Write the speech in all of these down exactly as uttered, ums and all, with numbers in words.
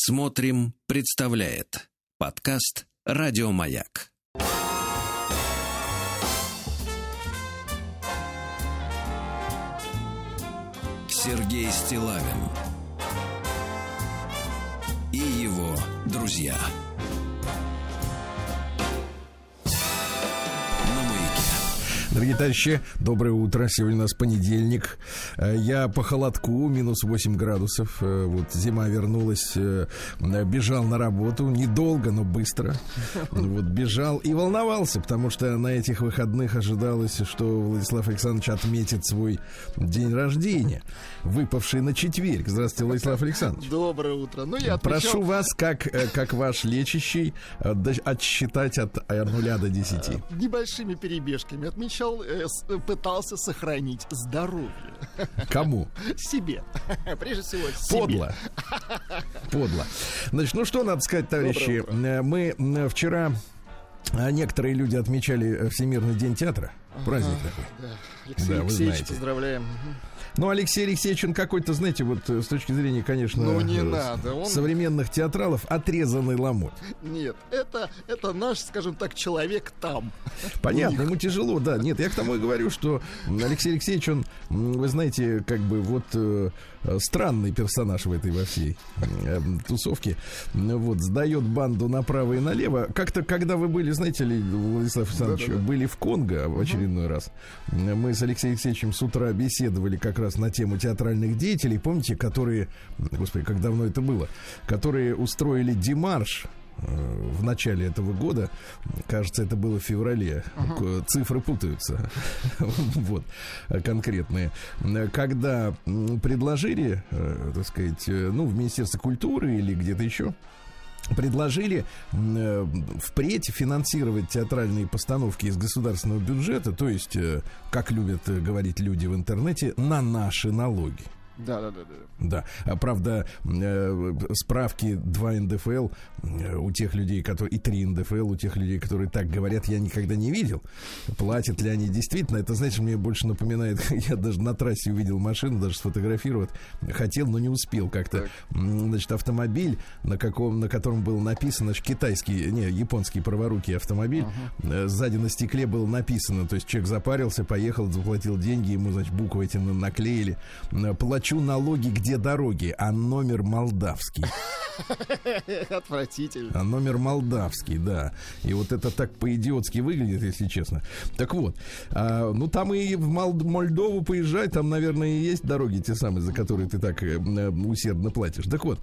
Смотрим, представляет подкаст «Радио Маяк». Сергей Стиллавин и его друзья. Дорогие товарищи, доброе утро. Сегодня у нас понедельник. Я по холодку, минус восемь градусов. Вот зима вернулась. Бежал на работу. Недолго, но быстро. Вот бежал и волновался, потому что на этих выходных ожидалось, что Владислав Александрович отметит свой день рождения, выпавший на четверг. Здравствуйте, Владислав Александрович. Доброе утро. Ну, я отмечал... Прошу вас, как, как ваш лечащий, отсчитать от нуля до десяти. Небольшими перебежками отмечал, пытался сохранить здоровье. Кому? Себе. Прежде всего, себе. Подло. Подло. Значит, ну что надо сказать, товарищи. Мы вчера... Некоторые люди отмечали Всемирный день театра. Праздник ага, такой. Да. Алексей да, Алексеевич, поздравляем. Ну, Алексей Алексеевич, он какой-то, знаете, вот с точки зрения, конечно, ну, не надо. Он... современных театралов, отрезанный ломоть. Нет, это, это наш, скажем так, человек там. Понятно, ему тяжело, да. Нет, я к тому и говорю, что Алексей Алексеевич, он, вы знаете, как бы вот э, странный персонаж в этой во всей э, тусовке. Вот, сдает банду направо и налево. Как-то, когда вы были, знаете ли, Владислав Александрович, да, да, да. были в Конго в очередной угу. раз, мы с Алексеем Алексеевичем с утра беседовали как раз на тему театральных деятелей, помните, которые, господи, как давно это было, которые устроили демарш э, в начале этого года, кажется, это было в феврале, uh-huh. цифры путаются, вот, конкретные, когда предложили, э, так сказать, ну, в Министерстве культуры или где-то еще, предложили э, впредь финансировать театральные постановки из государственного бюджета, то есть, э, как любят говорить люди в интернете, на наши налоги. Да, да, да, да. Да, правда, э, справки два эн дэ эф эл э, у тех людей, которые, и три эн дэ эф эл у тех людей, которые так говорят, я никогда не видел. Платят ли они действительно? Это, знаешь, мне больше напоминает, я даже на трассе увидел машину, даже сфотографировать хотел, но не успел как-то. Так. Значит, автомобиль, на каком, на котором было написано, значит, китайский, не, японский праворукий автомобиль, uh-huh. сзади на стекле было написано, то есть человек запарился, поехал, заплатил деньги, ему, значит, буквы эти наклеили. Плачу налоги, где дороги, а номер молдавский. Отвратительно. А номер молдавский, да. И вот это так по-идиотски выглядит, если честно. Так вот, а, ну там и в Мол- Молдову поезжай, там, наверное, и есть дороги те самые, за которые ты так э, усердно платишь. Так вот,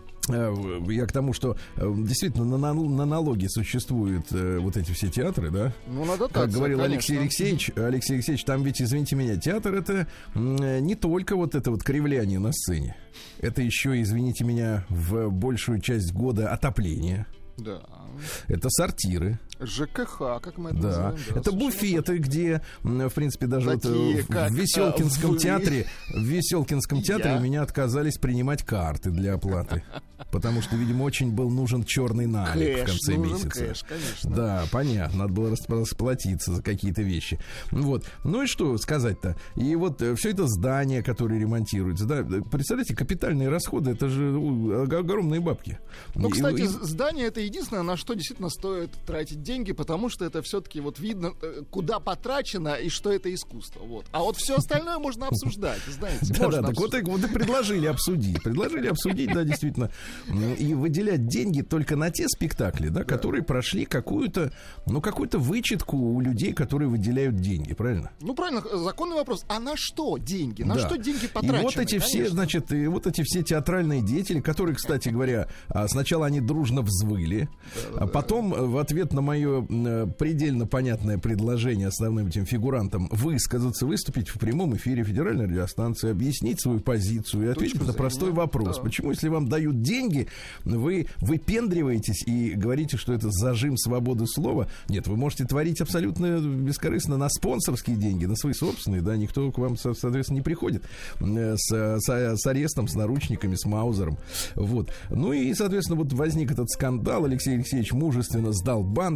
я к тому, что действительно на, на налоги существуют э, вот эти все театры, да? Ну, надо как говорил Алексей Алексеевич, Алексей Алексеевич, там ведь, извините меня, театр — это э, не только вот это вот кривляние на сцене. Это еще, извините меня, в большую часть года отопление. Да. Это сортиры. ЖКХ, как мы это да. называем. Да, это буфеты, где, в принципе, даже такие, вот в Веселкинском вы... театре, в Веселкинском театре Я? у меня отказались принимать карты для оплаты. Потому что, видимо, очень был нужен черный налик в конце месяца. Кэш, конечно. Да, понятно, надо было расплатиться за какие-то вещи. Вот. Ну и что сказать-то? И вот все это здание, которое ремонтируется, да, представляете, капитальные расходы, это же огромные бабки. Ну, кстати, и... здание — это единственное, на что действительно стоит тратить деньги, потому что это все-таки вот видно, куда потрачено и что это искусство. Вот. А вот все остальное можно обсуждать, знаете. Да, да, так вот и предложили обсудить. Предложили обсудить, да, действительно. И выделять деньги только на те спектакли, да, которые прошли какую-то, ну, какую-то вычетку у людей, которые выделяют деньги, правильно? Ну, правильно, законный вопрос. А на что деньги? На да. что деньги потрачены? И вот эти конечно. все, значит, и вот эти все театральные деятели, которые, кстати говоря, сначала они дружно взвыли, да, а потом да. в ответ на мое предельно понятное предложение основным этим фигурантам высказаться, выступить в прямом эфире федеральной радиостанции, объяснить свою позицию и ответить Точку на простой зрения. вопрос. Да. Почему, если вам дают деньги, вы выпендриваетесь и говорите, что это зажим свободы слова? Нет, вы можете творить абсолютно бескорыстно на спонсорские деньги, на свои собственные, да, никто к вам, соответственно, не приходит с, с, с арестом, с наручниками, с маузером. Вот. Ну и, соответственно, вот возник этот скандал, Алексей Алексеевич мужественно сдал банду.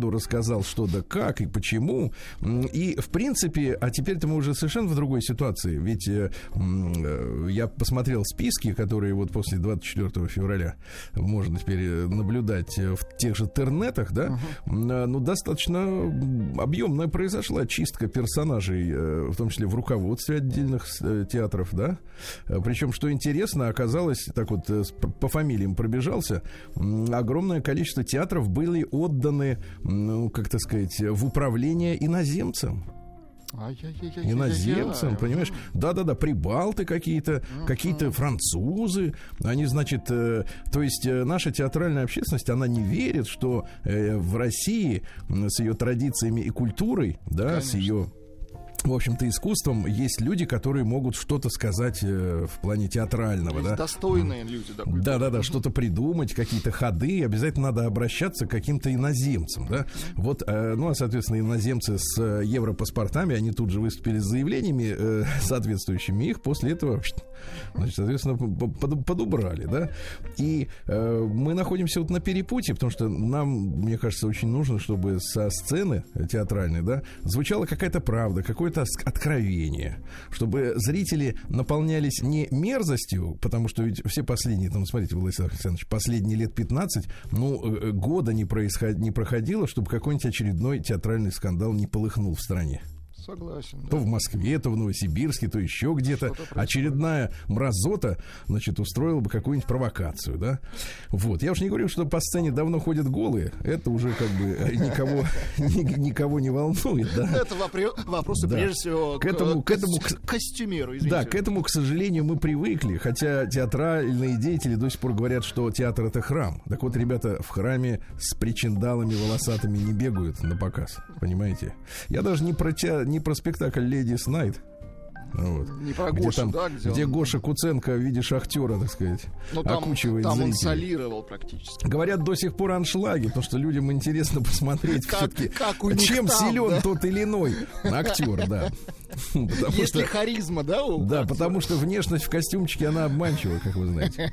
кто рассказал что да как и почему. И, в принципе, а теперь-то мы уже совершенно в другой ситуации. Ведь э, э, я посмотрел списки, которые вот после двадцать четвёртого февраля можно теперь наблюдать в тех же тернетах, да. Uh-huh. Ну, достаточно объемная произошла чистка персонажей, э, в том числе в руководстве отдельных э, театров, да. Причем, что интересно, оказалось, так вот э, по фамилиям пробежался, э, огромное количество театров были отданы, ну, как так сказать, в управление иноземцам. Иноземцам, понимаешь? Да-да-да, прибалты какие-то, uh-huh. какие-то французы. Они, значит, э, то есть э, наша театральная общественность, она не верит, что э, в России с ее традициями и культурой, да, Конечно. С ее... в общем-то, искусством есть люди, которые могут что-то сказать э, в плане театрального. Есть да? достойные люди. Да-да-да, что-то придумать, какие-то ходы. Обязательно надо обращаться к каким-то иноземцам. Да? Вот, э, ну, а, соответственно, иноземцы с э, европаспортами, они тут же выступили с заявлениями э, соответствующими. Их после этого, значит, соответственно, под, подубрали. Да? И э, мы находимся вот на перепутье, потому что нам, мне кажется, очень нужно, чтобы со сцены театральной, да, звучала какая-то правда, какой какое-то откровение, чтобы зрители наполнялись не мерзостью, потому что ведь все последние, там, смотрите, Владислав Александрович, последние лет пятнадцать, ну, года не, происход... не проходило, чтобы какой-нибудь очередной театральный скандал не полыхнул в стране. Согласен. То да. в Москве, то в Новосибирске, то еще где-то очередная мразота, значит, устроила бы какую-нибудь провокацию, да. Вот. Я уж не говорю, что по сцене давно ходят голые. Это уже как бы никого, никого не волнует, да. Это вопросы, да. прежде всего, к этому, к этому к костюмеру, извините. Да, к этому, к сожалению, мы привыкли. Хотя театральные деятели до сих пор говорят, что театр — это храм. Так вот, ребята, в храме с причиндалами волосатыми не бегают на показ. Понимаете? Я даже не про театр, не про спектакль «Ladies Night». Вот. Не про где, Гошу, там, да? Где, где он... Гоша Куценко в виде шахтера, так сказать, ну, там, окучивает там зрителей. он солировал практически. Говорят, до сих пор аншлаги, потому что людям интересно посмотреть все-таки, чем силен тот или иной актер, да. Если харизма, да? Да, потому что внешность в костюмчике, она обманчива, как вы знаете.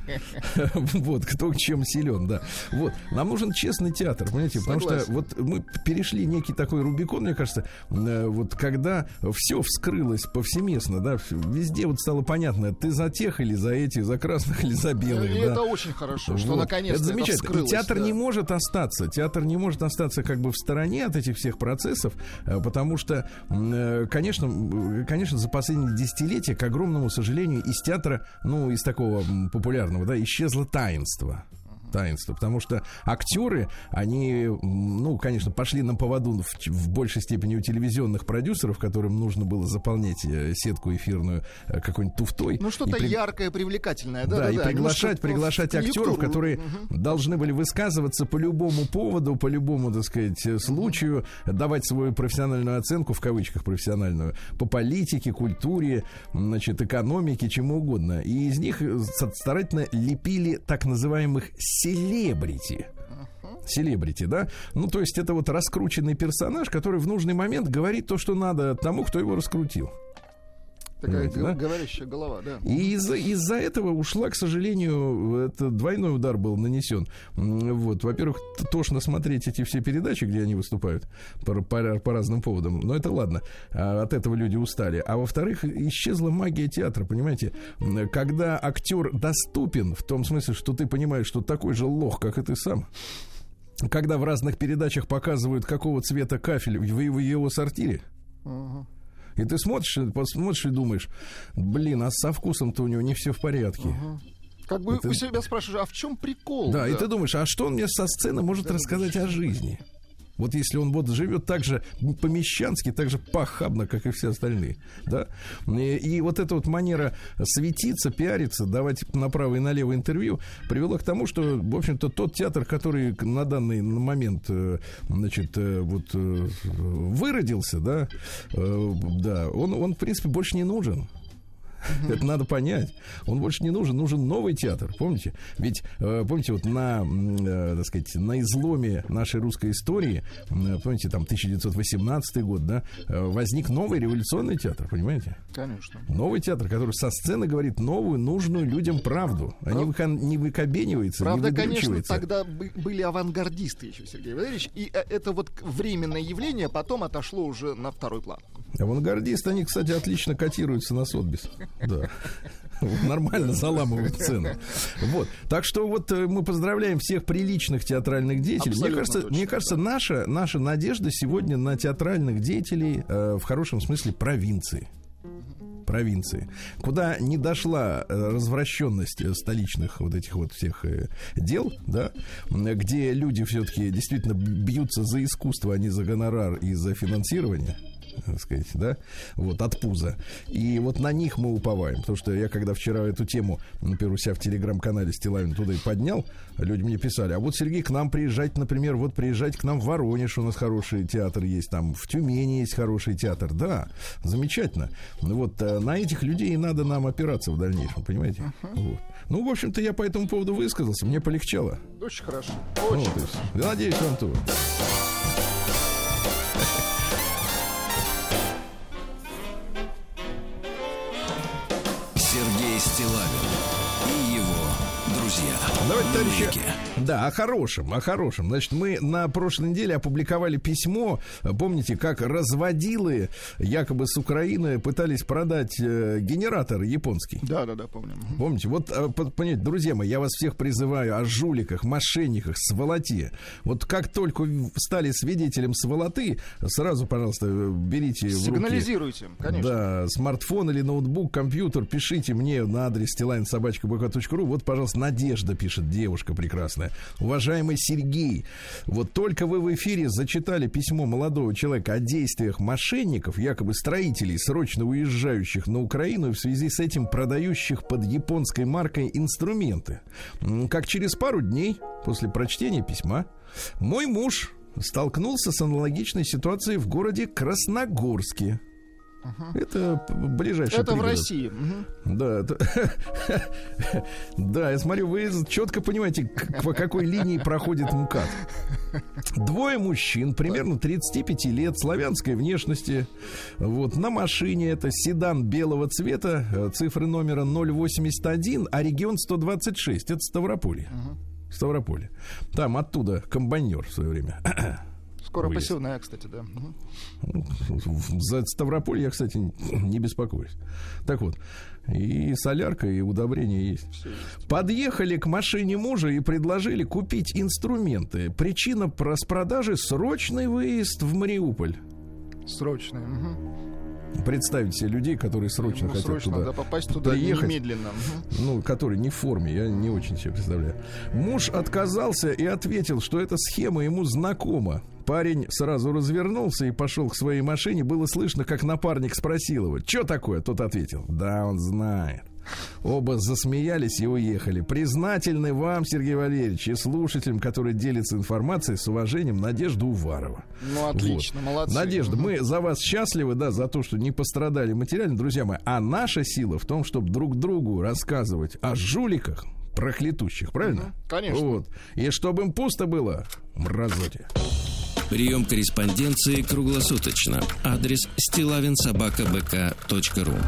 Вот, кто чем силен, да. Вот, нам нужен честный театр, понимаете, потому что вот мы перешли некий такой Рубикон, мне кажется, вот когда все вскрылось повсеместно, да, везде вот стало понятно, ты за тех или за этих, за красных или за белых. И да. это очень хорошо, вот. что наконец-то это замечательно. Это вскрылось, и театр да. не может остаться, театр не может остаться как бы в стороне от этих всех процессов, потому что, конечно, конечно, за последние десятилетия, к огромному сожалению, из театра, ну, из такого популярного, да, исчезло таинство. Таинство, потому что актеры, они, ну, конечно, пошли на поводу в, в большей степени у телевизионных продюсеров, которым нужно было заполнять сетку эфирную какой-нибудь туфтой. Ну, что-то при... яркое, привлекательное. Да, да, да, и да. приглашать, ну, приглашать актеров, которые угу. должны были высказываться по любому поводу, по любому, так сказать, случаю, давать свою профессиональную оценку, в кавычках профессиональную, по политике, культуре, значит, экономике, чему угодно. И из них старательно лепили так называемых селебрити. Селебрити, да? Ну, то есть это вот раскрученный персонаж, который в нужный момент говорит то, что надо тому, кто его раскрутил. Такая г- да? говорящая голова, да. И из-за, из-за этого ушла, к сожалению, это двойной удар был нанесен. Вот, во-первых, тошно смотреть эти все передачи, где они выступают по, по, по разным поводам. Но это ладно, от этого люди устали. А во-вторых, исчезла магия театра, понимаете? Когда актер доступен, в том смысле, что ты понимаешь, что такой же лох, как и ты сам. Когда в разных передачах показывают, какого цвета кафель в, в его сортире. Uh-huh. И ты смотришь, посмотришь и думаешь, блин, а со вкусом-то у него не все в порядке. Uh-huh. Как бы ты... у себя спрашиваешь, а в чем прикол? Да, да, и ты думаешь, а что он мне со сцены может да, рассказать о жизни? Вот если он вот живет так же по-мещански, так же похабно, как и все остальные, да? И, и вот эта вот манера светиться, пиариться, давать направо и налево интервью привела к тому, что, в общем-то, тот театр, который на данный момент, значит, вот выродился, да, да, он, он, в принципе, больше не нужен. Это надо понять. Он больше не нужен, нужен новый театр. Помните? Ведь, помните, вот на, так сказать, на изломе нашей русской истории, помните, там тысяча девятьсот восемнадцатый год, да, возник новый революционный театр, понимаете? Конечно. Новый театр, который со сцены говорит новую, нужную людям правду. А не, выка... не выкобенивается, правда, не выдумчивается. конечно, тогда были авангардисты еще, Сергей Валерьевич, и это вот временное явление потом отошло уже на второй план. Авангардисты, они, кстати, отлично котируются на Сотбис. Да. Нормально заламывают цену. Вот. Так что вот мы поздравляем всех приличных театральных деятелей. Абсолютно мне кажется, точно, мне кажется, да. наша, наша надежда сегодня на театральных деятелей э, в хорошем смысле провинции. Провинции, куда не дошла развращенность столичных вот этих вот всех дел, да, где люди все-таки действительно бьются за искусство, а не за гонорар и за финансирование, так сказать, да, вот, от пуза. И вот на них мы уповаем, потому что я когда вчера эту тему, например, у себя в телеграм-канале Стилавин туда и поднял, люди мне писали, а вот, Сергей, к нам приезжать, например, вот приезжать к нам в Воронеж, у нас хороший театр есть, там в Тюмени есть хороший театр, да, замечательно. Вот на этих людей и надо нам опираться в дальнейшем, понимаете? Uh-huh. Вот. Ну, в общем-то, я по этому поводу высказался, мне полегчало. Очень хорошо. Очень. Вот, я надеюсь, вам тоже. Сергей Стиллавин и его друзья. Давайте, товарищи, да, о хорошем, о хорошем. Значит, мы на прошлой неделе опубликовали письмо. Помните, как разводилы якобы с Украины пытались продать э, генератор японский? Да, да, да, помню. Помните, вот, э, понимаете, друзья мои, я вас всех призываю о жуликах, мошенниках, сволоте. Вот как только стали свидетелем сволоты, сразу, пожалуйста, берите в руки... Сигнализируйте, конечно. Да, смартфон или ноутбук, компьютер, пишите мне на адрес стилавин собака бэ ка точка ру. Вот, пожалуйста, Надежда пишет, девушка прекрасная. Уважаемый Сергей, вот только вы в эфире зачитали письмо молодого человека о действиях мошенников, якобы строителей, срочно уезжающих на Украину и в связи с этим продающих под японской маркой инструменты. Как через пару дней после прочтения письма мой муж столкнулся с аналогичной ситуацией в городе Красногорске. Uh-huh. Это ближайший Это пригород. в России. Uh-huh. Да, это... да, я смотрю, вы четко понимаете, к- по какой линии проходит МКАД. Двое мужчин, примерно тридцати пяти лет, славянской внешности. Вот, на машине, это седан белого цвета, цифры номера ноль восемьдесят один, а регион сто двадцать шесть. Это Ставрополье. Uh-huh. Ставрополье. Там оттуда комбайнер в свое время. Скоро посевная, кстати, да. За Ставрополь я, кстати, не беспокоюсь. Так вот, и солярка, и удобрения есть. есть. Подъехали к машине мужа и предложили купить инструменты. Причина распродажи — срочный выезд в Мариуполь. Срочный, угу. Представить себе людей, которые срочно ну, хотят срочно, туда да, попасть туда приехать, немедленно. Ну, которые не в форме, я не очень себе представляю. Муж отказался и ответил, что эта схема ему знакома. Парень сразу развернулся и пошел к своей машине. Было слышно, как напарник спросил его: «Что такое?» Тот ответил: «Да, он знает». Оба засмеялись и уехали. Признательны вам, Сергей Валерьевич, и слушателям, которые делятся информацией, с уважением, Надежда Уварова. Ну, отлично, вот. Молодцы. Надежда, угу. мы за вас счастливы, да, за то, что не пострадали материально, друзья мои. А наша сила в том, чтобы друг другу рассказывать о жуликах, проклятущих, правильно? Угу, конечно. Вот. И чтобы им пусто было, мразоте. Прием корреспонденции круглосуточно. Адрес стилавин собака бэ ка точка ру.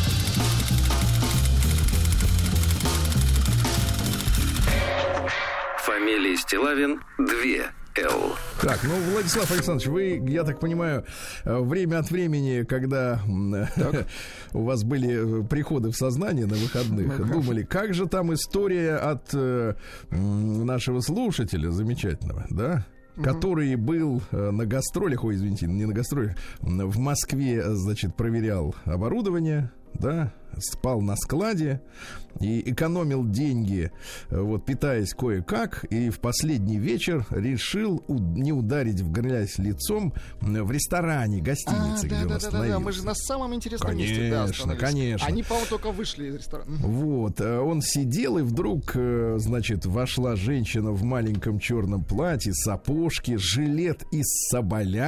Фамилия Стилавин две Л. Так, ну, Владислав Александрович, вы, я так понимаю, время от времени, когда у вас были приходы в сознание на выходных, думали, как же там история от э, нашего слушателя замечательного, да? Который был на гастролях, ой, извините, не на гастролях, в Москве, значит, проверял оборудование, да, спал на складе и экономил деньги, вот, питаясь кое-как, и в последний вечер решил у- не ударить в грязь лицом в ресторане, гостинице, а, где да, он да, остановился. Да, да, мы же на самом интересном конечно, месте, да, остановились. Конечно. Они, по-моему, только вышли из ресторана. Вот, он сидел, и вдруг, значит, вошла женщина в маленьком черном платье, сапожки, жилет из соболя.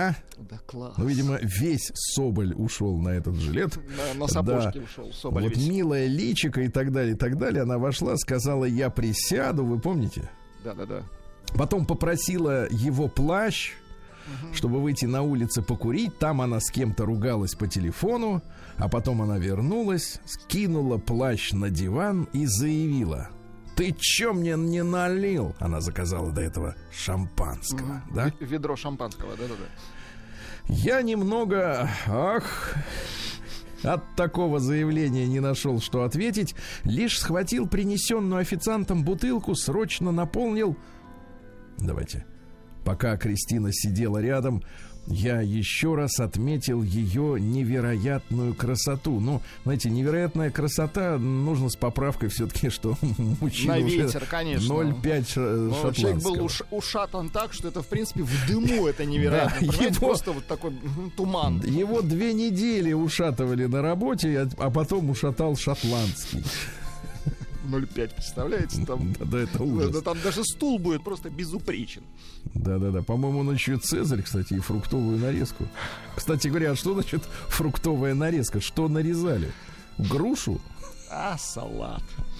Да, класс. Ну, видимо, весь Соболь ушел на этот жилет. На, на сапожки да. ушел Соболь Вот весь. милая личико и так далее, и так далее. Она вошла, сказала: я присяду, вы помните? Да-да-да. Потом попросила его плащ, угу. чтобы выйти на улицу покурить. Там она с кем-то ругалась по телефону. А потом она вернулась, скинула плащ на диван и заявила: ты чё мне не налил? Она заказала до этого шампанского, угу. да? Ведро шампанского, да-да-да. Я немного, ах, от такого заявления не нашел, что ответить. Лишь схватил принесенную официантом бутылку, срочно наполнил. Давайте. Пока Кристина сидела рядом, я еще раз отметил ее невероятную красоту. Ну, знаете, невероятная красота, нужно с поправкой все-таки, что мужчина на ветер, уже конечно. ноль целых пять шотландского. Человек был уш, ушатан так, что это, в принципе, в дыму это невероятно. Да, его, просто вот такой туман. Его две недели ушатывали на работе, а потом ушатал шотландский. ноль целых пять, представляете? Там, да, да, это ужас. Да, там даже стул будет просто безупречен. Да-да-да. По-моему, он еще Цезарь, кстати, и фруктовую нарезку. Кстати говоря, а что значит фруктовая нарезка? Что нарезали? Грушу? А, салат.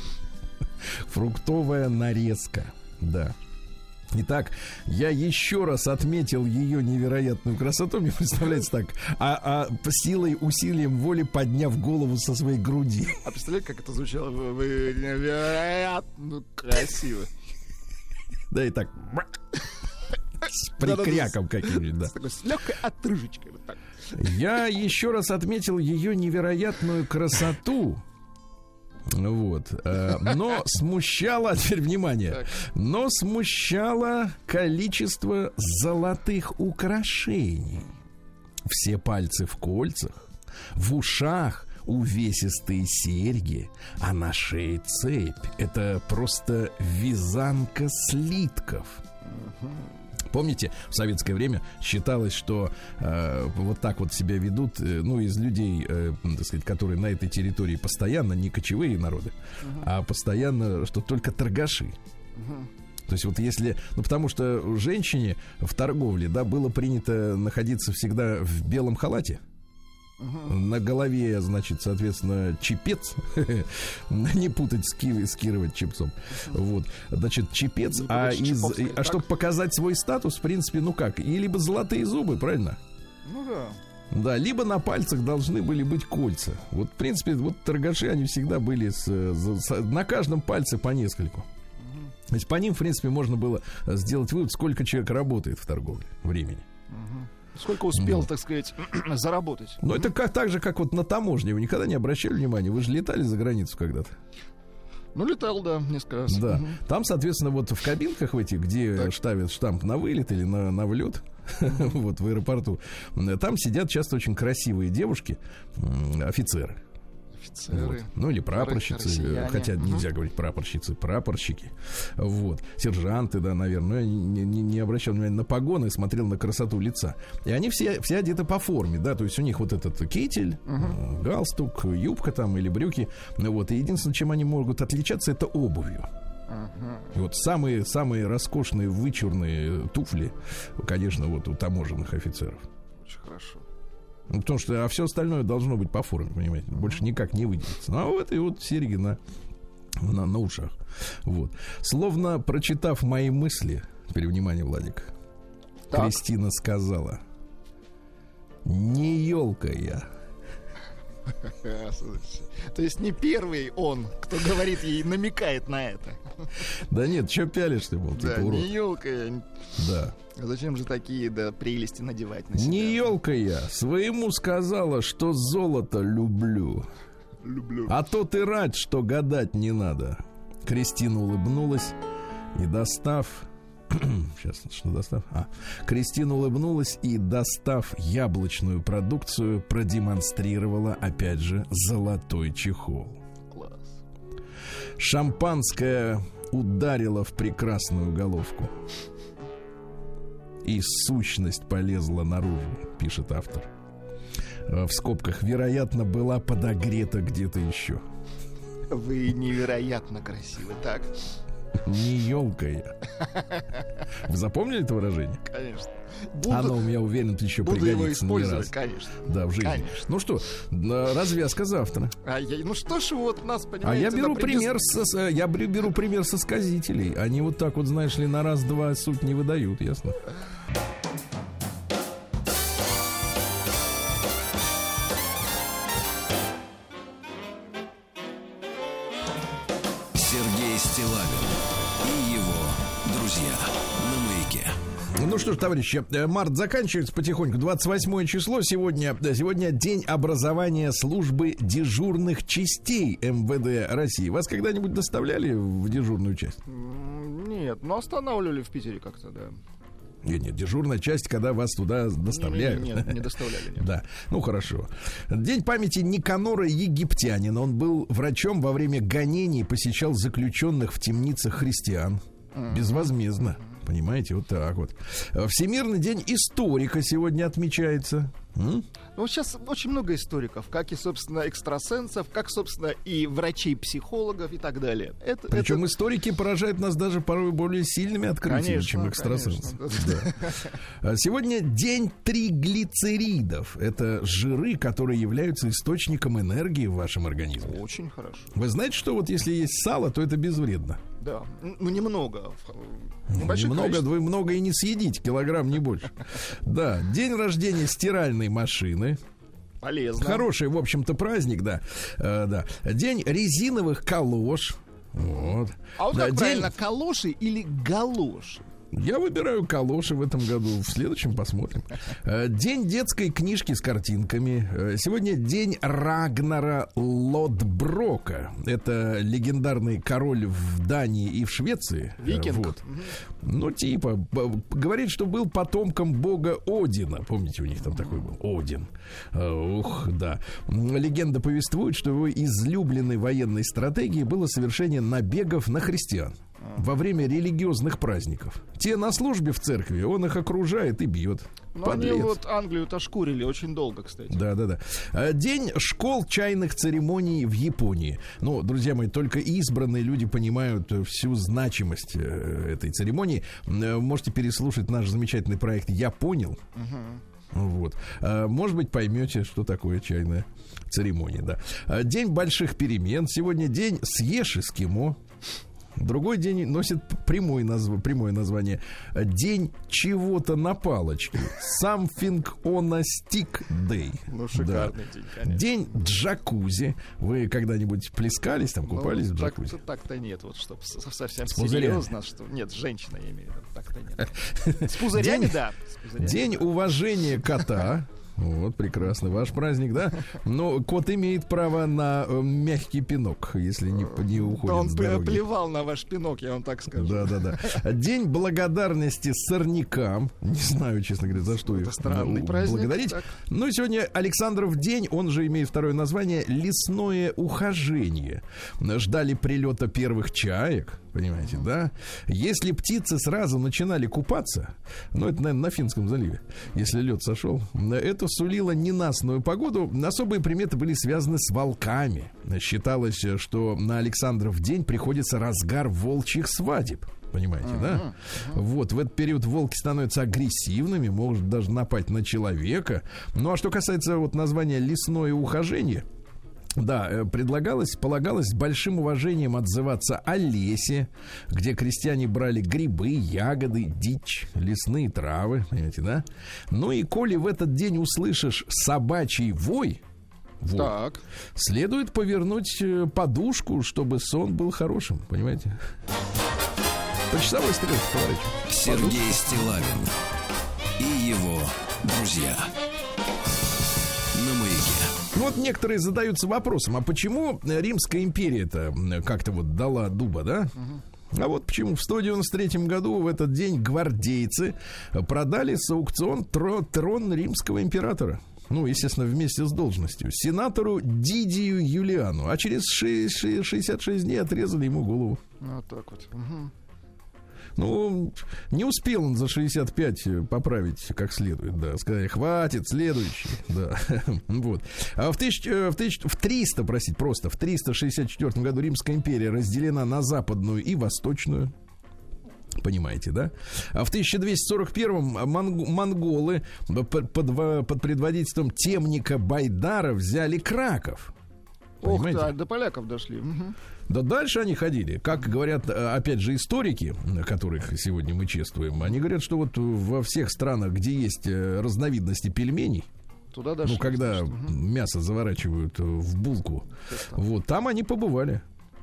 Фруктовая нарезка, да. Итак, я еще раз отметил ее невероятную красоту. Мне представляется так, а, а силой, усилием воли подняв голову со своей груди. А представляете, как это звучало? Вы невероятно красиво. Да, и так с прикряком каким-нибудь, да. С легкой отрыжечкой. Вот так. Я еще раз отметил ее невероятную красоту. Вот. Но смущало, теперь внимание, но смущало количество золотых украшений. Все пальцы в кольцах, в ушах увесистые серьги, а на шее цепь. Это просто вязанка слитков. Помните, в советское время считалось, что э, вот так вот себя ведут, э, ну, из людей, э, так сказать, которые на этой территории постоянно, не кочевые народы, uh-huh. а постоянно, что только торгаши. Uh-huh. То есть вот если, ну, потому что женщине в торговле, да, было принято находиться всегда в белом халате. Uh-huh. На голове, значит, соответственно, чепец. Не путать с, ки- с Кировым чепцом. Uh-huh. Вот. Значит, чепец. Не а из, а чтобы показать свой статус, в принципе, ну как? И либо золотые зубы, правильно? Ну да. Да, либо на пальцах должны были быть кольца. Вот, в принципе, вот торгаши, они всегда были с, с, на каждом пальце по нескольку. Uh-huh. То есть по ним, в принципе, можно было сделать вывод, сколько человек работает в торговле времени. Uh-huh. Сколько успел, mm. так сказать, заработать? Ну, это как, так же, как вот на таможне. Вы никогда не обращали внимания? Вы же летали за границу когда-то? Ну, летал, да, несколько раз. Да. Угу. Там, соответственно, вот в кабинках в этих, где так. ставят штамп на вылет или на, на влет, вот в аэропорту, там сидят часто очень красивые девушки, офицеры. Вот. Ну или прапорщицы, россияне. Хотя uh-huh. нельзя говорить прапорщицы, прапорщики. Вот. Сержанты, да, наверное. Я не, не, не обращал внимания на погоны, смотрел на красоту лица. И они все, все одеты по форме, да, то есть у них вот этот китель, uh-huh. галстук, юбка там или брюки. Вот. И единственное, чем они могут отличаться, это обувью. Uh-huh. И вот самые, самые роскошные, вычурные туфли, конечно, вот у таможенных офицеров. Очень хорошо. Ну, потому что, а все остальное должно быть по форме, понимаете, больше никак не выделится. Ну, а вот и вот серьги на, на, на ушах. Вот. Словно прочитав мои мысли, теперь внимание, Владик, так. Кристина сказала: не елка я. То есть не первый он, кто говорит ей, намекает на это. Да нет, что пялишь ты, был, да, типа, урод. Не елка я. Да. А зачем же такие, да, прелести надевать на себя? Не елка я, своему сказала, что золото люблю. Люблю. А то ты рад, что гадать не надо. Кристина улыбнулась и, достав... Сейчас, что достав? А. Кристина улыбнулась и, достав яблочную продукцию, продемонстрировала, опять же, золотой чехол. Класс. Шампанское ударило в прекрасную головку. И сущность полезла наружу, пишет автор. В скобках, вероятно, была подогрета где-то еще. Вы невероятно красивы, так? Не елка я. Вы запомнили это выражение? Конечно. Буду, Оно, я уверен, еще буду пригодится его не раз. Конечно. Да, в жизни. Конечно. Ну что, развязка завтра. А я, ну что ж вот нас, понимаете... А я беру, например... пример со, я беру пример со сказителей. Они вот так вот, знаешь ли, на раз-два суть не выдают, ясно? Сергей Стиллавин и его друзья на Маяке. Ну что ж, товарищи, март заканчивается потихоньку. двадцать восьмое число сегодня. Сегодня день образования службы дежурных частей эм вэ дэ России. Вас когда-нибудь доставляли в дежурную часть? Нет, но останавливали в Питере как-то, да. Нет, нет, дежурная часть, когда вас туда доставляют. Нет, нет, не доставляли. Нет. Да, ну хорошо. День памяти Никанора Египтянина. Он был врачом во время гонений, посещал заключенных в темницах христиан. Безвозмездно. Понимаете, вот так вот. Всемирный день историка сегодня отмечается. М? Ну, сейчас очень много историков, как и, собственно, экстрасенсов, как, собственно, и врачей-психологов и так далее. Это, Причем это... историки поражают нас даже порой более сильными открытиями, конечно, чем экстрасенсы. Конечно, да. Сегодня день триглицеридов. Это жиры, которые являются источником энергии в вашем организме. Очень хорошо. Вы знаете, что вот если есть сало, то это безвредно? Да, ну немного. Немного, вы много и не съедите, килограмм, не больше. Да, день рождения стиральной машины. Полезно. Хороший, в общем-то, праздник, да. Э, да. День резиновых калош. Вот. А вот да, как день... правильно, калоши или галоши? Я выбираю калоши в этом году. В следующем посмотрим. День детской книжки с картинками. Сегодня день Рагнара Лодброка. Это легендарный король в Дании и в Швеции. Викинг. Вот. Ну, типа, говорит, что был потомком бога Одина. Помните, у них там такой был Один. Ух, да. Легенда повествует, что его излюбленной военной стратегией было совершение набегов на христиан во время религиозных праздников. Те на службе в церкви, он их окружает и бьет. Но они вот Англию-то шкурили очень долго, кстати. Да-да-да. День школ чайных церемоний в Японии. Ну, друзья мои, только избранные люди понимают всю значимость этой церемонии. Можете переслушать наш замечательный проект «Я понял». Угу. Вот. Может быть, поймете, что такое чайная церемония. Да. День больших перемен. Сегодня день «Съешь эскимо». Другой день носит прямое, назв... прямое название. День чего-то на палочке. Something on a stick day. Ну, шикарный да. день, конечно. День джакузи. Вы когда-нибудь плескались, там, купались ну, в джакузи? Так, так-то нет, вот чтобы совсем с серьезно. Что... Нет, женщина, я имею в виду. Так-то нет. С пузырями, день... да. С пузырями, день да. уважения кота. Вот, прекрасно. Ваш праздник, да? Но кот имеет право на э, мягкий пинок, если не, не уходит он с дороги. плевал на ваш пинок, я вам так скажу. Да-да-да. День благодарности сорнякам. Не знаю, честно говоря, за что это их странный праздник, благодарить. Так. Ну, сегодня Александров день, он же имеет второе название лесное ухажение. Ждали прилета первых чаек. Понимаете, да? Если птицы сразу начинали купаться, ну, это, наверное, на Финском заливе, если лед сошел, это сулило ненастную погоду. Особые приметы были связаны с волками. Считалось, что на Александров день приходится разгар волчьих свадеб. Понимаете, uh-huh, да? Uh-huh. Вот, в этот период волки становятся агрессивными, могут даже напасть на человека. Ну, а что касается вот названия «лесное ухажение», да, предлагалось, полагалось с большим уважением отзываться о лесе, где крестьяне брали грибы, ягоды, дичь, лесные травы, понимаете, да? Ну и коли в этот день услышишь собачий вой, вот, так. следует повернуть подушку, чтобы сон был хорошим, понимаете? По часовой стрелке поворачивай. Сергей Стиллавин и его друзья. Вот некоторые задаются вопросом, а почему Римская империя-то как-то вот дала дуба, да? Uh-huh. А вот почему в сто девяносто третьем году в этот день гвардейцы продали с аукцион трон, трон римского императора. Ну, естественно, вместе с должностью. Сенатору Дидию Юлиану. А через шестьдесят шесть дней отрезали ему голову. Вот так вот. Угу. Ну, не успел он за шестьдесят пять поправить как следует, да. Сказали, хватит, следующий, да. Вот. А в, тысяч, в, тысяч, в триста, простите, просто в триста шестьдесят четвёртом году Римская империя разделена на западную и восточную. Понимаете, да? А в тысяча двести сорок первом монг- монголы под, под, под предводительством темника Байдара взяли Краков. Ох, Понимаете? да, до поляков дошли. Угу. Да дальше они ходили. Как говорят, опять же, историки, которых сегодня мы чествуем, они говорят, что вот во всех странах, где есть разновидности пельменей, туда дошли, ну, когда угу. мясо заворачивают в булку, вот там они побывали.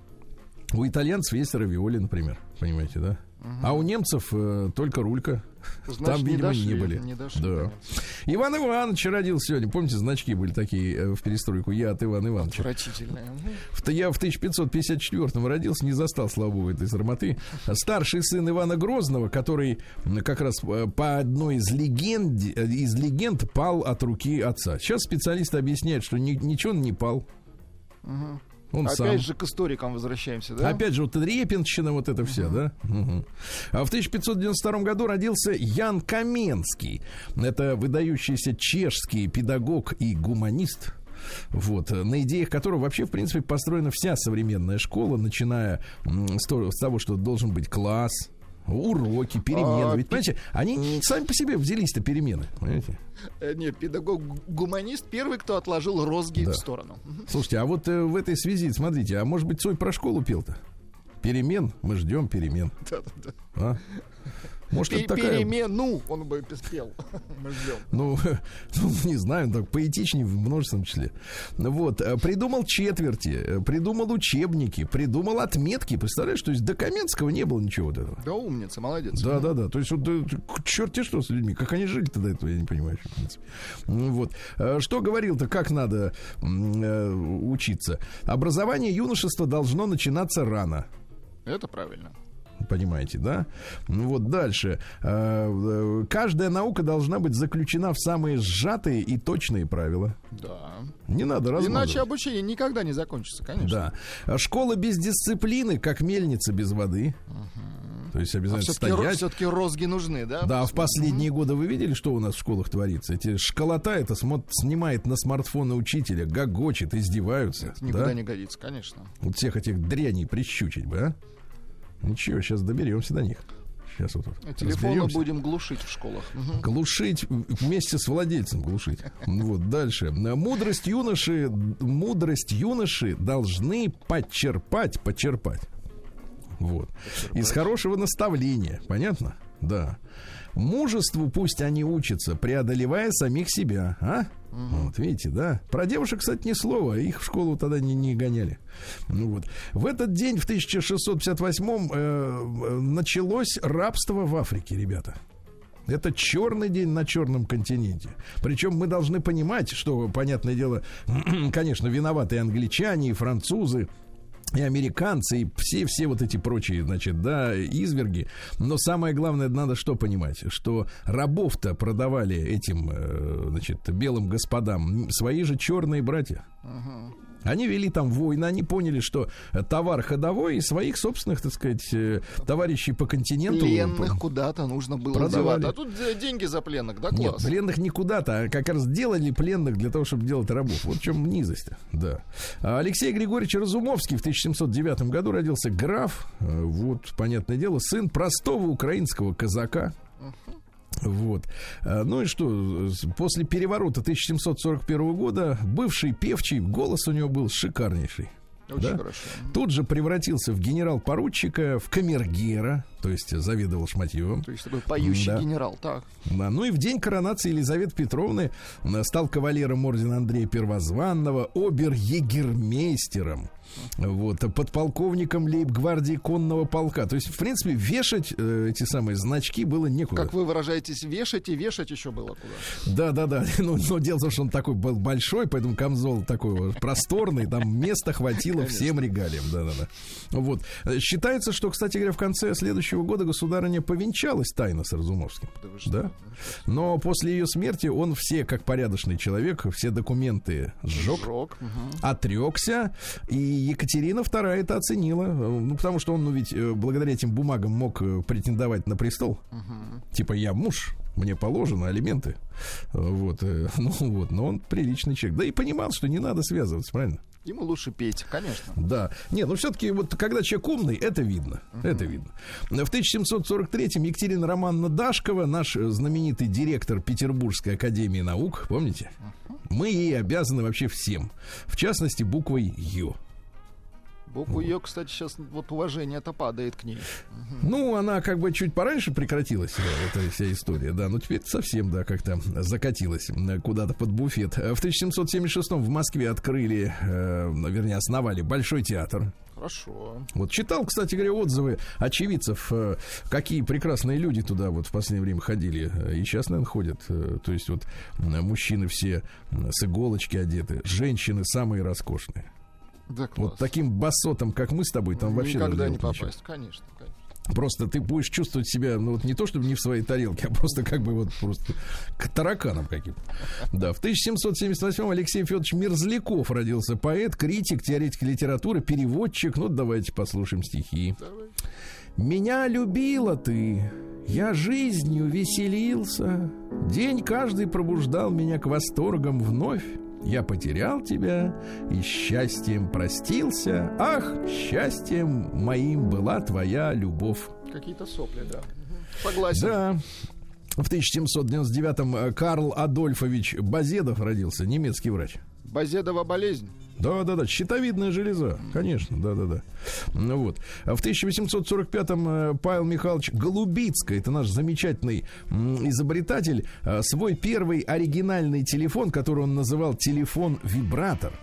У итальянцев есть равиоли, например, понимаете, да? Угу. А у немцев э, только рулька. Значит, там, не видимо, дошли, не были. Не дошли, да. Иван Иванович родился сегодня. Помните, значки были такие э, в перестройку? Я от Ивана Ивановича. Отвратительные. В, я в тысяча пятьсот пятьдесят четвёртом родился, не застал, слава богу, этой срамоты. Старший сын Ивана Грозного, который как раз по одной из легенд, из легенд пал от руки отца. Сейчас специалисты объясняют, что ни, ничего он не пал. Угу. Он Опять сам. же к историкам возвращаемся, да? Опять же, вот Репинщина, вот это вся, uh-huh. да? Uh-huh. А в тысяча пятьсот девяносто втором году родился Ян Каменский. Это выдающийся чешский педагог и гуманист. Вот, на идеях которого вообще, в принципе, построена вся современная школа, начиная с того, с того что должен быть класс, уроки, перемены. А, Ведь, понимаете, они сами по себе взялись-то перемены, понимаете? Нет, педагог-гуманист первый, кто отложил розги да. в сторону. Слушайте, а вот э, в этой связи, смотрите, а может быть, Цой про школу пел-то? Перемен, мы ждем перемен. Да-да-да. А? Может, Пер- это такая... Перемену он бы спел. Мы ждем. Ну, ну, не знаю, так поэтичнее в множественном числе. Вот, придумал четверти, придумал учебники, придумал отметки. Представляешь, то есть до Каменского не было ничего вот этого. Да умница, молодец. Да, да, да. То есть вот черти что с людьми, как они жили тогда, этого я не понимаю. В принципе. Вот. Что говорил-то, как надо э, учиться? Образование юношества должно начинаться рано. Это правильно. Понимаете, да? Вот дальше. Каждая наука должна быть заключена в самые сжатые и точные правила. Да. Не надо размазывать. Иначе обучение никогда не закончится, конечно. Да. Школа без дисциплины, как мельница без воды. Угу. То есть обязательно а все-таки, стоять. Все-таки розги нужны, да? Да, в последние угу. годы вы видели, что у нас в школах творится? Эти школота это смо- снимает на смартфоны учителя, гогочет, издеваются. Это никуда да? не годится, конечно. Вот всех этих дряней прищучить бы, а? Ничего, сейчас доберемся до них. Сейчас вот телефоны будем глушить в школах. Угу. Глушить вместе с владельцем глушить. Вот дальше. Мудрость юноши, мудрость юноши должны подчерпать, подчерпать. Вот. Подчерпать. Из хорошего наставления. Понятно? Да. Мужеству пусть они учатся, преодолевая самих себя, а? Угу. Вот, видите, да? Про девушек, кстати, ни слова. Их в школу тогда не, не гоняли. Ну, вот. В этот день, в тысяча шестьсот пятьдесят восьмом, э, началось рабство в Африке, ребята. Это черный день на черном континенте. Причем мы должны понимать, что, понятное дело, конечно, виноваты и англичане, и французы, и американцы, и все, все вот эти прочие, значит, да, изверги. Но самое главное, надо что понимать, что рабов-то продавали этим, значит, белым господам свои же черные братья. Uh-huh. Они вели там войны, они поняли, что товар ходовой, и своих собственных, так сказать, товарищей по континенту... Пленных куда-то нужно было продавали. девать. А тут деньги за пленных, да, класс? Нет, пленных не куда-то, а как раз делали пленных для того, чтобы делать рабов. Вот в чем низость, да. Алексей Григорьевич Разумовский в тысяча семьсот девятом году родился, граф, вот, понятное дело, сын простого украинского казака. Uh-huh. Вот. Ну и что, после переворота тысяча семьсот сорок первого года бывший певчий, голос у него был шикарнейший. Очень да? хорошо. Тут же превратился в генерал-поручика, в камергера, то есть заведовал шматьем. То есть такой поющий да. генерал, так. Да. Ну и в день коронации Елизаветы Петровны стал кавалером ордена Андрея Первозванного, обер-егермейстером. Вот, подполковником лейб-гвардии конного полка. То есть, в принципе, вешать э, эти самые значки было некуда. Как вы выражаетесь, вешать и вешать еще было куда. Да, да, да. Но, но дело в том, что он такой был большой, поэтому камзол такой просторный, там места хватило Конечно. Всем регалиям. Да, да, да. Вот. Считается, что, кстати говоря, в конце следующего следующего года государыня повенчалась тайно с Разумовским. Да вы что? Да? Но после ее смерти он все, как порядочный человек, все документы сжег, Сжег, угу. отрекся, и Екатерина вторая это оценила, ну, потому что он, ну, ведь благодаря этим бумагам мог претендовать на престол. Угу. Типа, я муж, мне положено алименты. Вот, ну вот, но он приличный человек. Да и понимал, что не надо связываться, правильно? Ему лучше петь, конечно. Да. Нет, ну все-таки вот когда человек умный, это видно. Uh-huh. Это видно. В тысяча семьсот сорок третьем Екатерина Романовна Дашкова, наш знаменитый директор Петербургской академии наук, помните? Uh-huh. Мы ей обязаны вообще всем. В частности, буквой Ё. Букву Ё, кстати, сейчас вот уважение-то падает к ней. Угу. Ну, она как бы чуть пораньше прекратилась, да, эта вся история, да, но теперь совсем, да, как-то закатилась куда-то под буфет. В тысяча семьсот семьдесят шестом в Москве открыли, э, вернее, основали Большой театр. Хорошо. Вот читал, кстати говоря, отзывы очевидцев, э, какие прекрасные люди туда вот в последнее время ходили. И сейчас, наверное, ходят. Э, то есть вот мужчины все с иголочки одеты, женщины самые роскошные. Да, вот таким басотом, как мы с тобой, там вообще никогда не попасть, конечно, конечно. Просто ты будешь чувствовать себя, ну вот не то чтобы не в своей тарелке, а просто как бы вот просто к тараканам каким-то. Да, в тысяча семьсот семьдесят восьмом Алексей Федорович Мерзляков родился, поэт, критик, теоретик литературы, переводчик. Ну давайте послушаем стихи. Давай. Меня любила ты, я жизнью веселился, день каждый пробуждал меня к восторгам вновь. Я потерял тебя и счастьем простился. Ах, счастьем моим была твоя любовь. Какие-то сопли, да. Согласен. Да. В тысяча семьсот девяносто девятом Карл Адольфович Базедов родился, немецкий врач. Базедова болезнь. Да-да-да, щитовидная железа, конечно, да-да-да. Ну вот. В тысяча восемьсот сорок пятом Павел Михайлович Голубицкий, это наш замечательный изобретатель, свой первый оригинальный телефон, который он называл телефон-вибратор.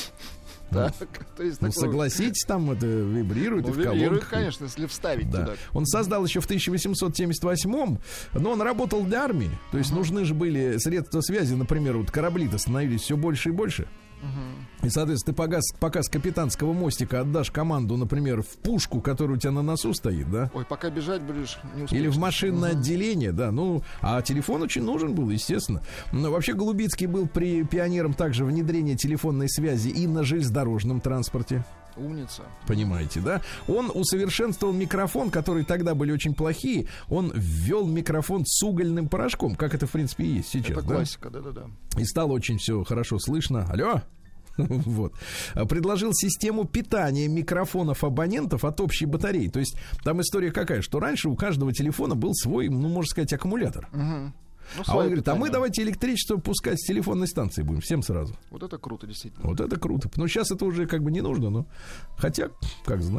Так, то есть ну, такой... согласитесь, там это вибрирует, ну, и в колонках. Вибрирует, конечно, если вставить да. туда. Он создал еще в тысяча восемьсот семьдесят восьмом, но он работал для армии. То есть uh-huh. нужны же были средства связи. Например, вот корабли-то становились все больше и больше. Uh-huh. И, соответственно, ты пока, пока с капитанского мостика отдашь команду, например, в пушку, которая у тебя на носу стоит, да? Ой, пока бежать будешь не успеешь. Или в машинное uh-huh. отделение, да. Ну, а телефон очень нужен был, естественно. Но вообще Голубицкий был при пионером также внедрения телефонной связи и на железнодорожном транспорте. Умница. Понимаете, да? Он усовершенствовал микрофон, которые тогда были очень плохие. Он ввел микрофон с угольным порошком, как это, в принципе, и есть сейчас. Это да? классика, да-да-да. И стало очень все хорошо слышно. Алло? Вот. Предложил систему питания микрофонов абонентов от общей батареи. То есть там история какая, что раньше у каждого телефона был свой, ну, можно сказать, аккумулятор. Угу. Ну, а он говорит, питание. А мы давайте электричество пускать с телефонной станции будем, всем сразу. Вот это круто, действительно. Вот это круто. Но сейчас это уже как бы не нужно, но хотя, как знать.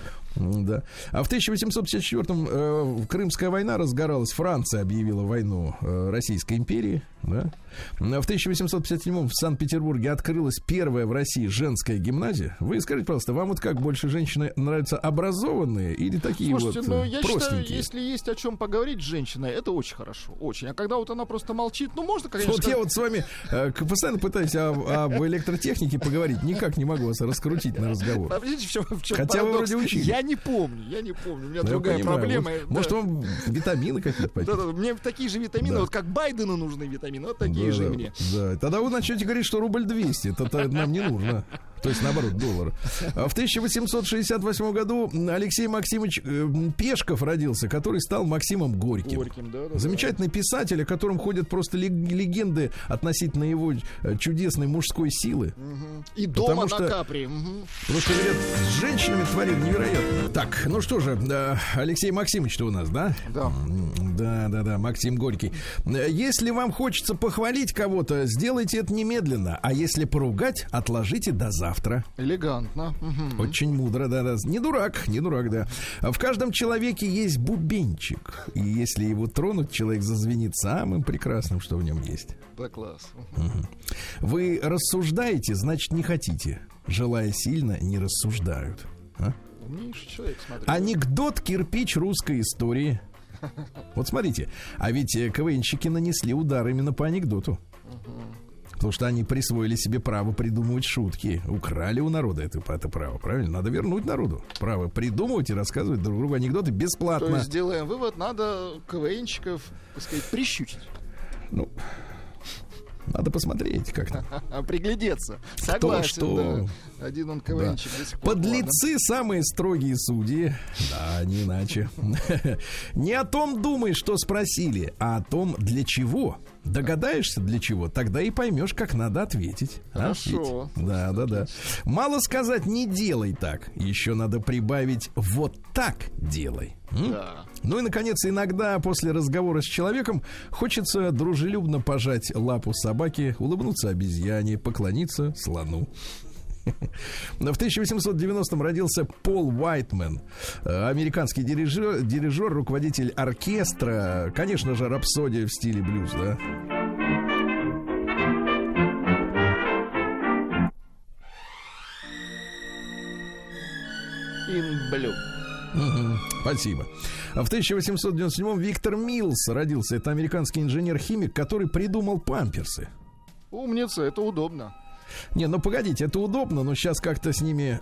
Да. А в тысяча восемьсот пятьдесят четвёртом э, Крымская война разгоралась. Франция объявила войну э, Российской империи. Да? В тысяча восемьсот пятьдесят седьмом в Санкт-Петербурге открылась первая в России женская гимназия. Вы скажите, пожалуйста, вам вот как больше женщины нравятся, образованные или такие Слушайте, вот ну, э, я простенькие? считаю, если есть о чем поговорить с женщиной, это очень хорошо, очень. А когда вот она просто молчит, ну можно, конечно. Вот я вот с вами э, постоянно пытаюсь об, об электротехнике поговорить, никак не могу вас раскрутить на разговор. Подождите, в чем, в чем Хотя парадокс? вы вроде учили. Я не помню, я не помню, у меня ну, другая проблема. Может, да. может вам витамины какие-то пойти? Да, да, мне такие же витамины, да. вот как Байдену нужны витамины, вот такие да, же да, мне. Да, тогда вы начнете говорить, что рубль двести, это, это нам не нужно. То есть, наоборот, доллар. В тысяча восемьсот шестьдесят восьмом году Алексей Максимович э, Пешков родился, который стал Максимом Горьким. Горьким, да, да, замечательный да. писатель, о котором ходят просто легенды относительно его чудесной мужской силы. Угу. И дома на что, Капри. Угу. Потому что, говорят, с женщинами творил невероятно. Так, ну что же, Алексей Максимович-то у нас, да? Да. Да, да, да, Максим Горький. Если вам хочется похвалить кого-то, сделайте это немедленно. А если поругать, отложите до завтра. Элегантно. Угу. Очень мудро, да-да. Не дурак, не дурак, да. В каждом человеке есть бубенчик. И если его тронуть, человек зазвенит самым прекрасным, что в нем есть. Да, класс. Угу. Вы рассуждаете, значит, не хотите. Желая сильно, не рассуждают. А? Умнейший человек, смотри. Анекдот, кирпич русской истории. Вот смотрите, а ведь КВНщики нанесли удар именно по анекдоту. Угу. Потому что они присвоили себе право придумывать шутки. Украли у народа это, это право, правильно? Надо вернуть народу право придумывать и рассказывать друг другу анекдоты бесплатно. То есть, делаем вывод, надо КВНщиков, так сказать, прищучить. Ну, надо посмотреть как-то. Приглядеться. Согласен, что... да. Один он КВНщик да. до сих пор. Подлецы ладно. Самые строгие судьи. Да, не иначе. Не о том думай, что спросили, а о том, для чего. Догадаешься, для чего, тогда и поймешь, как надо ответить. Хорошо. А? Да, да, да. Мало сказать, не делай так. Еще надо прибавить вот так делай. Да. Ну и, наконец, иногда после разговора с человеком хочется дружелюбно пожать лапу собаке, улыбнуться обезьяне, поклониться слону. В тысяча восемьсот девяностом родился Пол Уайтман, американский дирижер, дирижер, руководитель оркестра. Конечно же, рапсодия в стиле блюз, да? In Blue. Угу, спасибо. В тысяча восемьсот девяносто седьмом Виктор Миллс родился. Это американский инженер-химик, который придумал памперсы. Умница, это удобно. Не, ну погодите, это удобно, но сейчас как-то с ними...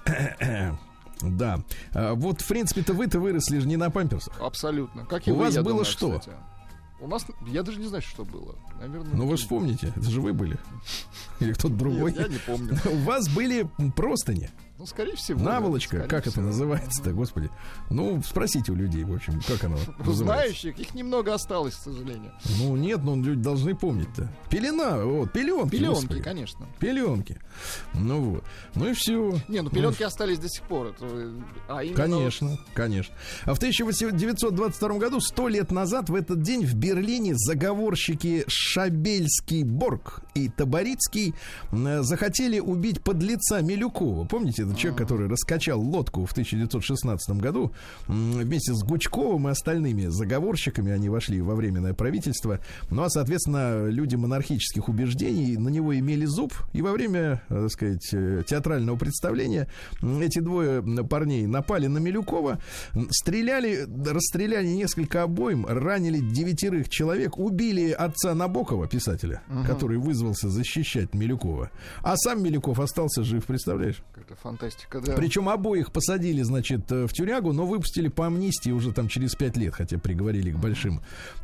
Да. А вот, в принципе-то, вы-то выросли же не на памперсах. Абсолютно. Как и У вы, вас я было думаю, что? Кстати. У нас, я даже не знаю, что было. Наверное, ну вы же вспомните, это же вы были. Или кто-то другой. Нет, я не помню. У вас были простыни. Ну, скорее всего. Наволочка, да, как всего. это называется-то, господи. Ну, спросите у людей, в общем, как оно называется. Знающих, их немного осталось, к сожалению. Ну, нет, ну, люди должны помнить-то. Пелена, вот, пеленки. Пеленки, господи. Конечно. Пеленки. Ну, вот. Ну, и все. Не, ну, пеленки ну, остались до сих пор. Это, а именно... Конечно, конечно. А в тысяча девятьсот двадцать втором году, сто лет назад, в этот день в Берлине заговорщики Шабельский Борг и Табарицкий захотели убить подлеца Милюкова. Помните, это человек, который раскачал лодку в тысяча девятьсот шестнадцатом году вместе с Гучковым и остальными заговорщиками. Они вошли во временное правительство. Ну, а, соответственно, люди монархических убеждений на него имели зуб. И во время, так сказать, театрального представления эти двое парней напали на Милюкова, стреляли, расстреляли несколько обоим, ранили девятерых человек, убили отца Набокова, писателя, uh-huh. который вызвался защищать Милюкова. А сам Милюков остался жив, представляешь? Это фантастика, да. Причем обоих посадили, значит, в тюрягу, но выпустили по амнистии уже там через пять лет, хотя приговорили к большим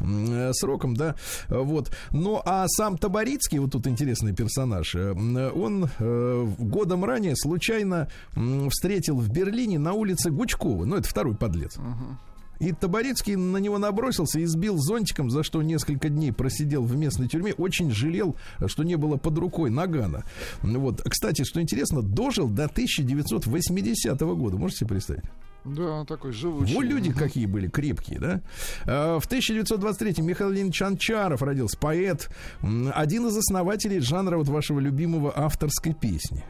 э, срокам, да, вот. Ну, а сам Табарицкий, вот тут интересный персонаж, э, он э, годом ранее случайно э, встретил в Берлине на улице Гучкова, ну, это второй подлец. Uh-huh. И Табарицкий на него набросился и сбил зонтиком, за что несколько дней просидел в местной тюрьме. Очень жалел, что не было под рукой нагана. Вот. Кстати, что интересно, дожил до тысяча девятьсот восьмидесятого года. Можете себе представить? Да, такой живучий. Вот люди какие были крепкие, да? В тысяча девятьсот двадцать третьем Михаил Леонидович Анчаров родился, поэт, один из основателей жанра вот вашего любимого авторской песни.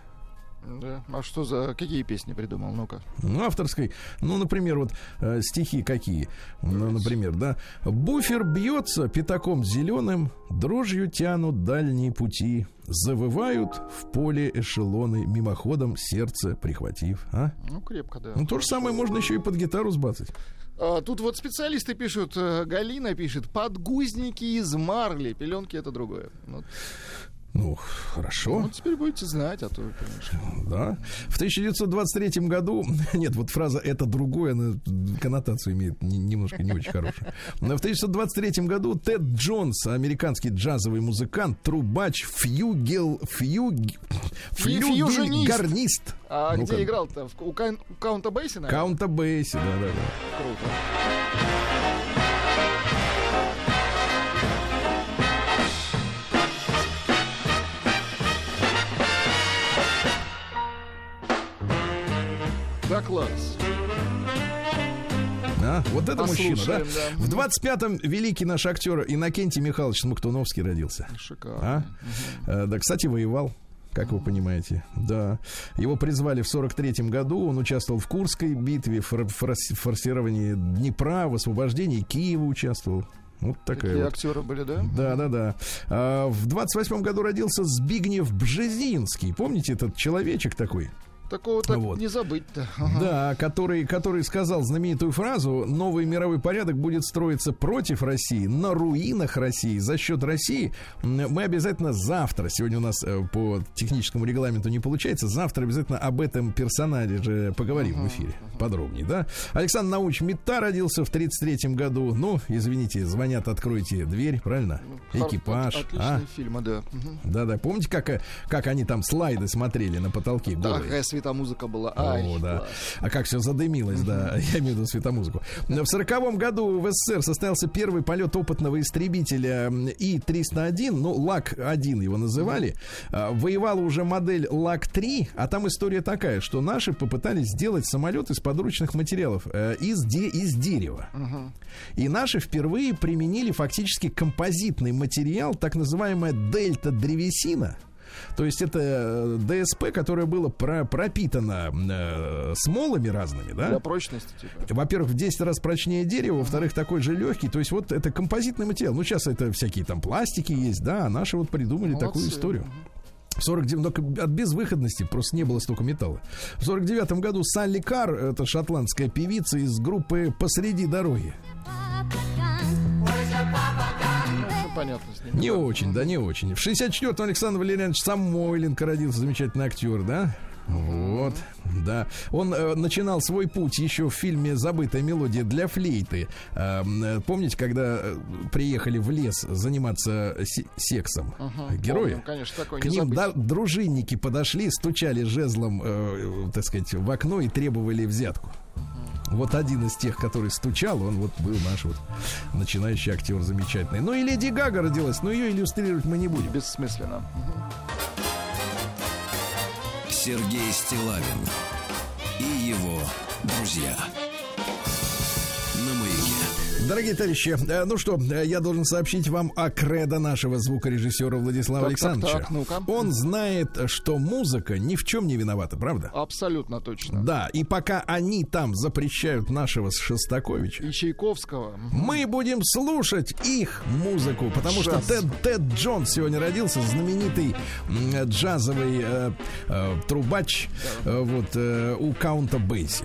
Да. А что за... Какие песни придумал? Ну-ка. Ну, авторской. Ну, например, вот э, стихи какие. Ну, например, да. Буфер бьется пятаком зеленым, дрожью тянут дальние пути, завывают в поле эшелоны, мимоходом сердце прихватив. А? Ну, крепко, да. Ну, то же самое можно еще и под гитару сбацать. А, тут вот специалисты пишут, Галина пишет, подгузники из марли. Пеленки — это другое. Вот. Ну, хорошо. Ну, теперь будете знать, а то, конечно. Да. В тысяча девятьсот двадцать третьем году... Нет, вот фраза «это другое», она коннотацию имеет немножко не очень хорошую. Но в тысяча девятьсот двадцать третьем году Тед Джонс, американский джазовый музыкант, трубач, фьюгел... Фьюг... Флюгель-гарнист. А ну-ка. Где играл-то? У, Каун... у Каунта Бейси, наверное? Каунта Бейси, да-да-да. Круто. Да, класс. А, вот это Послушаем, мужчина, да? да? В двадцать пятом великий наш актер Иннокентий Михайлович Смоктуновский родился. Шикарно. А? Угу. А, да, кстати, воевал, как вы понимаете. Да. Его призвали в сорок третьем году. Он участвовал в Курской битве, в форсировании Днепра, в освобождении Киева участвовал. Вот такая Такие вот. актеры были, да? Да, да, да. А, в двадцать восьмом году родился Збигнев Бжезинский. Помните этот человечек такой? Такого так Вот. не забыть-то. Да, который, который сказал знаменитую фразу: новый мировой порядок будет строиться против России, на руинах России, за счет России. Мы обязательно завтра, сегодня у нас э, по техническому регламенту не получается, завтра обязательно об этом персонале же поговорим uh-huh, в эфире uh-huh. подробнее, да? Александр Наумович Митта родился в тридцать третьем году. Ну, извините, звонят, откройте дверь, правильно? Ну, Экипаж. От, отличные а? фильмы, да. Uh-huh. Да-да, помните, как, как они там слайды смотрели на потолке? Да, какая светомузыка была. О, Ай, да. А как все задымилось, да, я имею в виду светомузыку. В сороковом году в СССР состоялся первый полет опытного истребителя И триста один, ну, Лак один его называли. Воевала уже модель Лак три, а там история такая, что наши попытались сделать самолет из подручных материалов, из, де, из дерева. И наши впервые применили фактически композитный материал, так называемая дельта-древесина. То есть это ДСП, которое было про- пропитано э, смолами разными, да? Для прочности, типа. Во-первых, в десять раз прочнее дерева, во-вторых, такой же легкий. То есть вот это композитный материал. Ну, сейчас это всякие там пластики есть, да, а наши вот придумали Молодцы. Такую историю. В сорок девятом, только от безвыходности просто не было столько металла. В сорок девятом году Салли Карр, это шотландская певица из группы «Посреди дороги». Понятно с ним. Не очень, да, не очень. В шестьдесят четвёртом Александр Валерьянович Самойленко родился, замечательный актер, да? Вот, да. Он э, начинал свой путь еще в фильме «Забытая мелодия для флейты». Э, помните, когда э, приехали в лес заниматься с- сексом uh-huh, герои? Помню, конечно, такой К ним да, дружинники подошли, стучали жезлом, э, так сказать, в окно и требовали взятку. Вот один из тех, который стучал, он вот был наш вот начинающий актер замечательный. Ну и Леди Гага родилась, но ее иллюстрировать мы не будем. Бессмысленно. Сергей Стиллавин и его друзья. На маяке. Дорогие товарищи, э, ну что, э, я должен сообщить вам о кредо нашего звукорежиссера Владислава так, Александровича. Так, так, ну-ка. Он знает, что музыка ни в чем не виновата, правда? Абсолютно точно. Да, и пока они там запрещают нашего Шостаковича и Чайковского, мы будем слушать их музыку, потому Джаз. что Тед, Тед Джонс сегодня родился, знаменитый м, джазовый э, э, трубач да. э, вот, э, у Каунта Бейси.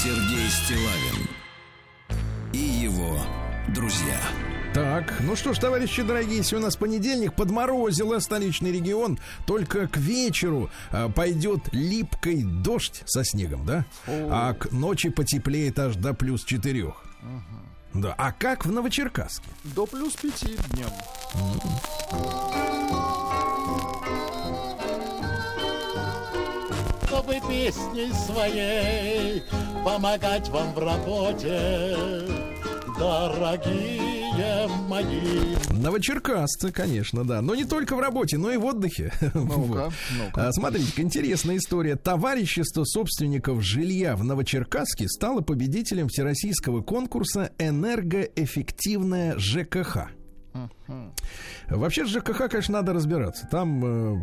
Сергей Стиллавин и его друзья. Так, ну что ж, товарищи дорогие, если у нас понедельник, подморозило столичный регион, только к вечеру а, пойдет липкий дождь со снегом, да? О. А к ночи потеплеет аж до плюс четырех. Угу. Да. А как в Новочеркасске? До плюс пяти днем. Чтобы песней своей помогать вам в работе, дорогие мои. Новочеркассцы, конечно, да. Но не только в работе, но и в отдыхе. Ну-ка, ну-ка. А, смотрите, интересная история. Товарищество собственников жилья в Новочеркасске стало победителем всероссийского конкурса «Энергоэффективная ЖКХ». Uh-huh. Вообще с ЖКХ, конечно, надо разбираться. Там... Э-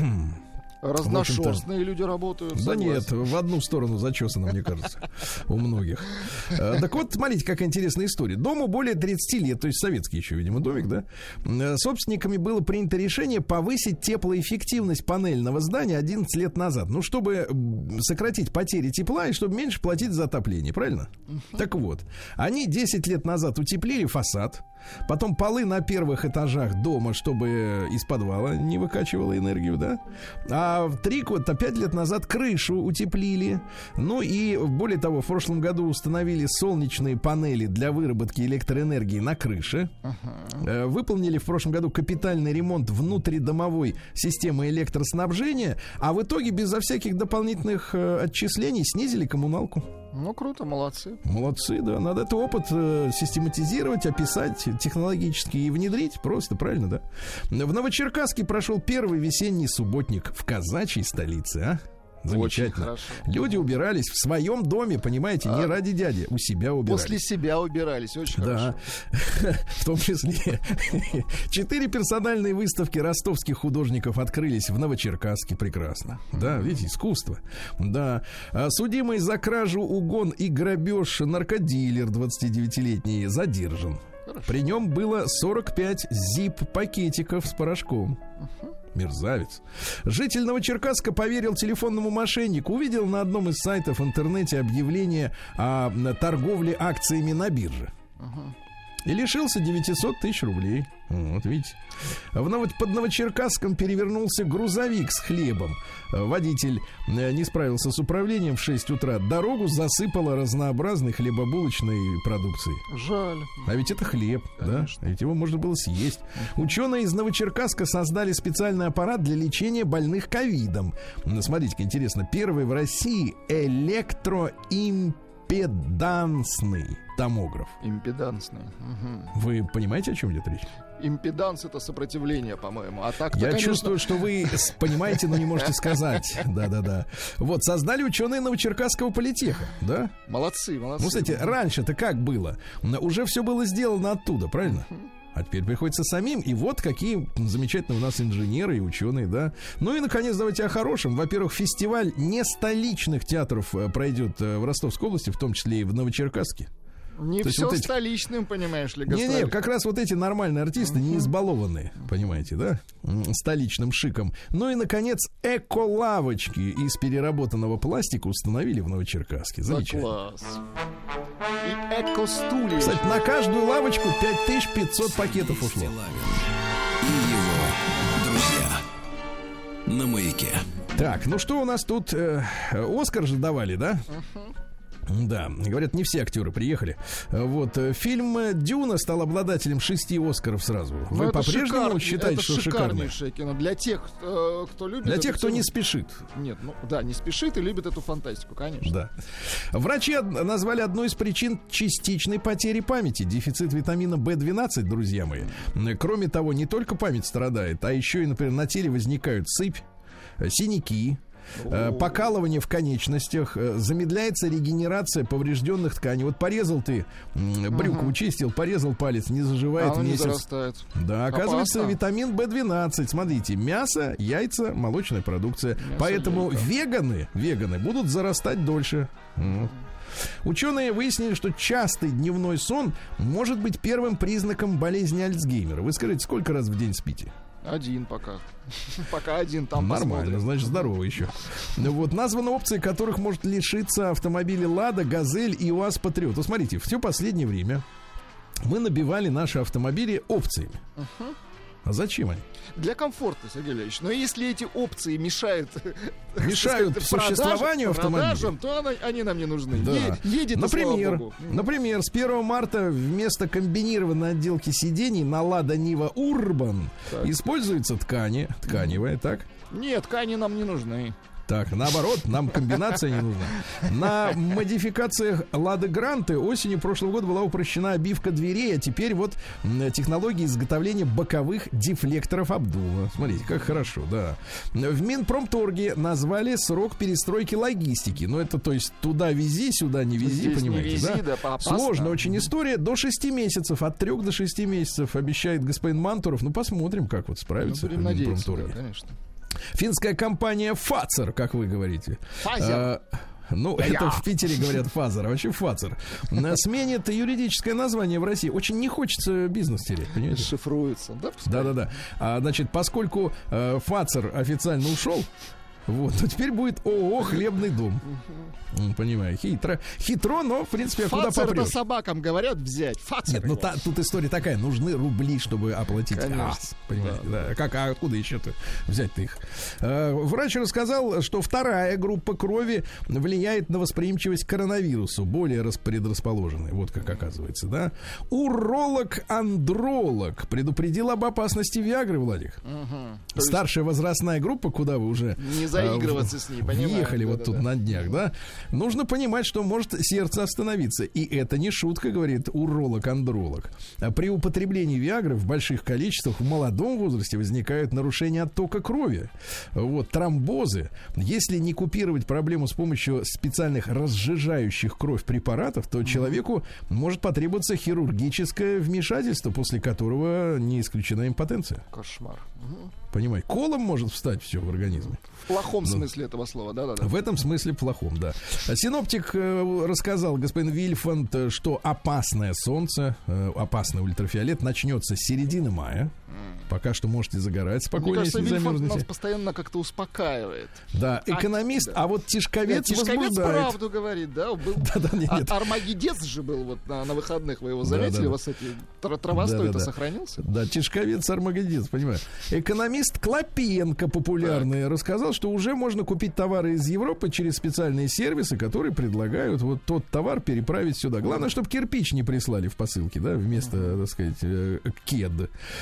Разношерстные люди работают. Да согласен. Нет, в одну сторону зачесано, мне кажется, у многих. Так вот, смотрите, какая интересная история. Дому более тридцати лет, то есть советский еще, видимо, домик, да? Собственниками было принято решение повысить теплоэффективность панельного здания одиннадцать лет назад. Ну, чтобы сократить потери тепла и чтобы меньше платить за отопление, правильно? Uh-huh. Так вот, они десять лет назад утеплили фасад, потом полы на первых этажах дома, чтобы из подвала не выкачивало энергию, да? А А три года, пять лет назад крышу утеплили. Ну и, более того, в прошлом году установили солнечные панели для выработки электроэнергии на крыше. Uh-huh. Выполнили в прошлом году капитальный ремонт внутридомовой системы электроснабжения. А в итоге, безо всяких дополнительных отчислений, снизили коммуналку. Ну, круто, молодцы. Молодцы, да. Надо этот опыт э, систематизировать, описать технологически и внедрить. Просто, правильно, да? В Новочеркасске прошел первый весенний субботник в казачьей столице, а? Замечательно. Люди убирались в своем доме, понимаете, не а, ради дяди, у себя убирались. После себя убирались, очень да. хорошо. В том числе. Четыре персональные выставки ростовских художников открылись в Новочеркасске. Прекрасно. Да, видите, искусство. Да. Судимый за кражу, угон и грабеж наркодилер двадцатидевятилетний задержан. Хорошо. При нем было сорок пять зип-пакетиков с порошком. Uh-huh. Мерзавец. Житель Новочеркасска поверил телефонному мошеннику, увидел на одном из сайтов в интернете объявление о торговле акциями на бирже. Uh-huh. И лишился девятьсот тысяч рублей. Вот видите. В, под Новочеркасском перевернулся грузовик с хлебом. Водитель не справился с управлением в шесть утра. Дорогу засыпало разнообразной хлебобулочной продукцией. Жаль. А ведь это хлеб, конечно. Да? А ведь его можно было съесть. Ученые из Новочеркасска создали специальный аппарат для лечения больных ковидом. Смотрите-ка, интересно. Первый в России электроимпедансный томограф. Импедансный. Угу. Вы понимаете, о чем идет речь? Импеданс — это сопротивление, по-моему. А так-то, Я конечно... чувствую, что вы понимаете, но не можете сказать. Да-да-да. Вот, создали ученые Новочеркасского политеха, да? Молодцы, молодцы. Ну, кстати, раньше-то как было? Уже все было сделано оттуда, правильно? А теперь приходится самим. И вот какие замечательные у нас инженеры и ученые, да. Ну и, наконец, давайте о хорошем. Во-первых, фестиваль нестоличных театров пройдет в Ростовской области, в том числе и в Новочеркасске. Не То все вот эти... столичным, понимаешь ли, гастроль. Не-не, как раз вот эти нормальные артисты, uh-huh. не избалованные, понимаете, да, столичным шиком. Ну и, наконец, эко-лавочки из переработанного пластика установили в Новочеркасске. Замечательно. Да, класс. И эко-стулья. Кстати, на каждую лавочку пять тысяч пятьсот пакетов ушло. И его друзья на Маяке. Так, ну что у нас тут? Э, Оскар же давали, да? Uh-huh. Да, говорят, не все актеры приехали. Вот, фильм «Дюна» стал обладателем шести Оскаров сразу. Но Вы по-прежнему шикар... считаете, это что шикарное кино? Для тех, кто любит... Для тех, кто тему... не спешит. Нет, ну да, не спешит и любит эту фантастику, конечно. Да. Врачи назвали одной из причин частичной потери памяти. Дефицит витамина бэ двенадцать, друзья мои. Кроме того, не только память страдает, а еще и, например, на теле возникают сыпь, синяки, покалывание в конечностях, замедляется регенерация поврежденных тканей. Вот порезал ты брюку, ага. чистил, порезал палец, не заживает а месяц. Не зарастает. Да, оказывается, опасно. Витамин бэ двенадцать. Смотрите, мясо, яйца, молочная продукция. Мясо, Поэтому яйца. веганы, веганы будут зарастать дольше. Mm. Ученые выяснили, что частый дневной сон может быть первым признаком болезни Альцгеймера. Вы скажите, сколько раз в день спите? Один пока. Пока один, там нормально, посмотрим. значит, здорово еще. Вот, названы опции, которых может лишиться автомобили «Лада», «Газель» и УАЗ «Патриот». Вот смотрите, все последнее время мы набивали наши автомобили опциями. Uh-huh. А зачем они? Для комфорта, Сергей Ильич. Но если эти опции мешают, мешают сказать, существованию продажам, автомобиля, то она, они нам не нужны. Да. Е- едет, например, и, слава богу. например, с первого марта вместо комбинированной отделки сидений на «Лада Нива Урбан» используются ткани, тканевая, так? Нет, ткани нам не нужны. Так, наоборот, нам комбинация не нужна. На модификациях «Лады Гранты» осенью прошлого года была упрощена обивка дверей, а теперь вот технология изготовления боковых дефлекторов обдува. Смотрите, как хорошо, да. В Минпромторге назвали срок перестройки логистики. Ну, это, то есть, туда вези, сюда не вези, здесь понимаете, не вези, да? да, Сложная очень история. До шести месяцев, от трех до шести месяцев, обещает господин Мантуров. Ну, посмотрим, как вот справится. Ну, будем надеяться, да, конечно. Финская компания «Фацер», как вы говорите. «Фазер». А, ну, да это я. В Питере говорят «Фазер», а вообще «Фацер». Сменит юридическое название в России. Очень не хочется бизнес терять, понимаете? Шифруется, да? Да-да-да. А, значит, поскольку э, «Фацер» официально ушел, вот, то теперь будет ООО «Хлебный дом». Uh-huh. Понимаю, хитро. Хитро, но, в принципе, Фацер куда попрешь. это собакам говорят взять. Фацер. Нет, ну та, тут история такая. Нужны рубли, чтобы оплатить газ. Понимаете, да. Да. Как, а откуда еще-то взять-то их? Э, врач рассказал, что вторая группа крови влияет на восприимчивость к коронавирусу. Более предрасположенные. Вот как оказывается, да? Уролог-андролог предупредил об опасности Виагры, Владик. Угу. Старшая возрастная группа, куда вы уже... Не заигрываться э, с ней, понимаете? Въехали да, вот да, тут да. на днях, да? Нужно понимать, что может сердце остановиться. И это не шутка, говорит уролог-андролог. При употреблении Виагры в больших количествах в молодом возрасте возникают нарушения оттока крови. Вот, тромбозы. Если не купировать проблему с помощью специальных разжижающих кровь препаратов, то человеку может потребоваться хирургическое вмешательство, после которого не исключена импотенция. Кошмар. Понимаете, колом может встать все в организме. В плохом ну, смысле этого слова, да-да-да. В этом смысле плохом, да. Синоптик э, рассказал, господин Вильфанд, что опасное солнце, э, опасный ультрафиолет начнется с середины мая. Пока что можете загорать спокойно, мне кажется, если замерзнете. нас постоянно как-то успокаивает. Да, экономист, а, да. а вот Тишковец Нет, возбуждает. Тишковец правду говорит, да? Был... да, да нет, нет. А, Армагеддец же был вот на, на выходных, вы его заметили? Да, да, у вас эти травостой-то да, да, да. сохранился? Да, Тишковец, Армагеддец, понимаю. Экономист Клопенко популярный так. рассказал, что уже можно купить товары из Европы через специальные сервисы, которые предлагают вот тот товар переправить сюда. Главное, чтобы кирпич не прислали в посылке, да, вместо, uh-huh. так сказать, кед.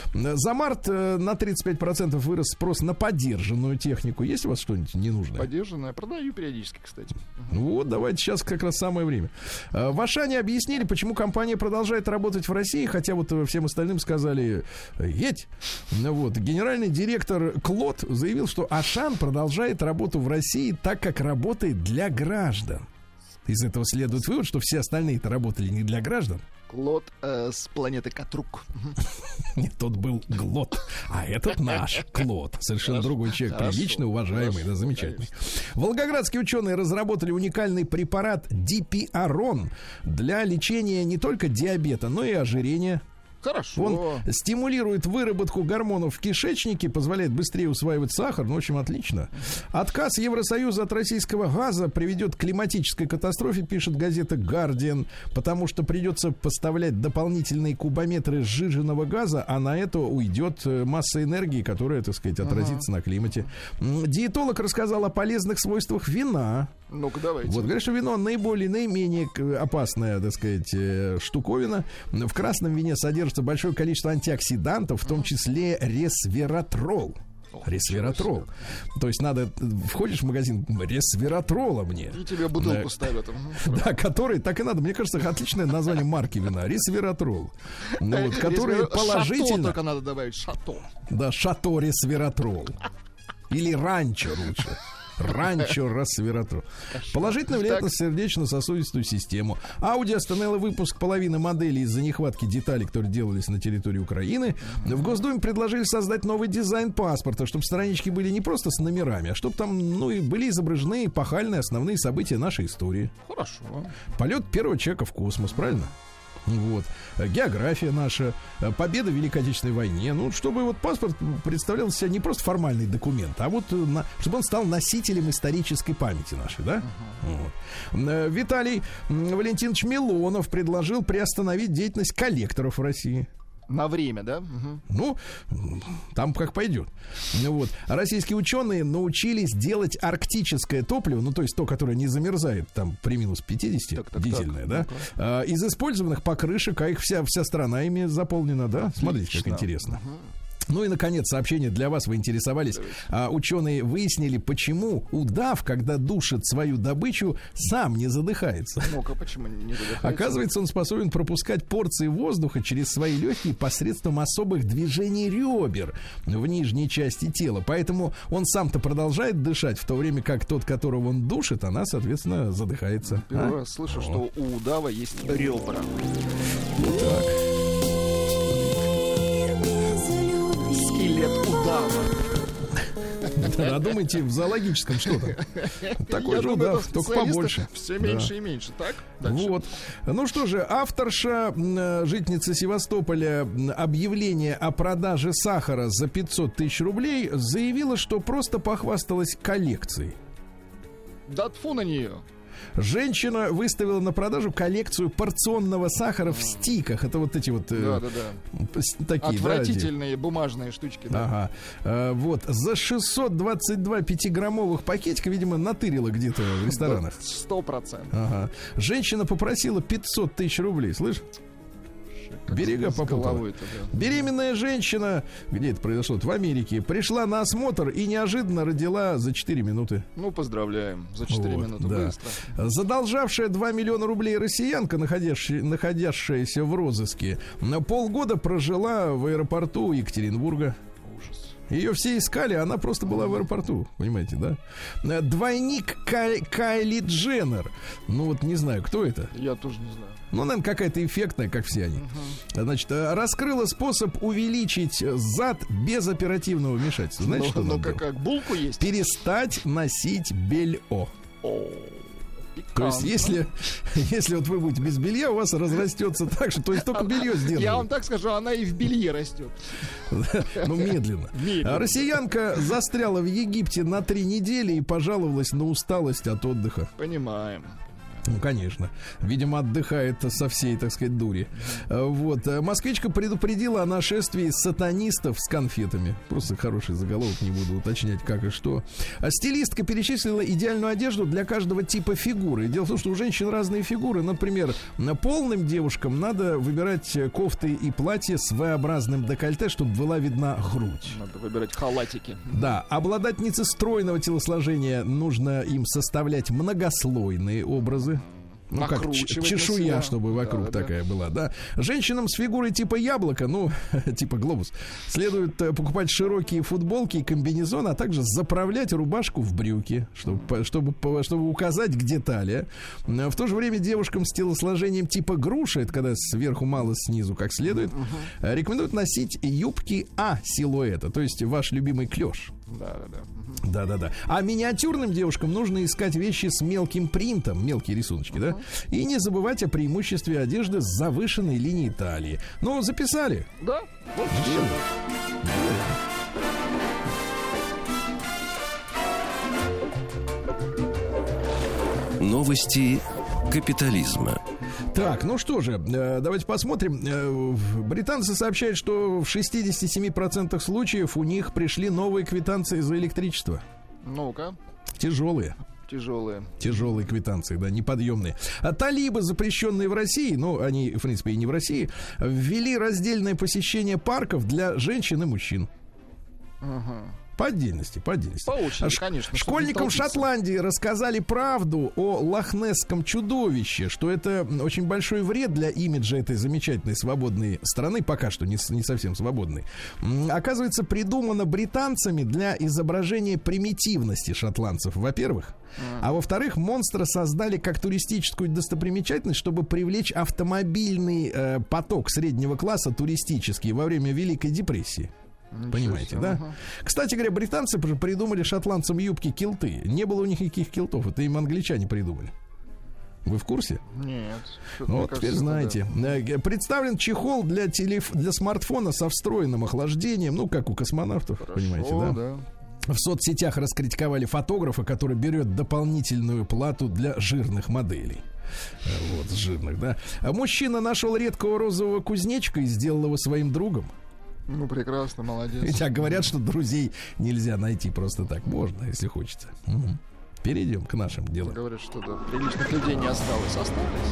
За март на тридцать пять процентов вырос спрос на подержанную технику. Есть у вас что-нибудь ненужное? Подержанное? Продаю периодически, кстати. Вот, давайте сейчас как раз самое время. В Ашане объяснили, почему компания продолжает работать в России, хотя вот всем остальным сказали едь. Вот. Генеральный директор Клод заявил, что Ашан продолжает работу в России так, как работает для граждан. Из этого следует вывод, что все остальные-то работали не для граждан. Клод э, с планеты Катрук. Нет, тот был Глот, а этот наш Клод. Совершенно хорошо, другой человек, хорошо, приличный, уважаемый, хорошо, да, замечательный. Конечно. Волгоградские ученые разработали уникальный препарат Дипиарон для лечения не только диабета, но и ожирения. Хорошо. Он стимулирует выработку гормонов в кишечнике, позволяет быстрее усваивать сахар. Ну, в общем, отлично. Отказ Евросоюза от российского газа приведет к климатической катастрофе, пишет газета «Гардиан», потому что придется поставлять дополнительные кубометры сжиженного газа, а на это уйдет масса энергии, которая, так сказать, отразится ага. на климате. Диетолог рассказал о полезных свойствах вина. Ну-ка, давайте. Вот, говорят, что вино наиболее, наименее опасная, так сказать, штуковина. В красном вине содержится большое количество антиоксидантов, в том числе ресвератрол. Ресвератрол. То есть надо, входишь в магазин, ресвератрола мне. И тебе бутылку да, ставят. Да, который, так и надо. Мне кажется, отличное название марки вина. Ресвератрол. Ну, вот, который положительно... Шато только надо добавить, шато. Да, шато ресвератрол. Или ранчо лучше. Ранчо Ресвератрол. Положительно влияет на сердечно-сосудистую систему. Audi остановила выпуск половины моделей из-за нехватки деталей, которые делались на территории Украины. В Госдуме предложили создать новый дизайн паспорта, чтобы странички были не просто с номерами, а чтобы там, ну, и были изображены эпохальные основные события нашей истории. Хорошо. Полет первого человека в космос, правильно? Вот. География наша, победа в Великой Отечественной войне. Ну, чтобы вот паспорт представлял себя не просто формальный документ, а вот на, чтобы он стал носителем исторической памяти нашей, да? Uh-huh. Вот. Виталий Валентинович Милонов предложил приостановить деятельность коллекторов в России. На время, да? Угу. Ну, там как пойдет. Вот. Российские ученые научились делать арктическое топливо, ну, то есть то, которое не замерзает там при минус пятьдесят, так, так, дизельное, так, да? А, из использованных покрышек, а их вся, вся страна ими заполнена, да? Отлично. Смотрите, как интересно. Угу. Ну и, наконец, сообщение для вас. Вы интересовались. А, ученые выяснили, почему удав, когда душит свою добычу, сам не задыхается. Ну-ка, почему не задыхается? Оказывается, он способен пропускать порции воздуха через свои легкие посредством особых движений ребер в нижней части тела. Поэтому он сам-то продолжает дышать, в то время как тот, которого он душит, она, соответственно, задыхается. Первый а? раз слышу, что у удава есть ребра. Вот так. Скелет удава. Да, думаете, в зоологическом что-то. Такой же удав, только побольше. Все меньше и меньше, так? Вот. Ну что же, авторша, жительница Севастополя, объявление о продаже сахара за пятьсот тысяч рублей заявила, что просто похвасталась коллекцией. Да тьфу на нее. Женщина выставила на продажу коллекцию порционного сахара в стиках. Это вот эти вот да, да, да. Такие, отвратительные, да, бумажные штучки. Да. Ага. А, вот. За шестьсот двадцать два пятиграммовых пакетика, видимо, натырила где-то в ресторанах. Сто процентов. Ага. Женщина попросила пятьсот тысяч рублей, слышь? Берега попутала. Да. Беременная женщина, где это произошло? В Америке. Пришла на осмотр и неожиданно родила за четыре минуты. Ну, поздравляем. За четыре вот, минуты да. быстро. Задолжавшая два миллиона рублей россиянка, находящаяся в розыске, на полгода прожила в аэропорту Екатеринбурга. Ужас. Ее все искали, а она просто была в аэропорту. Понимаете, да? Двойник Кай, Кайли Дженнер. Ну вот не знаю, кто это. Я тоже не знаю. Ну, наверное, какая-то эффектная, как все они. Uh-huh. Значит, раскрыла способ увеличить зад без оперативного вмешательства. Знаете, ну, что ну, надо как, делать? как булку есть. Перестать носить белье. Oh. То есть, если, если вот вы будете без белья, у вас разрастется так, что то есть только белье сделано. Я вам так скажу, она и в белье растет. Ну, медленно. медленно. Россиянка застряла в Египте на три недели и пожаловалась на усталость от отдыха. Понимаем. Ну, конечно. Видимо, отдыхает со всей, так сказать, дури. Вот. Москвичка предупредила о нашествии сатанистов с конфетами. Просто хороший заголовок, не буду уточнять, как и что. А стилистка перечислила идеальную одежду для каждого типа фигуры. Дело в том, что у женщин разные фигуры. Например, полным девушкам надо выбирать кофты и платья с V-образным декольте, чтобы была видна грудь. Надо выбирать халатики. Да. Обладательницы стройного телосложения нужно им составлять многослойные образы. Ну, как ч- чешуя, чтобы вокруг да, такая да. была, да. Женщинам с фигурой типа яблока, ну, типа глобус, следует покупать широкие футболки и комбинезоны, а также заправлять рубашку в брюки, чтобы, чтобы, чтобы указать, где талия. В то же время девушкам с телосложением типа груши, это когда сверху мало, снизу как следует, uh-huh. рекомендуют носить юбки А-силуэта, то есть ваш любимый клеш. Да, да, да. Да-да-да. А миниатюрным девушкам нужно искать вещи с мелким принтом, мелкие рисуночки, uh-huh. да? И не забывать о преимуществе одежды с завышенной линией талии. Ну, записали? Да. Вот все. Новости капитализма. Так, ну что же, давайте посмотрим. Британцы сообщают, что в шестьдесят семь процентов случаев у них пришли новые квитанции за электричество. Ну-ка. Тяжелые. Тяжелые. Тяжелые квитанции, да, неподъемные. А талибы, запрещенные в России, ну, они, в принципе, и не в России, ввели раздельное посещение парков для женщин и мужчин. Ага. По отдельности, по отдельности. По очереди, Ш- конечно. Школьникам Шотландии рассказали правду о лохнесском чудовище, что это очень большой вред для имиджа этой замечательной свободной страны, пока что не, не совсем свободной. Оказывается, придумано британцами для изображения примитивности шотландцев, во-первых. А во-вторых, монстра создали как туристическую достопримечательность, чтобы привлечь автомобильный э, поток среднего класса туристический во время Великой депрессии. Ничего Понимаете, себе, да? Ага. Кстати говоря, британцы придумали шотландцам юбки-килты. Не было у них никаких килтов, это им англичане придумали. Вы в курсе? Нет. Ну, вот теперь знаете. Да. Представлен чехол для, телеф... для смартфона со встроенным охлаждением, ну, как у космонавтов, Хорошо, понимаете, да? да. В соцсетях раскритиковали фотографа, который берет дополнительную плату для жирных моделей. Вот, жирных, да. А мужчина нашел редкого розового кузнечика и сделал его своим другом. Ну, прекрасно, молодец. Хотя говорят, что друзей нельзя найти просто так. Можно, если хочется. Угу. Перейдем к нашим делам. Говорят, что да, приличных людей не осталось. Осталось.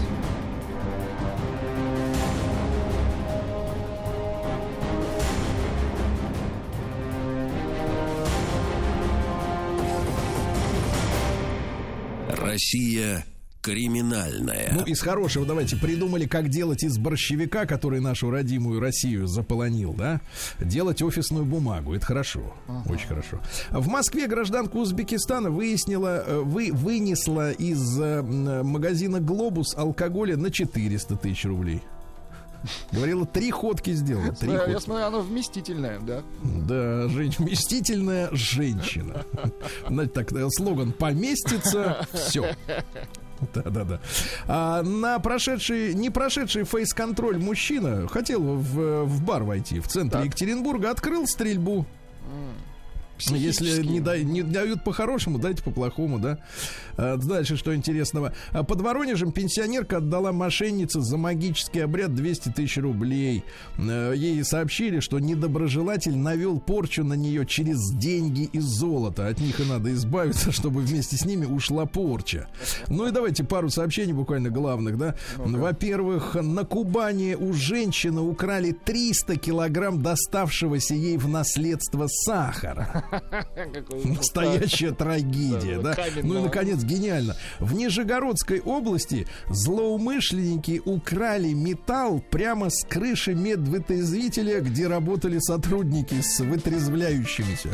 Россия криминальная. Ну, из хорошего давайте придумали, как делать из борщевика, который нашу родимую Россию заполонил, да, делать офисную бумагу. Это хорошо, ага. Очень хорошо. В Москве гражданка Узбекистана выяснила, вы, вынесла из магазина «Глобус» алкоголя на четыреста тысяч рублей. Говорила, три ходки сделала. Три я, ходки. я смотрю, она вместительная, да? Да, женщ... вместительная женщина. Знаете, так, слоган «Поместится все». Да-да-да. А на прошедший, не прошедший фейс-контроль мужчина хотел в, в бар войти в центре так. Екатеринбурга, открыл стрельбу. Если не, да, не дают по-хорошему, дайте по-плохому, да. А дальше что интересного. А под Воронежем пенсионерка отдала мошеннице за магический обряд двести тысяч рублей. Ей сообщили, что недоброжелатель навел порчу на нее через деньги и золото. От них и надо избавиться, чтобы вместе с ними ушла порча. Ну и давайте пару сообщений буквально главных, да. Ну-ка. Во-первых, на Кубани у женщины украли триста килограмм доставшегося ей в наследство сахара. Настоящая трагедия, да? Ну и, наконец, гениально. В Нижегородской области злоумышленники украли металл прямо с крыши медвытрезвителя, где работали сотрудники с вытрезвляющимися.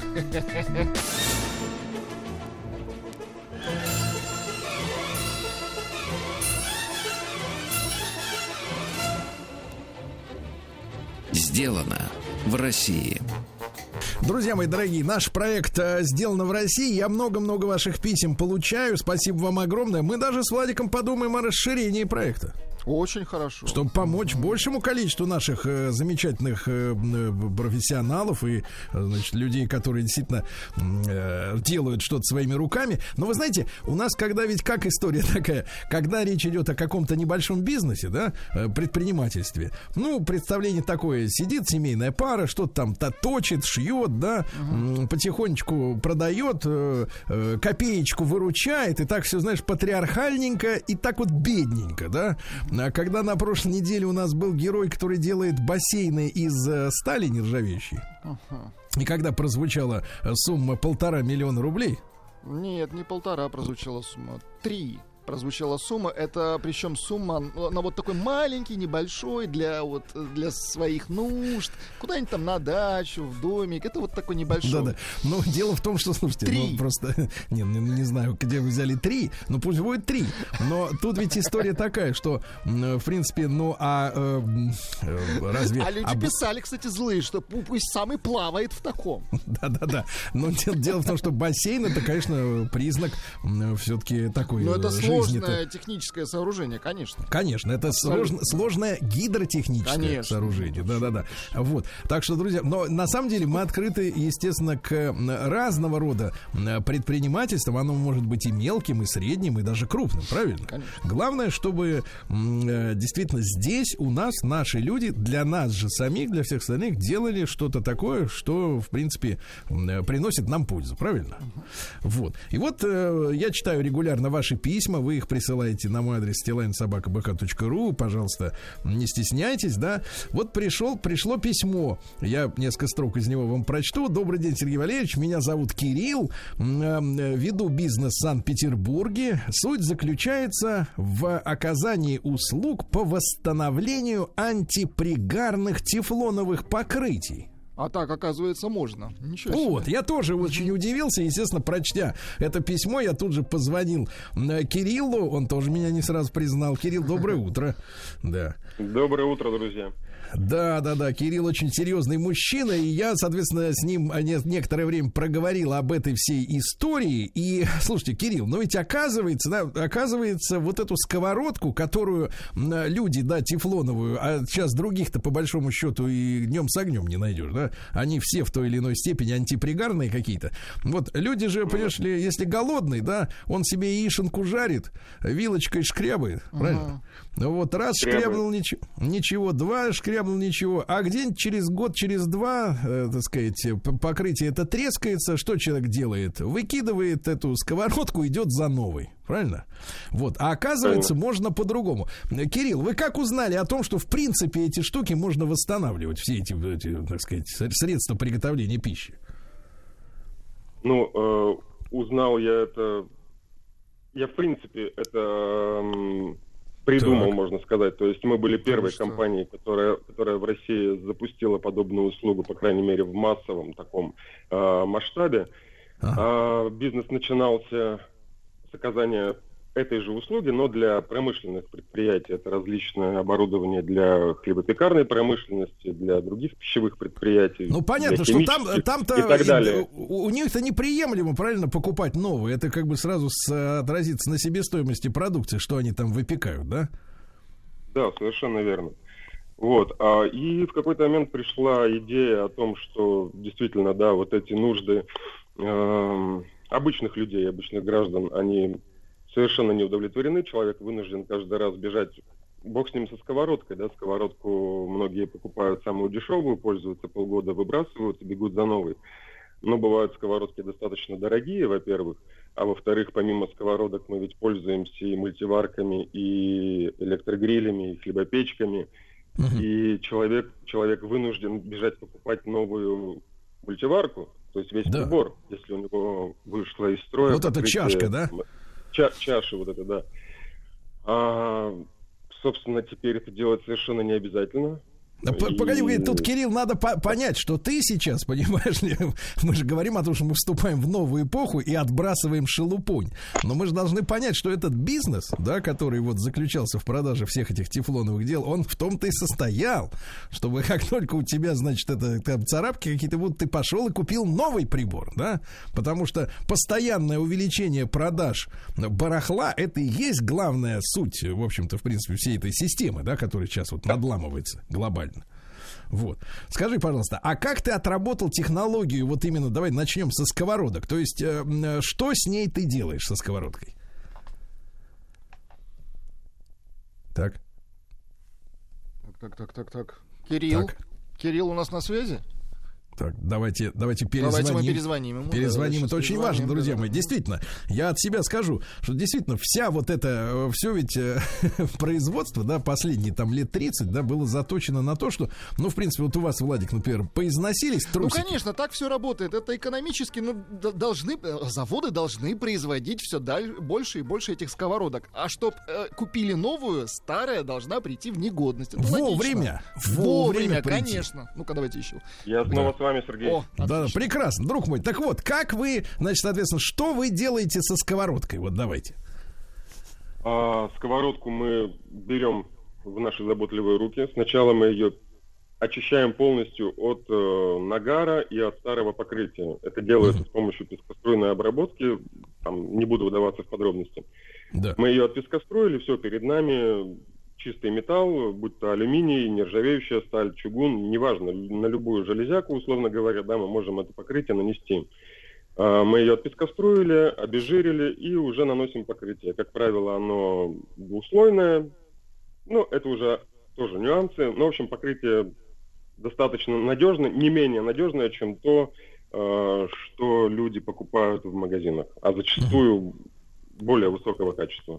Сделано в России. Друзья мои дорогие, наш проект э, сделан в России. Я много-много ваших писем получаю. Спасибо вам огромное. Мы даже с Владиком подумаем о расширении проекта. Очень хорошо. Чтобы помочь большему количеству наших э, замечательных э, профессионалов и, значит, людей, которые действительно э, делают что-то своими руками. Но вы знаете, у нас, когда ведь как история такая, когда речь идет о каком-то небольшом бизнесе, да, предпринимательстве, ну, представление такое, сидит семейная пара, что-то там точит, шьет, да, uh-huh. потихонечку продает, э, э, копеечку выручает, и так все, знаешь, патриархальненько и так вот бедненько, да. А когда на прошлой неделе у нас был герой, который делает бассейны из э, стали нержавеющей, uh-huh. и когда прозвучала сумма полтора миллиона рублей. Нет, не полтора прозвучала сумма, три. Прозвучала сумма, это причем сумма на вот такой маленький, небольшой для вот для своих нужд, куда-нибудь там на дачу, в домик, это вот такой небольшой. Да-да. Но дело в том, что, слушайте, три. ну просто не, не, не знаю, где вы взяли три, но пусть будет три. Но тут ведь история такая, что в принципе, ну а э, разве? А люди об... писали, кстати, злые, что пусть сам и плавает в таком. Да-да-да. Но дело, дело в том, что бассейн это, конечно, признак все-таки такой. Но это жизни. Сложное техническое сооружение, конечно. Конечно, это сложно, сложное гидротехническое конечно, сооружение. Да-да-да. Вот. Так что, друзья, но на самом деле мы открыты, естественно, к разного рода предпринимательствам. Оно может быть и мелким, и средним, и даже крупным, правильно? Конечно. Главное, чтобы действительно здесь у нас наши люди для нас же самих, для всех остальных делали что-то такое, что, в принципе, приносит нам пользу, правильно? Uh-huh. Вот. И вот я читаю регулярно ваши письма, вы их присылаете на мой адрес стилайн собака бэ ка точка ру. Пожалуйста, не стесняйтесь, да. Вот пришел, пришло письмо. Я несколько строк из него вам прочту. Добрый день, Сергей Валерьевич. Меня зовут Кирилл. Веду бизнес в Санкт-Петербурге. Суть заключается в оказании услуг по восстановлению антипригарных тефлоновых покрытий. А так, оказывается, можно. Ничего себе. Вот, я тоже очень удивился. Естественно, прочтя это письмо, я тут же позвонил Кириллу. Он тоже меня не сразу признал. Кирилл, доброе утро. Да. Доброе утро, друзья. Да, да, да, Кирилл очень серьезный мужчина, и я, соответственно, с ним некоторое время проговорил об этой всей истории. И, слушайте, Кирилл, ну ведь оказывается, да, оказывается, вот эту сковородку, которую люди, да, тефлоновую, а сейчас других-то по большому счету и днем с огнем не найдешь, да, они все в той или иной степени антипригарные какие-то. Вот люди же, понимаешь ли, если голодный, да, он себе яишенку жарит, вилочкой шкрябает, правильно? Ну вот раз шкрябнул, ничего, ничего, два шкрябнул, ничего, а где-нибудь через год, через два, э, так сказать, покрытие это трескается, что человек делает? Выкидывает эту сковородку, идет за новой, правильно? Вот, а оказывается, правильно. Можно по-другому. Кирилл, вы как узнали о том, что в принципе эти штуки можно восстанавливать, все эти, эти так сказать, средства приготовления пищи? Ну, э, узнал я это, я в принципе это... Э, Придумал, так. можно сказать. То есть мы были первой что? компанией, которая, которая в России запустила подобную услугу, по крайней мере, в массовом таком э, масштабе. Ага. А, бизнес начинался с оказания этой же услуги, но для промышленных предприятий. Это различное оборудование для хлебопекарной промышленности, для других пищевых предприятий. Ну, понятно, что там, там-то и так далее. У, у них-то неприемлемо, правильно, покупать новые. Это как бы сразу с, отразится на себестоимости продукции, что они там выпекают, да? Да, совершенно верно. Вот. А, и в какой-то момент пришла идея о том, что действительно, да, вот эти нужды э, обычных людей, обычных граждан, они... совершенно не удовлетворены, человек вынужден каждый раз бежать, бог с ним со сковородкой, да, сковородку многие покупают самую дешевую, пользуются полгода, выбрасывают и бегут за новой. Но бывают сковородки достаточно дорогие, во-первых, а во-вторых, помимо сковородок мы ведь пользуемся и мультиварками, и электрогрилями, и хлебопечками, uh-huh. и человек, человек вынужден бежать покупать новую мультиварку, то есть весь да. прибор, если у него вышла из строя. Вот эта чашка, да? Ча- чаша вот это, да. А, собственно, теперь это делать совершенно не обязательно. И... Погоди, тут, Кирилл, надо по- понять, что ты сейчас, понимаешь ли, мы же говорим о том, что мы вступаем в новую эпоху и отбрасываем шелупонь. Но мы же должны понять, что этот бизнес, да, который вот заключался в продаже всех этих тефлоновых дел, он в том-то и состоял, чтобы как только у тебя, значит, это там царапки какие-то будут, ты пошел и купил новый прибор, да, потому что постоянное увеличение продаж барахла, это и есть главная суть, в общем-то, в принципе, всей этой системы, да, которая сейчас вот надламывается глобально. Вот. Скажи, пожалуйста, а как ты отработал технологию, вот именно, давай начнем со сковородок, то есть э, что с ней ты делаешь, со сковородкой? Так. Так, так, так, так, так. Кирилл, так. Кирилл у нас на связи? Так, давайте, давайте перезвоним. Давайте мы перезвоним ему. Перезвоним, да, это очень важно, друзья мои. Действительно, я от себя скажу, что действительно вся вот это, все ведь э, производство, да, последние там лет тридцать, да, было заточено на то, что, ну, в принципе, вот у вас, Владик, например, поизносились трусики. Ну, конечно, так все работает. Это экономически, ну, должны, заводы должны производить все даль, больше и больше этих сковородок. А чтоб э, купили новую, старая должна прийти в негодность. Это вовремя. Логично. Вовремя, конечно. Ну-ка, давайте еще. Я снова да. с вами, Сергей. О, да, прекрасно, друг мой. Так вот, как вы, значит, соответственно, что вы делаете со сковородкой? Вот давайте. А, сковородку мы берем в наши заботливые руки. Сначала мы ее очищаем полностью от э, нагара и от старого покрытия. Это делается uh-huh. с помощью пескоструйной обработки. Там не буду вдаваться в подробности. Да. Мы ее отпескоструили, все перед нами. Чистый металл, будь то алюминий, нержавеющая сталь, чугун, неважно, на любую железяку, условно говоря, да, мы можем это покрытие нанести. Мы ее отпескоструили, обезжирили и уже наносим покрытие. Как правило, оно двуслойное, ну, это уже тоже нюансы, но, в общем, покрытие достаточно надежное, не менее надежное, чем то, что люди покупают в магазинах, а зачастую более высокого качества.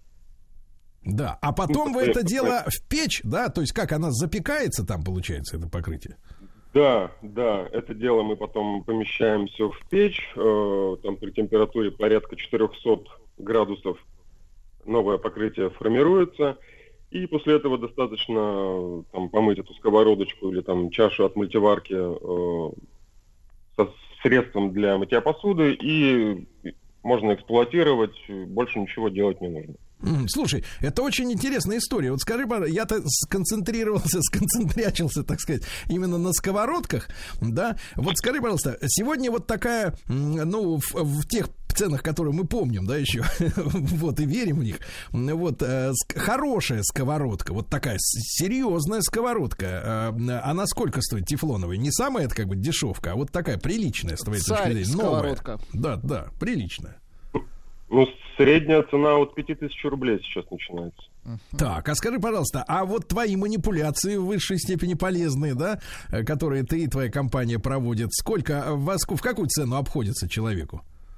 Да, а потом ну, вы это дело в печь, да? То есть как она запекается там, получается, это покрытие? Да, да, это дело мы потом помещаем все в печь, э, там при температуре порядка четыреста градусов новое покрытие формируется, и после этого достаточно там помыть эту сковородочку или там чашу от мультиварки э, со средством для мытья посуды, и можно эксплуатировать, больше ничего делать не нужно. Слушай, это очень интересная история. Вот скажи, я-то сконцентрировался, сконцентрячился, так сказать, именно на сковородках, да? Вот скажи, пожалуйста, сегодня вот такая, ну, в, в тех ценах, которые мы помним, да, еще, вот, и верим в них, вот, э, хорошая сковородка, вот такая серьезная сковородка, э, она сколько стоит, тефлоновая? Не самая, это как бы дешевка, а вот такая приличная, с твоей точки зрения, новая. Сковородка. Да, да, приличная. Ну, средняя цена от пяти тысяч рублей сейчас начинается. Так, а скажи, пожалуйста, а вот твои манипуляции в высшей степени полезные, да, которые ты и твоя компания проводят, сколько, в, в какую цену обходится человеку?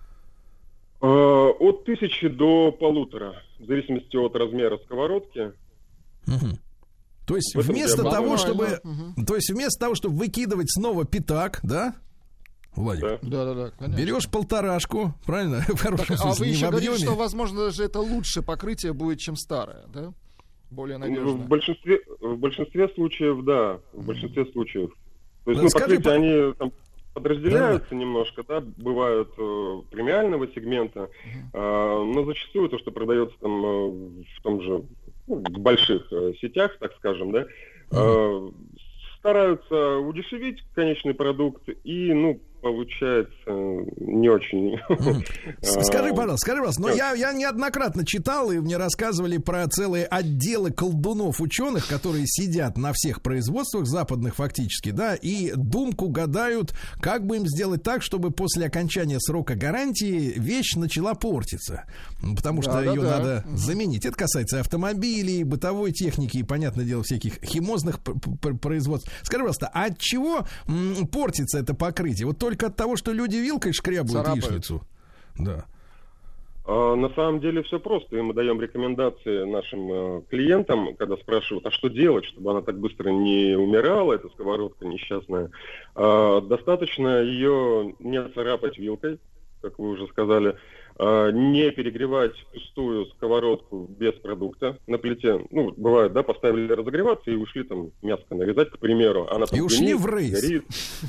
От тысячи до полутора, в зависимости от размера сковородки. Угу. То есть вместо того, чтобы, угу. то есть вместо того, чтобы выкидывать снова пятак, да? Владик, да, да, да, конечно. Берешь полторашку, правильно? В хорошем так, смысле, а вы еще говорите, что, возможно, даже это лучше покрытие будет, чем старое, да? Более надежное. В большинстве, в большинстве случаев, да, в mm-hmm. большинстве случаев. То есть, да, ну, скажи, покрытия, по... они там подразделяются да. немножко, да, бывают э, премиального сегмента, mm-hmm. э, но зачастую то, что продается там э, в том же, ну, в больших э, сетях, так скажем, да, mm-hmm. э, стараются удешевить конечный продукт и, ну, получается не очень. Скажи, пожалуйста, скажи, пожалуйста, но я, я неоднократно читал, и мне рассказывали про целые отделы колдунов-ученых, которые сидят на всех производствах западных фактически, да, и думку гадают, как бы им сделать так, чтобы после окончания срока гарантии вещь начала портиться. Потому что да, ее да, надо да. заменить. Это касается автомобилей, бытовой техники и, понятное дело, всяких химозных производств. Скажи, пожалуйста, а от чего м, портится это покрытие? Вот только от того, что люди вилкой шкрябают яичницу? Да. А, на самом деле все просто. И мы даем рекомендации нашим э, клиентам, когда спрашивают, а что делать, чтобы она так быстро не умирала, эта сковородка несчастная. А, достаточно ее не царапать вилкой, как вы уже сказали, а, не перегревать пустую сковородку без продукта на плите. Ну, бывает, да, поставили разогреваться и ушли там мяско нарезать, к примеру. Она и ушли в рейс. Горит.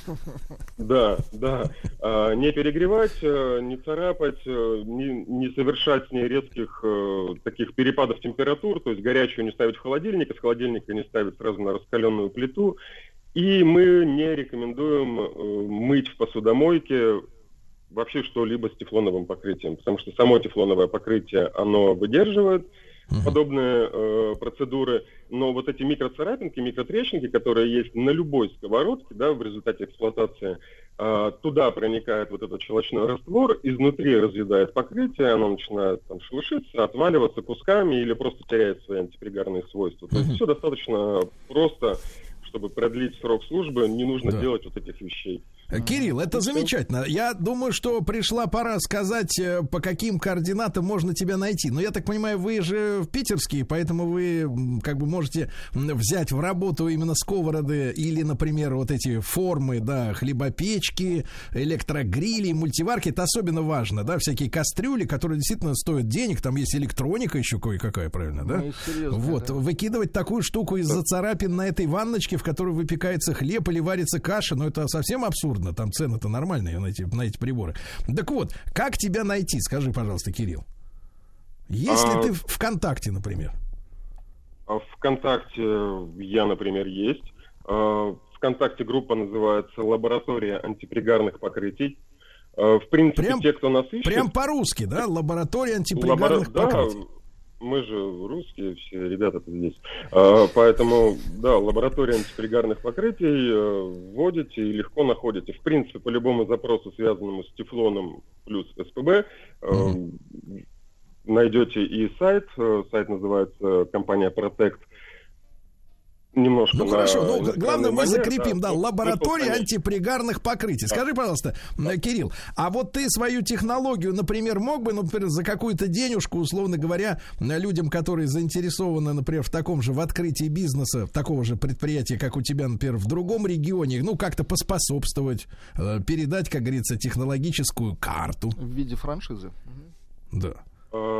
Да, да. А, не перегревать, не царапать, не, не совершать с ней резких таких перепадов температур, то есть горячую не ставить в холодильник, из холодильника не ставить сразу на раскаленную плиту. И мы не рекомендуем мыть в посудомойке вообще что-либо с тефлоновым покрытием, потому что само тефлоновое покрытие, оно выдерживает uh-huh. подобные э, процедуры, но вот эти микроцарапинки, микротрещинки, которые есть на любой сковородке, да, в результате эксплуатации, э, туда проникает вот этот щелочной раствор, изнутри разъедает покрытие, оно начинает там шелушиться, отваливаться кусками или просто теряет свои антипригарные свойства. Uh-huh. То есть все достаточно просто, чтобы продлить срок службы, не нужно да. делать вот этих вещей. Кирилл, это замечательно. Я думаю, что пришла пора сказать, по каким координатам можно тебя найти. Но я так понимаю, вы же питерские, поэтому вы как бы можете взять в работу именно сковороды или, например, вот эти формы, да, хлебопечки, электрогрили, мультиварки. Это особенно важно, да, всякие кастрюли, которые действительно стоят денег. Там есть электроника еще кое-какая, правильно, да? Ну, серьезно, вот, да. Выкидывать такую штуку из-за царапин на этой ванночке, в которой выпекается хлеб или варится каша, ну это совсем абсурдно. Там цены-то нормальные на эти, на эти приборы. Так вот, как тебя найти? Скажи, пожалуйста, Кирилл. Есть а, ли ты в ВКонтакте, например? ВКонтакте я, например, есть. ВКонтакте группа называется «Лаборатория антипригарных покрытий». В принципе, прям, те, кто нас ищет... Прям по-русски, да? «Лаборатория антипригарных Лабора... покрытий». Да. Мы же русские, все ребята-то здесь. А, поэтому, да, лаборатория антипригарных покрытий а, вводите и легко находите. В принципе, по любому запросу, связанному с тефлоном плюс СПБ, а, mm-hmm. найдете и сайт. Сайт называется компания Protect. Немножко ну хорошо, ну главное мы закрепим, да, да лаборатория антипригарных покрытий. Скажи, пожалуйста, Кирилл, а вот ты свою технологию, например, мог бы, например, за какую-то денежку, условно говоря, людям, которые заинтересованы, например, в таком же, в открытии бизнеса, такого же предприятия, как у тебя, например, в другом регионе, ну, как-то поспособствовать, передать, как говорится, технологическую карту. В виде франшизы. Да.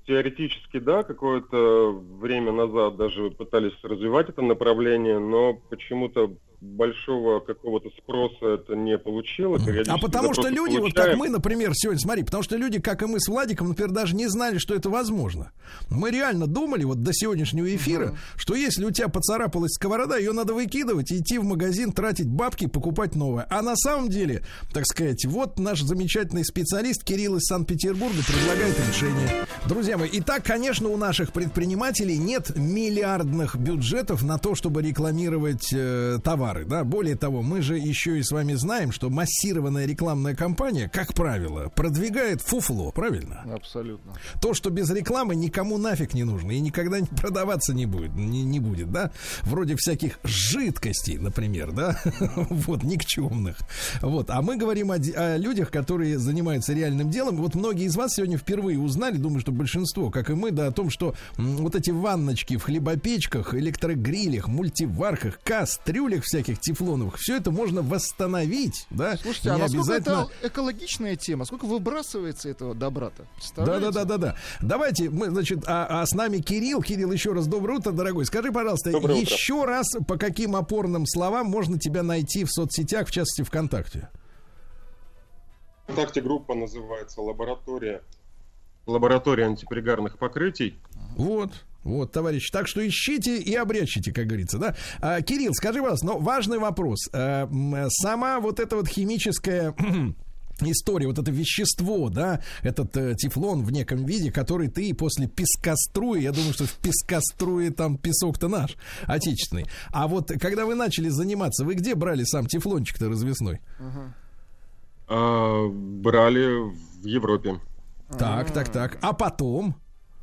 теоретически, да, какое-то время назад даже пытались развивать это направление, но почему-то большого какого-то спроса это не получило. А потому что люди, получаем. Вот как мы, например, сегодня, смотри, потому что люди, как и мы с Владиком, например, даже не знали, что это возможно. Мы реально думали вот до сегодняшнего эфира, uh-huh. что если у тебя поцарапалась сковорода, ее надо выкидывать, идти в магазин, тратить бабки, покупать новое. А на самом деле, так сказать, вот наш замечательный специалист Кирилл из Санкт-Петербурга предлагает решение. Друзья мои, итак, конечно, у наших предпринимателей нет миллиардных бюджетов на то, чтобы рекламировать э, товар. Да? Более того, мы же еще и с вами знаем, что массированная рекламная кампания, как правило, продвигает фуфло, правильно? Абсолютно. То, что без рекламы никому нафиг не нужно и никогда продаваться не будет, не, не будет, да? Вроде всяких жидкостей, например, да? Вот, никчемных. Вот. А мы говорим о, о людях, которые занимаются реальным делом. Вот многие из вас сегодня впервые узнали, думаю, что большинство, как и мы, да, о том, что м, вот эти ванночки в хлебопечках, электрогрилях, мультиварках, кастрюлях всяких тефлоновых, все это можно восстановить, да? Слушайте, не а насколько обязательно... это экологичная тема? Сколько выбрасывается этого добра-то? Да-да-да-да-да. Давайте мы, значит, а, а с нами Кирилл. Кирилл, еще раз доброе утро, дорогой. Скажи, пожалуйста, доброе еще утро. раз, по каким опорным словам можно тебя найти в соцсетях, в частности, ВКонтакте? ВКонтакте группа называется «Лаборатория». Лаборатория антипригарных покрытий. Вот. Вот, товарищи, так что ищите и обрящите, как говорится, да. А, Кирилл, скажи, пожалуйста, но важный вопрос. А, сама вот эта вот химическая история, вот это вещество, да, этот э, тефлон в неком виде, который ты после пескоструи, я думаю, что в пескоструе там песок-то наш, отечественный. А вот когда вы начали заниматься, вы где брали сам тефлончик-то развесной? Uh-huh. А, брали в Европе. Так, uh-huh. так, так. А потом...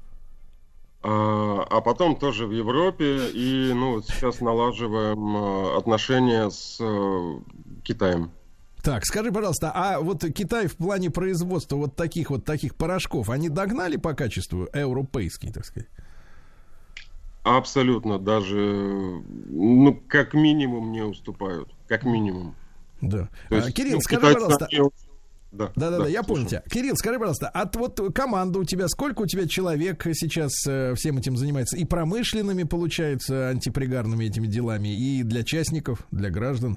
А, а потом тоже в Европе, и ну, сейчас налаживаем отношения с Китаем. Так, скажи, пожалуйста, а вот Китай в плане производства вот таких вот таких порошков, они догнали по качеству европейские, так сказать? Абсолютно, даже, ну, как минимум не уступают, как минимум. Да. Есть, а, Кирилл, ну, скажи, пожалуйста... Да, да, да, да, да, я слушаю. понял тебя. Кирилл, скажи, пожалуйста, от вот команды у тебя, сколько у тебя человек сейчас э, всем этим занимается? И промышленными, получается, антипригарными этими делами, и для частников, для граждан?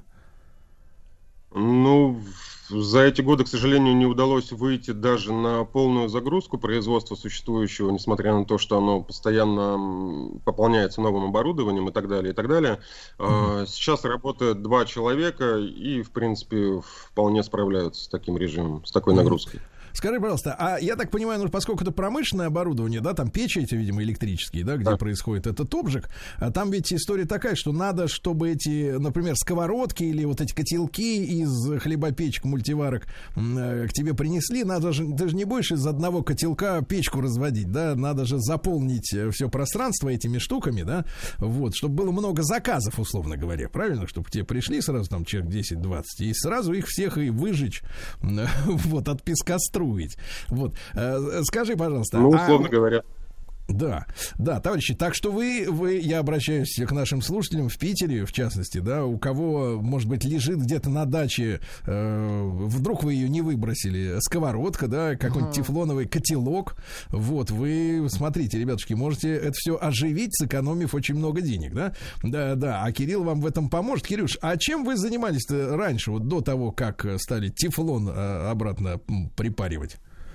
Ну, за эти годы, к сожалению, не удалось выйти даже на полную загрузку производства существующего, несмотря на то, что оно постоянно пополняется новым оборудованием и так далее, и так далее. Mm-hmm. Сейчас работает два человека и, в принципе, вполне справляются с таким режимом, с такой mm-hmm. нагрузкой. Скажи, пожалуйста, а я так понимаю, ну, поскольку это промышленное оборудование, да, там печи эти, видимо, электрические, да, где да. происходит этот обжиг, а там ведь история такая, что надо, чтобы эти, например, сковородки или вот эти котелки из хлебопечек, мультиварок э, к тебе принесли, надо же, ты же не будешь из одного котелка печку разводить, да, надо же заполнить все пространство этими штуками, да, вот, чтобы было много заказов, условно говоря, правильно, чтобы к тебе пришли сразу там человек десять-двадцать, и сразу их всех и выжечь, э, вот, от пескоструя. Вот. Скажи, пожалуйста. Ну, условно а... говоря. Да, да, товарищи, так что вы, вы, я обращаюсь к нашим слушателям в Питере, в частности, да, у кого, может быть, лежит где-то на даче, э, вдруг вы ее не выбросили, сковородка, да, какой-нибудь ага. тефлоновый котелок, вот, вы, смотрите, ребятушки, можете это все оживить, сэкономив очень много денег, да, да, да, а Кирилл вам в этом поможет. Кирюш, а чем вы занимались-то раньше, вот до того, как стали тефлон э, обратно припаривать?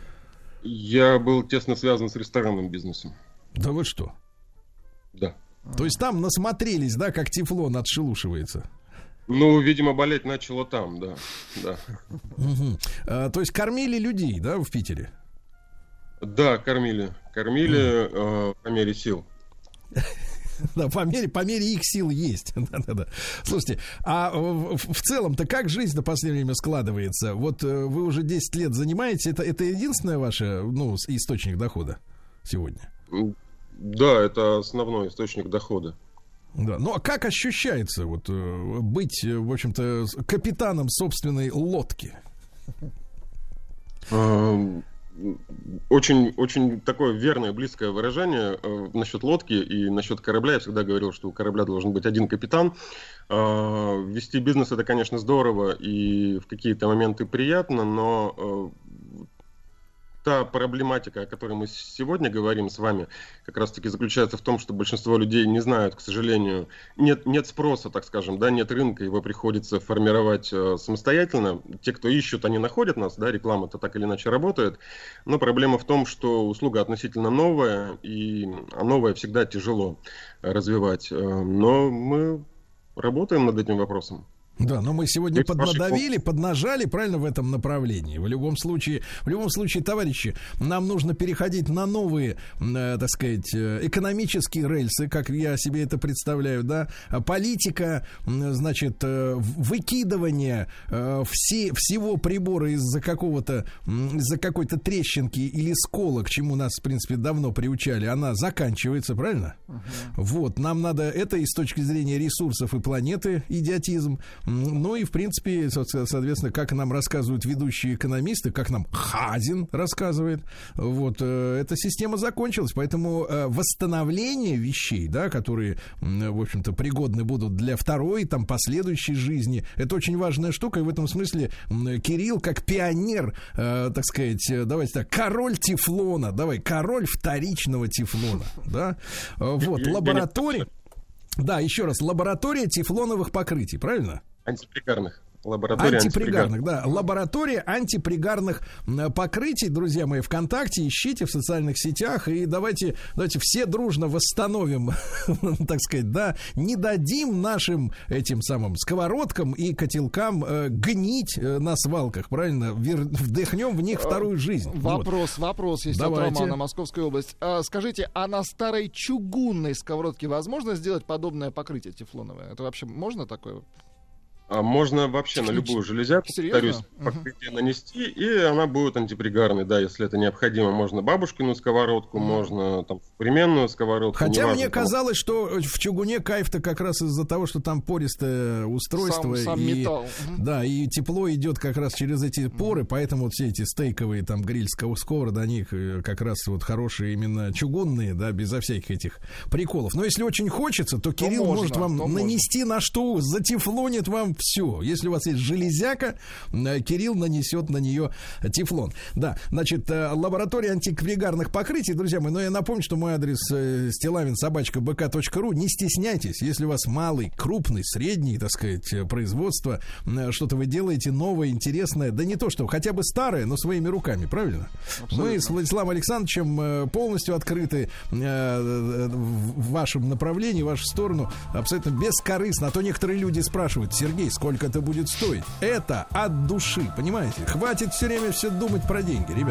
Я был тесно связан с ресторанным бизнесом. Да вы что? Да. То есть там насмотрелись, да, как тефлон отшелушивается? Ну, видимо, болеть начало там, да. да. Угу. А, то есть кормили людей, да, в Питере? Да, кормили. Кормили угу. э, по мере сил. Да, по мере, по мере их сил есть. Да-да-да. Слушайте, а в, в целом-то как жизнь на последнее время складывается? Вот вы уже десять лет занимаетесь, это, это единственный ваш, ну, источник дохода сегодня? Да, это основной источник дохода. Да. Ну, а как ощущается вот быть, в общем-то, капитаном собственной лодки? Очень, очень такое верное, близкое выражение э, насчет лодки и насчет корабля. Я всегда говорил, что у корабля должен быть один капитан. Э, вести бизнес — это, конечно, здорово и в какие-то моменты приятно, но э, та проблематика, о которой мы сегодня говорим с вами, как раз-таки заключается в том, что большинство людей не знают, к сожалению, нет, нет спроса, так скажем, да, нет рынка, его приходится формировать э, самостоятельно. Те, кто ищут, они находят нас, да, реклама-то так или иначе работает, но проблема в том, что услуга относительно новая, и а новое всегда тяжело развивать. Но мы работаем над этим вопросом. Да, но мы сегодня И поднадавили, поднажали, правильно, в этом направлении. В любом случае, в любом случае, товарищи, нам нужно переходить на новые, э, так сказать, экономические рельсы, как я себе это представляю, да. Политика, значит, э, выкидывание э, все, всего прибора из-за какого-то, из-за какой-то трещинки или скола, к чему нас, в принципе, давно приучали, она заканчивается, правильно? Uh-huh. Вот, нам надо, это и с точки зрения ресурсов и планеты, идиотизм. Ну и, в принципе, соответственно, как нам рассказывают ведущие экономисты, как нам Хазин рассказывает, вот, эта система закончилась, поэтому восстановление вещей, да, которые, в общем-то, пригодны будут для второй, там, последующей жизни, это очень важная штука, и в этом смысле Кирилл, как пионер, так сказать, давайте так, король тефлона, давай, король вторичного тефлона, да, вот, лаборатория, да, еще раз, лаборатория тефлоновых покрытий, правильно? Антипригарных. Лаборатория антипригарных, антипригарных, да. Лаборатория антипригарных покрытий, друзья мои, ВКонтакте, ищите в социальных сетях и давайте, давайте все дружно восстановим, так сказать, да, не дадим нашим этим самым сковородкам и котелкам э, гнить э, на свалках, правильно? Вер, вдохнем в них вторую жизнь. Вопрос, вот. вопрос есть Давайте. от Романа, Московская область. А, скажите, а на старой чугунной сковородке возможно сделать подобное покрытие тефлоновое? Это вообще можно такое? А можно вообще на любую железяку, повторюсь, uh-huh. покрытие нанести, и она будет антипригарной, да, если это необходимо. Можно бабушкину сковородку, uh-huh. можно там современную сковородку. Хотя неважно, мне там... казалось, что в чугуне кайф-то как раз из-за того, что там пористое устройство. Сам, сам и, металл. Uh-huh. Да, и тепло идет как раз через эти поры, uh-huh. поэтому вот все эти стейковые там грильского сковороды, они как раз вот хорошие именно чугунные, да, безо всяких этих приколов. Но если очень хочется, то, то Кирилл можно, может вам нанести можно. На что, затефлонит вам все. Если у вас есть железяка, Кирилл нанесет на нее тефлон. Да, значит, лаборатория антипригарных покрытий, друзья мои, но я напомню, что мой адрес стилавин собака бэ ка точка ру. Не стесняйтесь, если у вас малый, крупный, средний, так сказать, производство, что-то вы делаете новое, интересное, да не то, что хотя бы старое, но своими руками, правильно? Абсолютно. Мы с Владиславом Александровичем полностью открыты в вашем направлении, в вашу сторону, абсолютно бескорыстно. А то некоторые люди спрашивают: Сергей, сколько это будет стоить? Это от души, понимаете? Хватит все время все думать про деньги, ребят.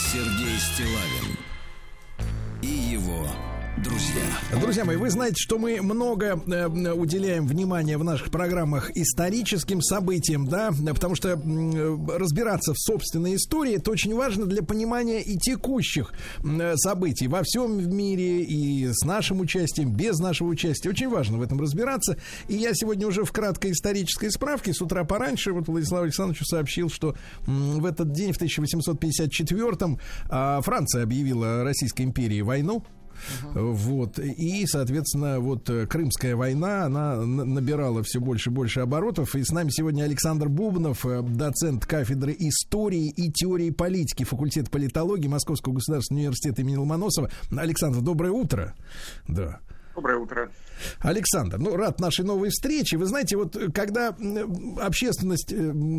Сергей Стиллавин и его друзья. Друзья мои, вы знаете, что мы много э, уделяем внимания в наших программах историческим событиям, да, потому что э, разбираться в собственной истории — это очень важно для понимания и текущих э, событий во всем мире, и с нашим участием, без нашего участия. Очень важно в этом разбираться. И я сегодня уже в краткой исторической справке с утра пораньше вот Владиславу Александровичу сообщил, что э, в этот день, в тысяча восемьсот пятьдесят четвёртом, э, Франция объявила Российской империи войну. Uh-huh. Вот, и, соответственно, вот Крымская война, она набирала все больше и больше оборотов. И с нами сегодня Александр Бубнов, доцент кафедры истории и теории политики, факультет политологии Московского государственного университета имени Ломоносова. Александр, доброе утро. Да. Доброе утро. Александр, ну, рад нашей новой встрече. Вы знаете, вот когда общественность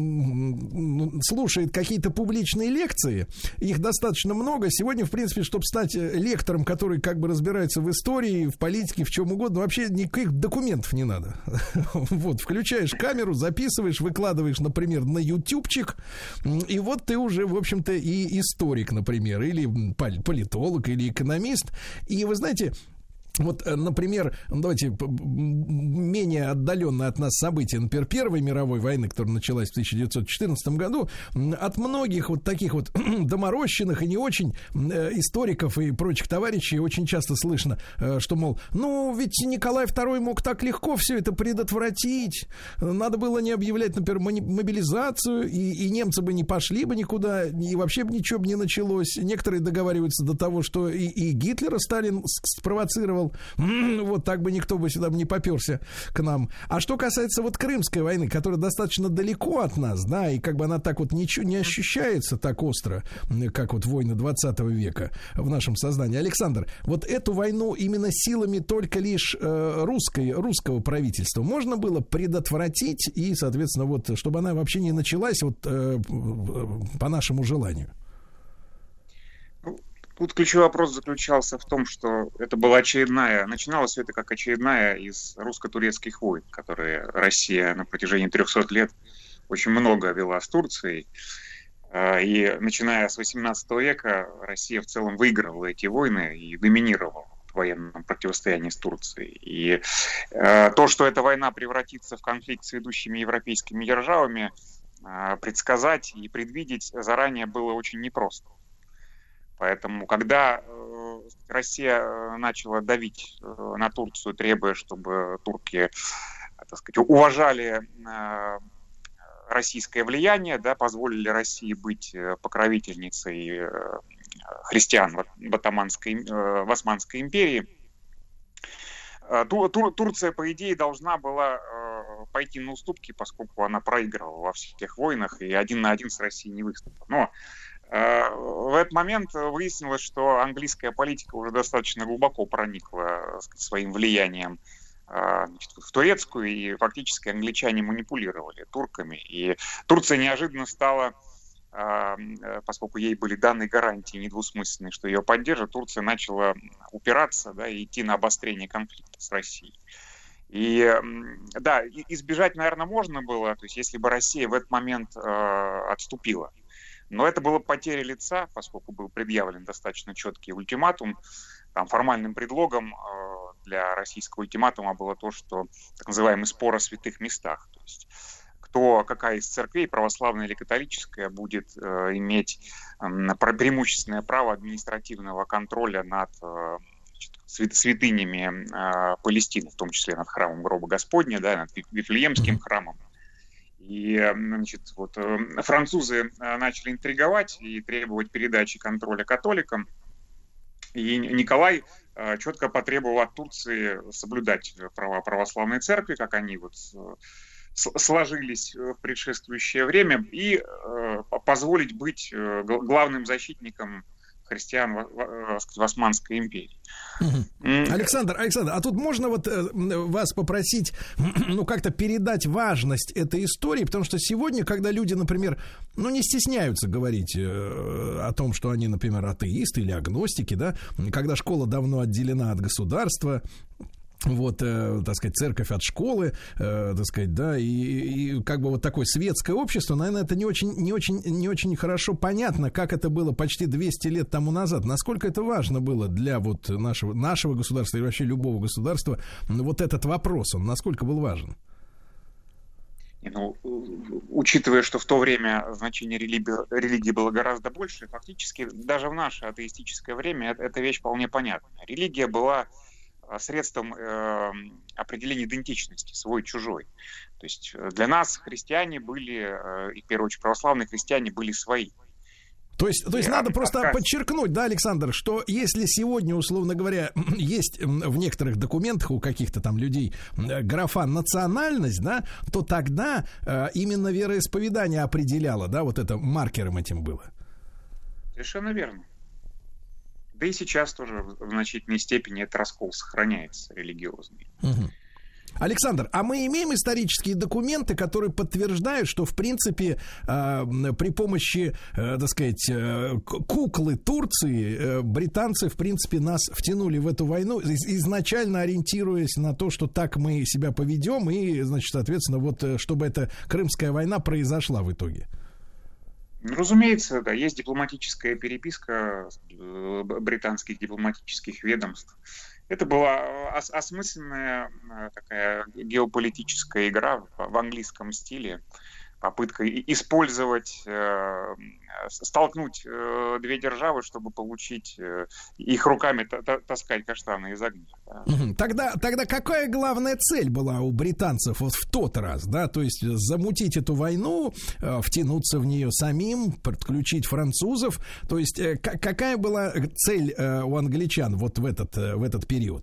слушает какие-то публичные лекции, их достаточно много. Сегодня, в принципе, чтобы стать лектором, который как бы разбирается в истории, в политике, в чем угодно, вообще никаких документов не надо. Вот, включаешь камеру, записываешь, выкладываешь, например, на ютубчик, и вот ты уже, в общем-то, и историк, например, или политолог, или экономист. И вы знаете, вот, например, давайте менее отдаленное от нас событие, например, Первой мировой войны, которая началась в тысяча девятьсот четырнадцатом году, от многих вот таких вот доморощенных и не очень историков и прочих товарищей очень часто слышно, что, мол, ну, ведь Николай второй мог так легко все это предотвратить, надо было не объявлять, например, мобилизацию, и, и немцы бы не пошли бы никуда, и вообще бы ничего бы не началось. Некоторые договариваются до того, что и, и Гитлера Сталин спровоцировал. Вот так бы никто бы сюда не поперся к нам. А что касается вот Крымской войны, которая достаточно далеко от нас, да, и как бы она так вот ничего не ощущается так остро, как вот войны двадцатого века в нашем сознании. Александр, вот эту войну именно силами только лишь э, русской, русского правительства можно было предотвратить и, соответственно, вот, чтобы она вообще не началась вот э, по нашему желанию? Тут ключевой вопрос заключался в том, что это была очередная, начиналось все это как очередная из русско-турецких войн, которые Россия на протяжении трехсот лет очень много вела с Турцией. И начиная с восемнадцатого века Россия в целом выигрывала эти войны и доминировала в военном противостоянии с Турцией. И то, что эта война превратится в конфликт с ведущими европейскими державами, предсказать и предвидеть заранее было очень непросто. Поэтому, когда э, Россия начала давить э, на Турцию, требуя, чтобы турки, так сказать, уважали э, российское влияние, да, позволили России быть покровительницей э, христиан в, Отоманской, э, в Османской империи, э, Тур, Турция, по идее, должна была э, пойти на уступки, поскольку она проигрывала во всех войнах и один на один с Россией не выступила. Но в этот момент выяснилось, что английская политика уже достаточно глубоко проникла, так сказать, своим влиянием, значит, в турецкую, и фактически англичане манипулировали турками. И Турция неожиданно стала, поскольку ей были даны гарантии недвусмысленные, что ее поддержат, Турция начала упираться, да, и идти на обострение конфликта с Россией. И да, избежать, наверное, можно было, то есть если бы Россия в этот момент отступила. Но это было потеря лица, поскольку был предъявлен достаточно четкий ультиматум. Там формальным предлогом э, для российского ультиматума было то, что так называемый спор о святых местах. То есть кто, какая из церквей, православная или католическая, будет э, иметь э, преимущественное право административного контроля над э, свят, святынями э, Палестины, в том числе над храмом Гроба Господня, да, над Вифлеемским храмом. И, значит, вот, французы начали интриговать и требовать передачи контроля католикам. И Николай четко потребовал от Турции соблюдать права православной церкви, как они вот сложились в предшествующее время, и позволить быть главным защитником христиан в, в, в Османской империи. Mm-hmm. Александр, Александр, а тут можно вот э, вас попросить, ну, как-то передать важность этой истории, потому что сегодня, когда люди, например, ну, не стесняются говорить э, о том, что они, например, атеисты или агностики, да, когда школа давно отделена от государства, вот, э, так сказать, церковь от школы, э, так сказать, да, и, и как бы вот такое светское общество, наверное, это не очень, не очень, не очень хорошо понятно, как это было почти двести лет тому назад, насколько это важно было для вот нашего, нашего государства и вообще любого государства, вот этот вопрос, он насколько был важен? Ну, учитывая, что в то время значение религии, религии было гораздо больше, фактически даже в наше атеистическое время эта вещь вполне понятна. Религия была средством э, определения идентичности, свой-чужой. То есть для нас христиане были, э, и в первую очередь православные христиане, были свои. То есть, то есть и надо от, просто отказ... подчеркнуть, да, Александр, что если сегодня, условно говоря, есть в некоторых документах у каких-то там людей графа национальность, да, то тогда э, именно вероисповедание определяло, да, вот это маркером этим было. Совершенно верно. Да и сейчас тоже в значительной степени этот раскол сохраняется религиозный. Угу. Александр, а мы имеем исторические документы, которые подтверждают, что, в принципе, э, при помощи, э, так сказать, э, куклы Турции э, британцы, в принципе, нас втянули в эту войну, изначально ориентируясь на то, что так мы себя поведем, и, значит, соответственно, вот, чтобы эта Крымская война произошла в итоге? Ну, разумеется, да, есть дипломатическая переписка британских дипломатических ведомств. Это была ос- осмысленная такая геополитическая игра в английском стиле, попытка использовать, э, столкнуть э, две державы, чтобы получить э, их руками т- т- таскать каштаны из огня. Да. Тогда, тогда какая главная цель была у британцев вот в тот раз, да, то есть замутить эту войну, э, втянуться в нее самим, подключить французов, то есть э, к- какая была цель э, у англичан вот в этот, э, в этот период?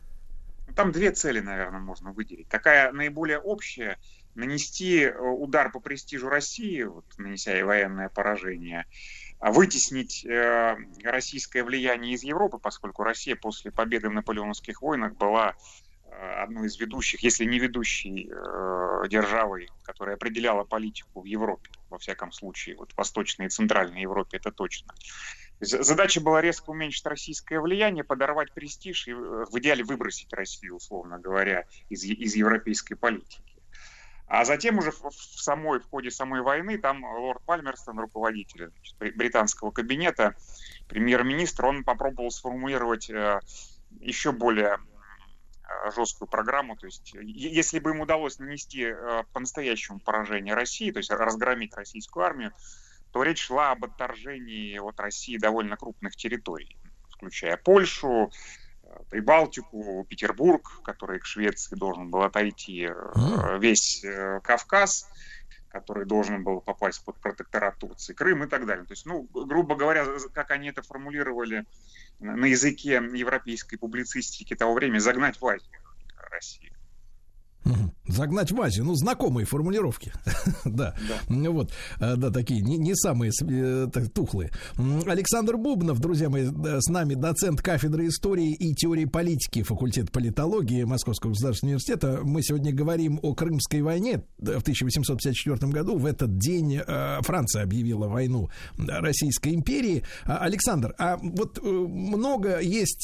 Там две цели, наверное, можно выделить. Такая наиболее общая — нанести удар по престижу России, вот, нанеся ей военное поражение, вытеснить э, российское влияние из Европы, поскольку Россия после победы в наполеоновских войнах была э, одной из ведущих, если не ведущей э, державой, которая определяла политику в Европе, во всяком случае, вот в Восточной и Центральной Европе это точно. Задача была резко уменьшить российское влияние, подорвать престиж и в идеале выбросить Россию, условно говоря, из, из европейской политики. А затем уже в, самой, в ходе самой войны там лорд Пальмерстон, руководитель, значит, британского кабинета, премьер-министр, он попробовал сформулировать э, еще более э, жесткую программу. То есть, если бы им удалось нанести э, по-настоящему поражение России, то есть разгромить российскую армию, то речь шла об отторжении от России довольно крупных территорий, включая Польшу, Прибалтику, Петербург, который к Швеции должен был отойти, весь Кавказ, который должен был попасть под протекторат Турции, Крым и так далее. То есть, ну, грубо говоря, как они это формулировали на языке европейской публицистики того времени, загнать в Азию Россию. Загнать в Азию, ну, знакомые формулировки. Да, вот, да, такие, не, не самые так, тухлые. Александр Бубнов, друзья мои, с нами доцент кафедры истории и теории политики факультета политологии Московского государственного университета. Мы сегодня говорим о Крымской войне в тысяча восемьсот пятьдесят четвёртом году. В этот день Франция объявила войну Российской империи. Александр, а вот много есть,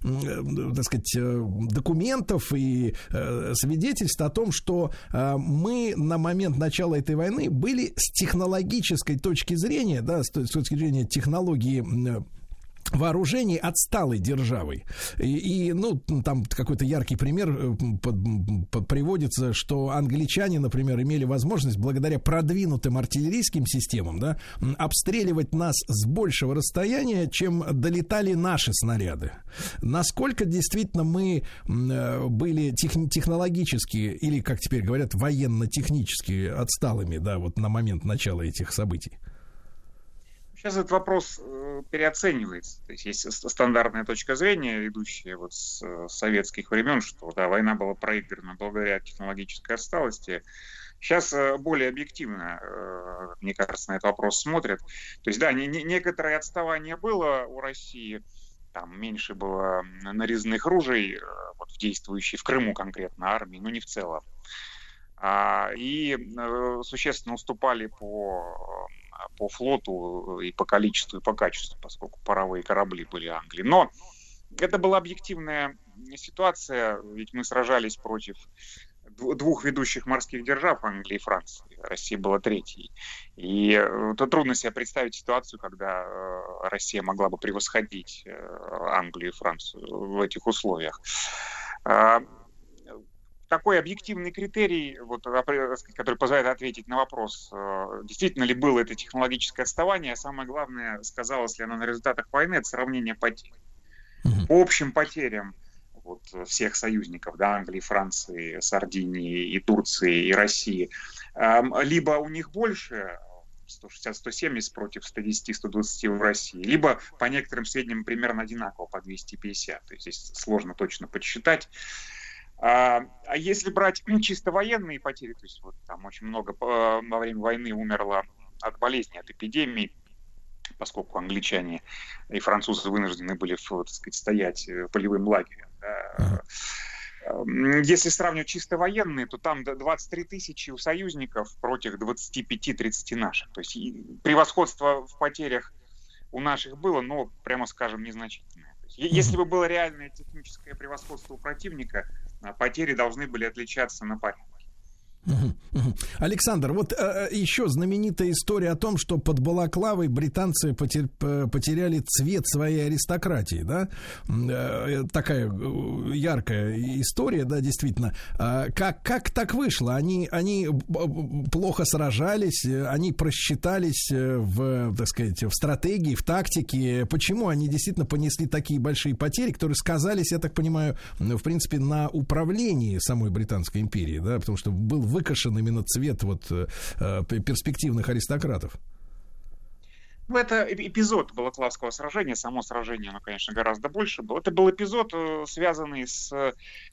так сказать, документов и свидетельств о том, что э, мы на момент начала этой войны были с технологической точки зрения, да, с точки зрения технологии э, вооружений отсталой державой. И, и ну, там какой-то яркий пример под, под, приводится, что англичане, например, имели возможность благодаря продвинутым артиллерийским системам, да, обстреливать нас с большего расстояния, чем долетали наши снаряды. Насколько действительно мы были тех, технологически, или, как теперь говорят, военно-технически отсталыми, да, вот на момент начала этих событий? Сейчас этот вопрос переоценивается. То есть есть стандартная точка зрения, идущая вот с советских времен, что да, война была проиграна благодаря технологической отсталости. Сейчас более объективно, мне кажется, на этот вопрос смотрят. То есть да, не, не, некоторое отставание было у России, там меньше было нарезных ружей, вот в действующей в Крыму конкретно армии, но не в целом. А, и существенно уступали по по флоту и по количеству, и по качеству, поскольку паровые корабли были Англии. Но это было объективное ситуация, ведь мы сражались против двух ведущих морских держав, Англии и Франции. Россия была третьей. И то трудно себе представить ситуацию, когда Россия могла бы превосходить Англию и Францию в этих условиях. Такой объективный критерий, вот, который позволяет ответить на вопрос, действительно ли было это технологическое отставание, а самое главное, сказалось ли оно на результатах войны, это сравнение потерь. По общим потерям вот, всех союзников, да, Англии, Франции, Сардинии, и Турции, и России, либо у них больше, сто шестьдесят - сто семьдесят против сто десять - сто двадцать в России, либо по некоторым сведениям примерно одинаково, по двести пятьдесят. То есть здесь сложно точно подсчитать. А, а если брать ну, чисто военные потери, то есть вот там очень много во время войны умерло от болезней, от эпидемий, поскольку англичане и французы вынуждены были, так сказать, стоять полевым лагерем. Да. Если сравнивать чисто военные, то там двадцать три тысячи у союзников против двадцать пять - тридцать наших. То есть превосходство в потерях у наших было, но, прямо скажем, незначительное. Если бы было реальное техническое превосходство у противника, потери должны были отличаться на порядок. Александр, вот э, еще знаменитая история о том, что под Балаклавой британцы потер, потеряли цвет своей аристократии, да? Э, такая яркая история, да, действительно. Э, как, как так вышло? Они, они плохо сражались, они просчитались в, так сказать, в стратегии, в тактике. Почему они действительно понесли такие большие потери, которые сказались, я так понимаю, в принципе, на управлении самой Британской империи, да? Потому что был выкашен именно цвет вот, э, перспективных аристократов. Это эпизод Балаклавского сражения. Само сражение, оно, конечно, гораздо больше было. Это был эпизод, связанный с э,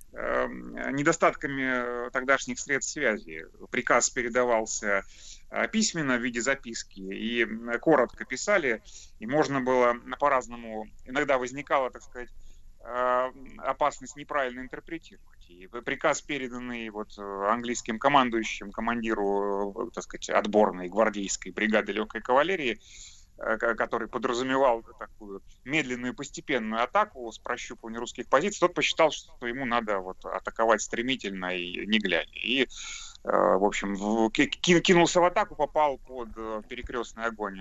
недостатками тогдашних средств связи. Приказ передавался письменно в виде записки, и коротко писали, и можно было по-разному... Иногда возникала, так сказать, опасность неправильно интерпретировать. И приказ, переданный вот английским командующим, командиру, так сказать, отборной гвардейской бригады легкой кавалерии, который подразумевал такую медленную и постепенную атаку с прощупыванием русских позиций, тот посчитал, что ему надо вот атаковать стремительно и не глядя. И, в общем, кинулся в атаку, попал под перекрестный огонь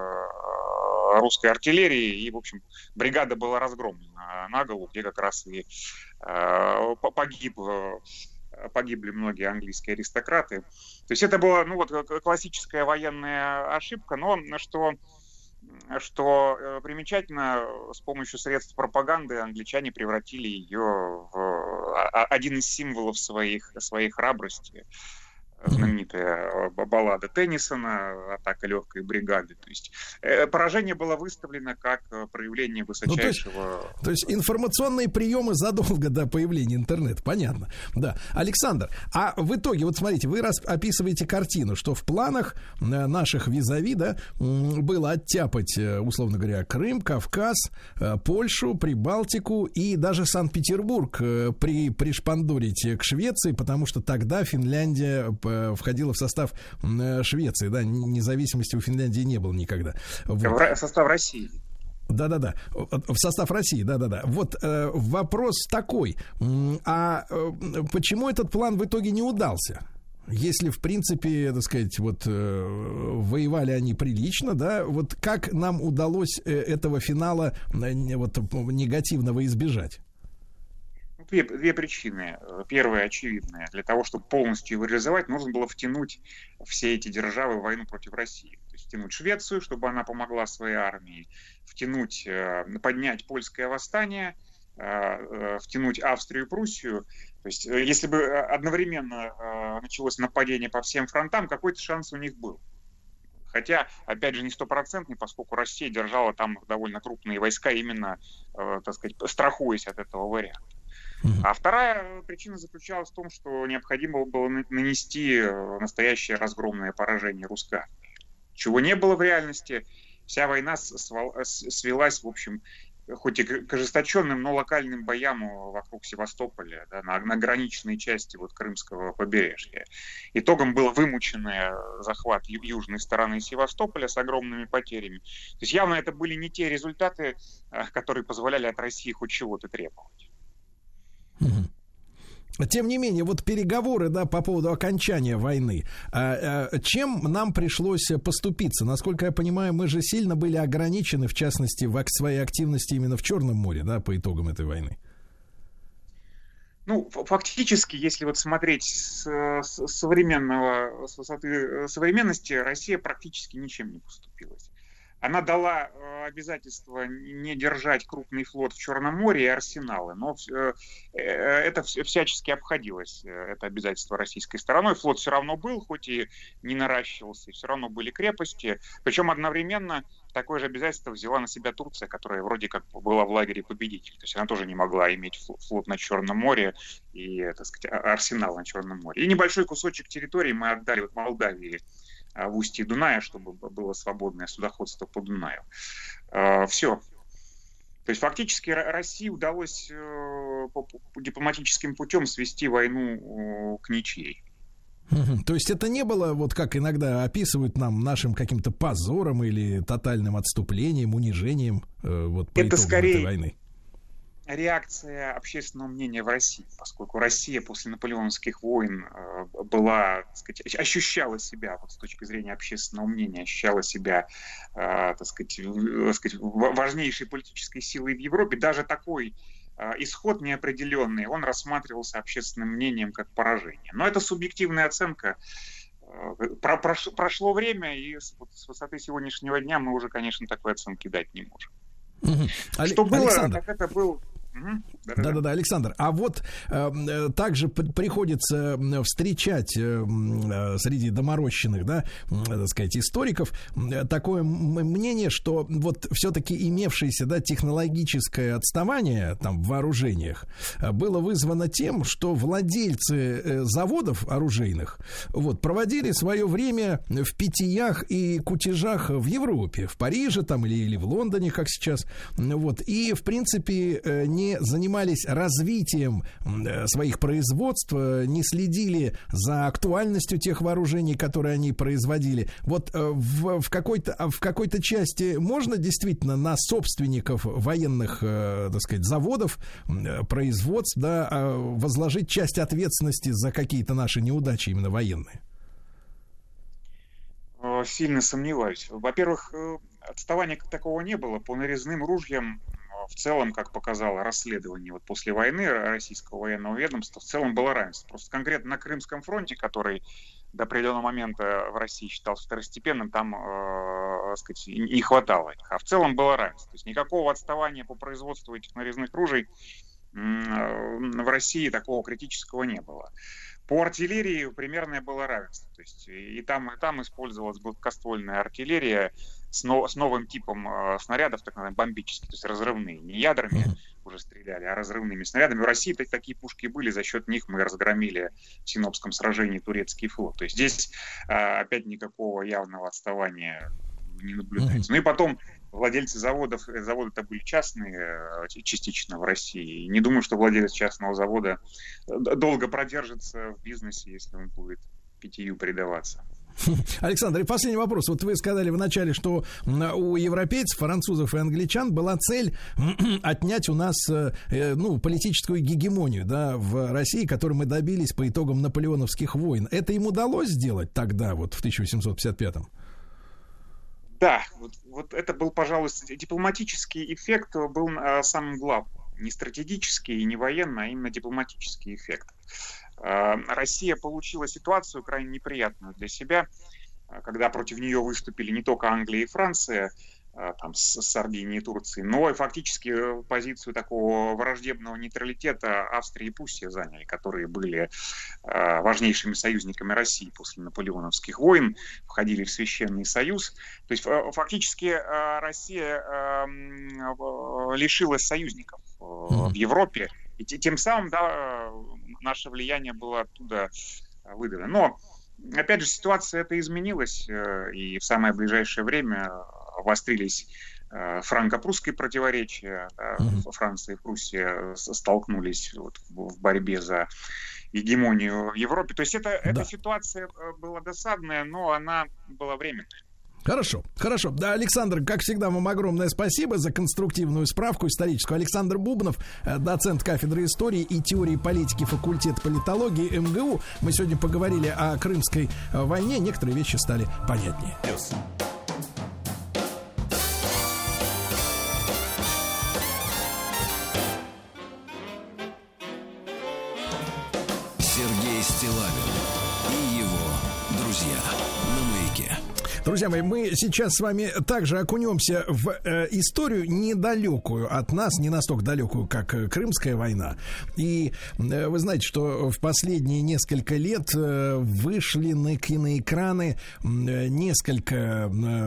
русской артиллерии, и, в общем, бригада была разгромлена на голову, где как раз и погиб, погибли многие английские аристократы. То есть это была, ну, вот, классическая военная ошибка, но что, что примечательно, с помощью средств пропаганды англичане превратили ее в один из символов своих, своей храбрости. Знаменитая баллада Теннисона «Атака легкой бригады». То есть э, поражение было выставлено как проявление высочайшего... Ну, то, есть, то есть информационные приемы задолго до появления интернета, понятно. Да. Александр, а в итоге, вот смотрите, вы раз описываете картину, что в планах наших визави, да, было оттяпать, условно говоря, Крым, Кавказ, Польшу, Прибалтику и даже Санкт-Петербург при, пришпандурить к Швеции, потому что тогда Финляндия входила в состав Швеции, да, независимости у Финляндии не было никогда. Вот. В состав России. Да-да-да, в состав России, да-да-да. Вот э, вопрос такой, а э, почему этот план в итоге не удался? Если, в принципе, так сказать, вот э, воевали они прилично, да, вот как нам удалось э, этого финала э, вот, негативного избежать? Две, две причины. Первая очевидная. Для того, чтобы полностью его реализовать, нужно было втянуть все эти державы в войну против России. То есть втянуть Швецию, чтобы она помогла своей армии, втянуть, поднять польское восстание, втянуть Австрию и Пруссию. То есть если бы одновременно началось нападение по всем фронтам, какой-то шанс у них был. Хотя, опять же, не стопроцентный, поскольку Россия держала там довольно крупные войска, именно, так сказать, страхуясь от этого варианта. А вторая причина заключалась в том, что необходимо было нанести настоящее разгромное поражение русской армии. Чего не было в реальности. Вся война свелась, в общем, хоть и к ожесточенным, но локальным боям вокруг Севастополя, да, на, на граничной части вот, Крымского побережья. Итогом был вымученный захват ю- южной стороны Севастополя с огромными потерями. То есть явно это были не те результаты, которые позволяли от России хоть чего-то требовать. Тем не менее, вот переговоры, да, по поводу окончания войны, чем нам пришлось поступиться? Насколько я понимаю, мы же сильно были ограничены, в частности, в своей активности именно в Черном море, да, по итогам этой войны. Ну, фактически, если вот смотреть с, с современного, с высоты современности, Россия практически ничем не поступилась. Она дала обязательство не держать крупный флот в Черном море и арсеналы, но это всячески обходилось, это обязательство российской стороной. Флот все равно был, хоть и не наращивался, все равно были крепости. Причем одновременно такое же обязательство взяла на себя Турция, которая вроде как была в лагере победителей. То есть она тоже не могла иметь флот на Черном море и, так сказать, арсенал на Черном море. И небольшой кусочек территории мы отдали вот Молдавии в устье Дуная, чтобы было свободное судоходство по Дунаю. Все. То есть фактически России удалось по дипломатическим путем свести войну к ничьей. То есть это не было, вот как иногда описывают нам, нашим каким-то позором или тотальным отступлением, унижением вот, по это итогам скорее этой войны? Реакция общественного мнения в России, поскольку Россия после наполеоновских войн была, так сказать, ощущала себя, вот с точки зрения общественного мнения, ощущала себя, так сказать, так сказать, важнейшей политической силой в Европе. Даже такой исход неопределенный, он рассматривался общественным мнением как поражение. Но это субъективная оценка. Про, прош, прошло время, и с, вот, с высоты сегодняшнего дня мы уже, конечно, такой оценки дать не можем. Угу. Что было, Александр. так это был... Да-да-да, Александр. А вот э, также приходится встречать э, среди доморощенных, да, э, так сказать, историков э, такое мнение, что вот все-таки имевшееся, да, технологическое отставание там в вооружениях э, было вызвано тем, что владельцы э, заводов оружейных вот проводили свое время в питьях и кутежах в Европе, в Париже там или, или в Лондоне, как сейчас, вот, и в принципе э, не не занимались развитием своих производств, не следили за актуальностью тех вооружений, которые они производили. Вот в, в, какой-то, в какой-то части можно действительно на собственников военных, так сказать, заводов, производств, да, возложить часть ответственности за какие-то наши неудачи именно военные? Сильно сомневаюсь. Во-первых, отставания как такого не было. По нарезным ружьям в целом, как показало расследование вот после войны российского военного ведомства, в целом было равенство. Просто конкретно на Крымском фронте, который до определенного момента в России считался второстепенным, там, э, так сказать, не хватало их. А в целом было равенство. То есть никакого отставания по производству этих нарезных ружей э, в России такого критического не было. По артиллерии примерное было равенство. То есть и там, и там использовалась гладкоствольная артиллерия с, но, с новым типом э, снарядов, так называемые бомбические, то есть разрывные. Не ядрами mm-hmm. уже стреляли, а разрывными снарядами. В России такие пушки были, за счет них мы разгромили в Синопском сражении турецкий флот. То есть здесь э, опять никакого явного отставания не наблюдается. Mm-hmm. Ну и потом владельцы заводов, заводы-то были частные частично в России. Не думаю, что владелец частного завода долго продержится в бизнесе, если он будет питью предаваться. Александр, и последний вопрос. Вот вы сказали вначале, что у европейцев, французов и англичан была цель отнять у нас, ну, политическую гегемонию, да, в России, которую мы добились по итогам наполеоновских войн. Это им удалось сделать тогда, вот в тысяча восемьсот пятьдесят пятом? Да, вот, вот это был, пожалуй, дипломатический эффект был а, самым главным. Не стратегический и не военный, а именно дипломатический эффект. А, Россия получила ситуацию крайне неприятную для себя, когда против нее выступили не только Англия и Франция, там, с Сардинией и Турцией, но и фактически позицию такого враждебного нейтралитета Австрия и Пруссия заняли, которые были э, важнейшими союзниками России после наполеоновских войн, входили в Священный Союз. То есть э, фактически э, Россия э, лишилась союзников э, в Европе, и тем самым, да, наше влияние было оттуда выдано. Но, опять же, ситуация эта изменилась, э, и в самое ближайшее время обострились э, франко-прусские противоречия. Да, mm-hmm. Франция и Пруссия столкнулись вот в борьбе за гегемонию в Европе. То есть это, да. эта ситуация была досадная, но она была временная. Хорошо, хорошо. Да, Александр, как всегда, вам огромное спасибо за конструктивную справку историческую. Александр Бубнов, доцент кафедры истории и теории политики факультета политологии эм гэ у. Мы сегодня поговорили о Крымской войне. Некоторые вещи стали понятнее. Yes. Сергей Стиллавин и его друзья на Маяке. Друзья мои, мы сейчас с вами также окунемся в э, историю недалекую от нас, не настолько далекую, как э, Крымская война. И э, вы знаете, что в последние несколько лет э, вышли на киноэкраны э, несколько э,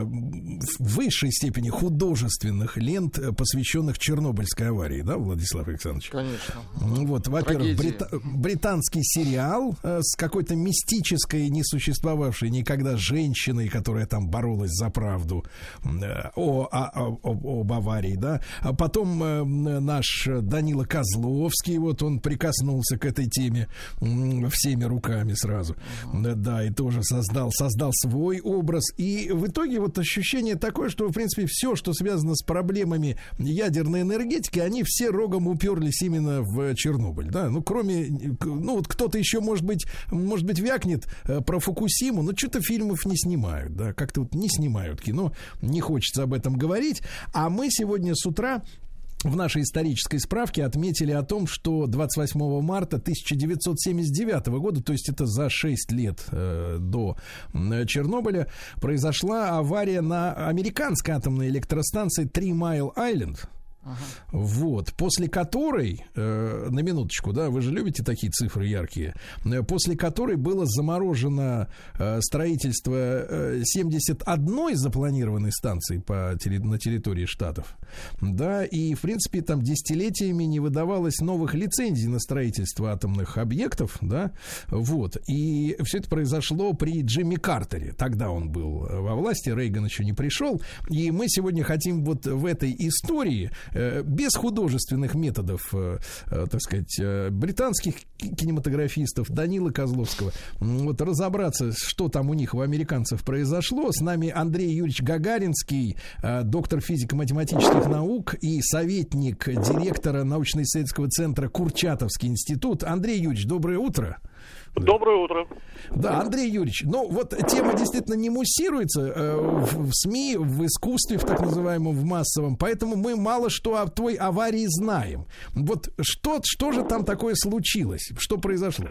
в высшей степени художественных лент, посвященных Чернобыльской аварии, да, Владислав Александрович? Конечно. Вот, во-первых, брита- британский сериал э, с какой-то мистической, не существовавшей никогда женщиной, которая там боролась за правду э, о, о, о, об аварии, да. А потом э, наш Данила Козловский, вот он прикоснулся к этой теме э, всеми руками сразу, uh-huh. да, и тоже создал, создал свой образ. И в итоге вот ощущение такое, что, в принципе, все, что связано с проблемами ядерной энергетики, они все рогом уперлись именно в Чернобыль, да. Ну, кроме, ну, вот кто-то еще, может быть, может быть, вякнет э, про Фукусиму, но что-то фильмов не снимают, да. Как-то вот не снимают кино, не хочется об этом говорить. А мы сегодня с утра в нашей исторической справке отметили о том, что двадцать восьмого марта тысяча девятьсот семьдесят девятого года, то есть это за шесть лет э, до э, Чернобыля, произошла авария на американской атомной электростанции Три Майл Айленд. Ага. Вот, после которой, э, на минуточку, да, вы же любите такие цифры яркие, э, после которой было заморожено э, строительство э, семьдесят одной запланированной станции по, на территории штатов, да, и, в принципе, там десятилетиями не выдавалось новых лицензий на строительство атомных объектов, да, вот, и все это произошло при Джимми Картере, тогда он был во власти, Рейган еще не пришел, и мы сегодня хотим вот в этой истории без художественных методов, э, э, так сказать, э, британских кинематографистов Данила Козловского, вот разобраться, что там у них, у американцев, произошло. С нами Андрей Юрьевич Гагаринский, э, доктор физико-математических наук и советник директора научно-исследовательского центра Курчатовский институт. Андрей Юрьевич, доброе утро. Доброе утро. Да, Андрей Юрьевич, ну вот тема действительно не муссируется э, в, в СМИ, в искусстве, в так называемом, в массовом, поэтому мы мало что о той аварии знаем. Вот что, что же там такое случилось? Что произошло?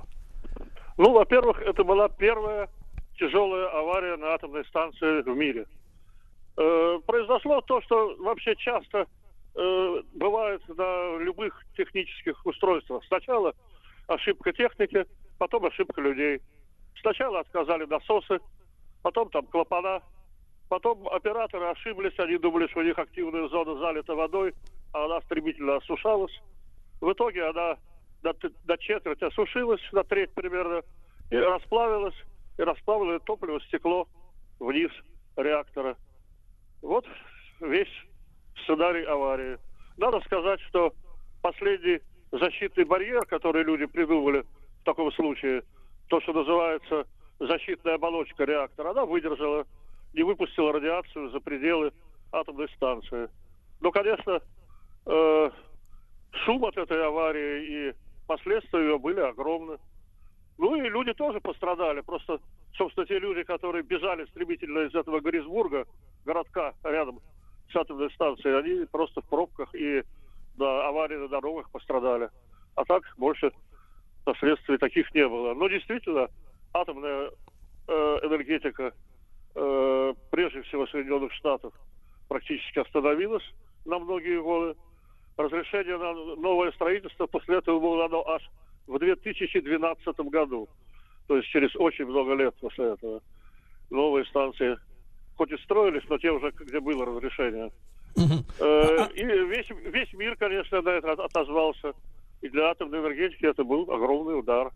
Ну, во-первых, это была первая тяжелая авария на атомной станции в мире. Э, произошло то, что вообще часто э, бывает на любых технических устройствах. Сначала ошибка техники, потом ошибка людей. Сначала отказали насосы, потом там клапана, потом операторы ошиблись, они думали, что у них активная зона залита водой, а она стремительно осушалась. В итоге она до, до четверти осушилась, на треть примерно, и расплавилась, и расплавленное топливо стекло вниз реактора. Вот весь сценарий аварии. Надо сказать, что последний защитный барьер, который люди придумали в таком случае, то, что называется защитная оболочка реактора, она выдержала, не выпустила радиацию за пределы атомной станции. Но, конечно, э, шум от этой аварии и последствия ее были огромны. Ну и люди тоже пострадали. Просто, собственно, те люди, которые бежали стремительно из этого Гаррисбурга, городка рядом с атомной станцией, они просто в пробках и на аварии на дорогах пострадали. А так больше последствий таких не было. Но действительно, атомная э, энергетика, э, прежде всего Соединенных Штатов, практически остановилась на многие годы. Разрешение на новое строительство после этого было дано аж в две тысячи двенадцатом году. То есть через очень много лет после этого. Новые станции хоть и строились, но те уже, где было разрешение. Uh-huh. И весь, весь мир, конечно, на это отозвался. И для атомной энергетики это был огромный удар.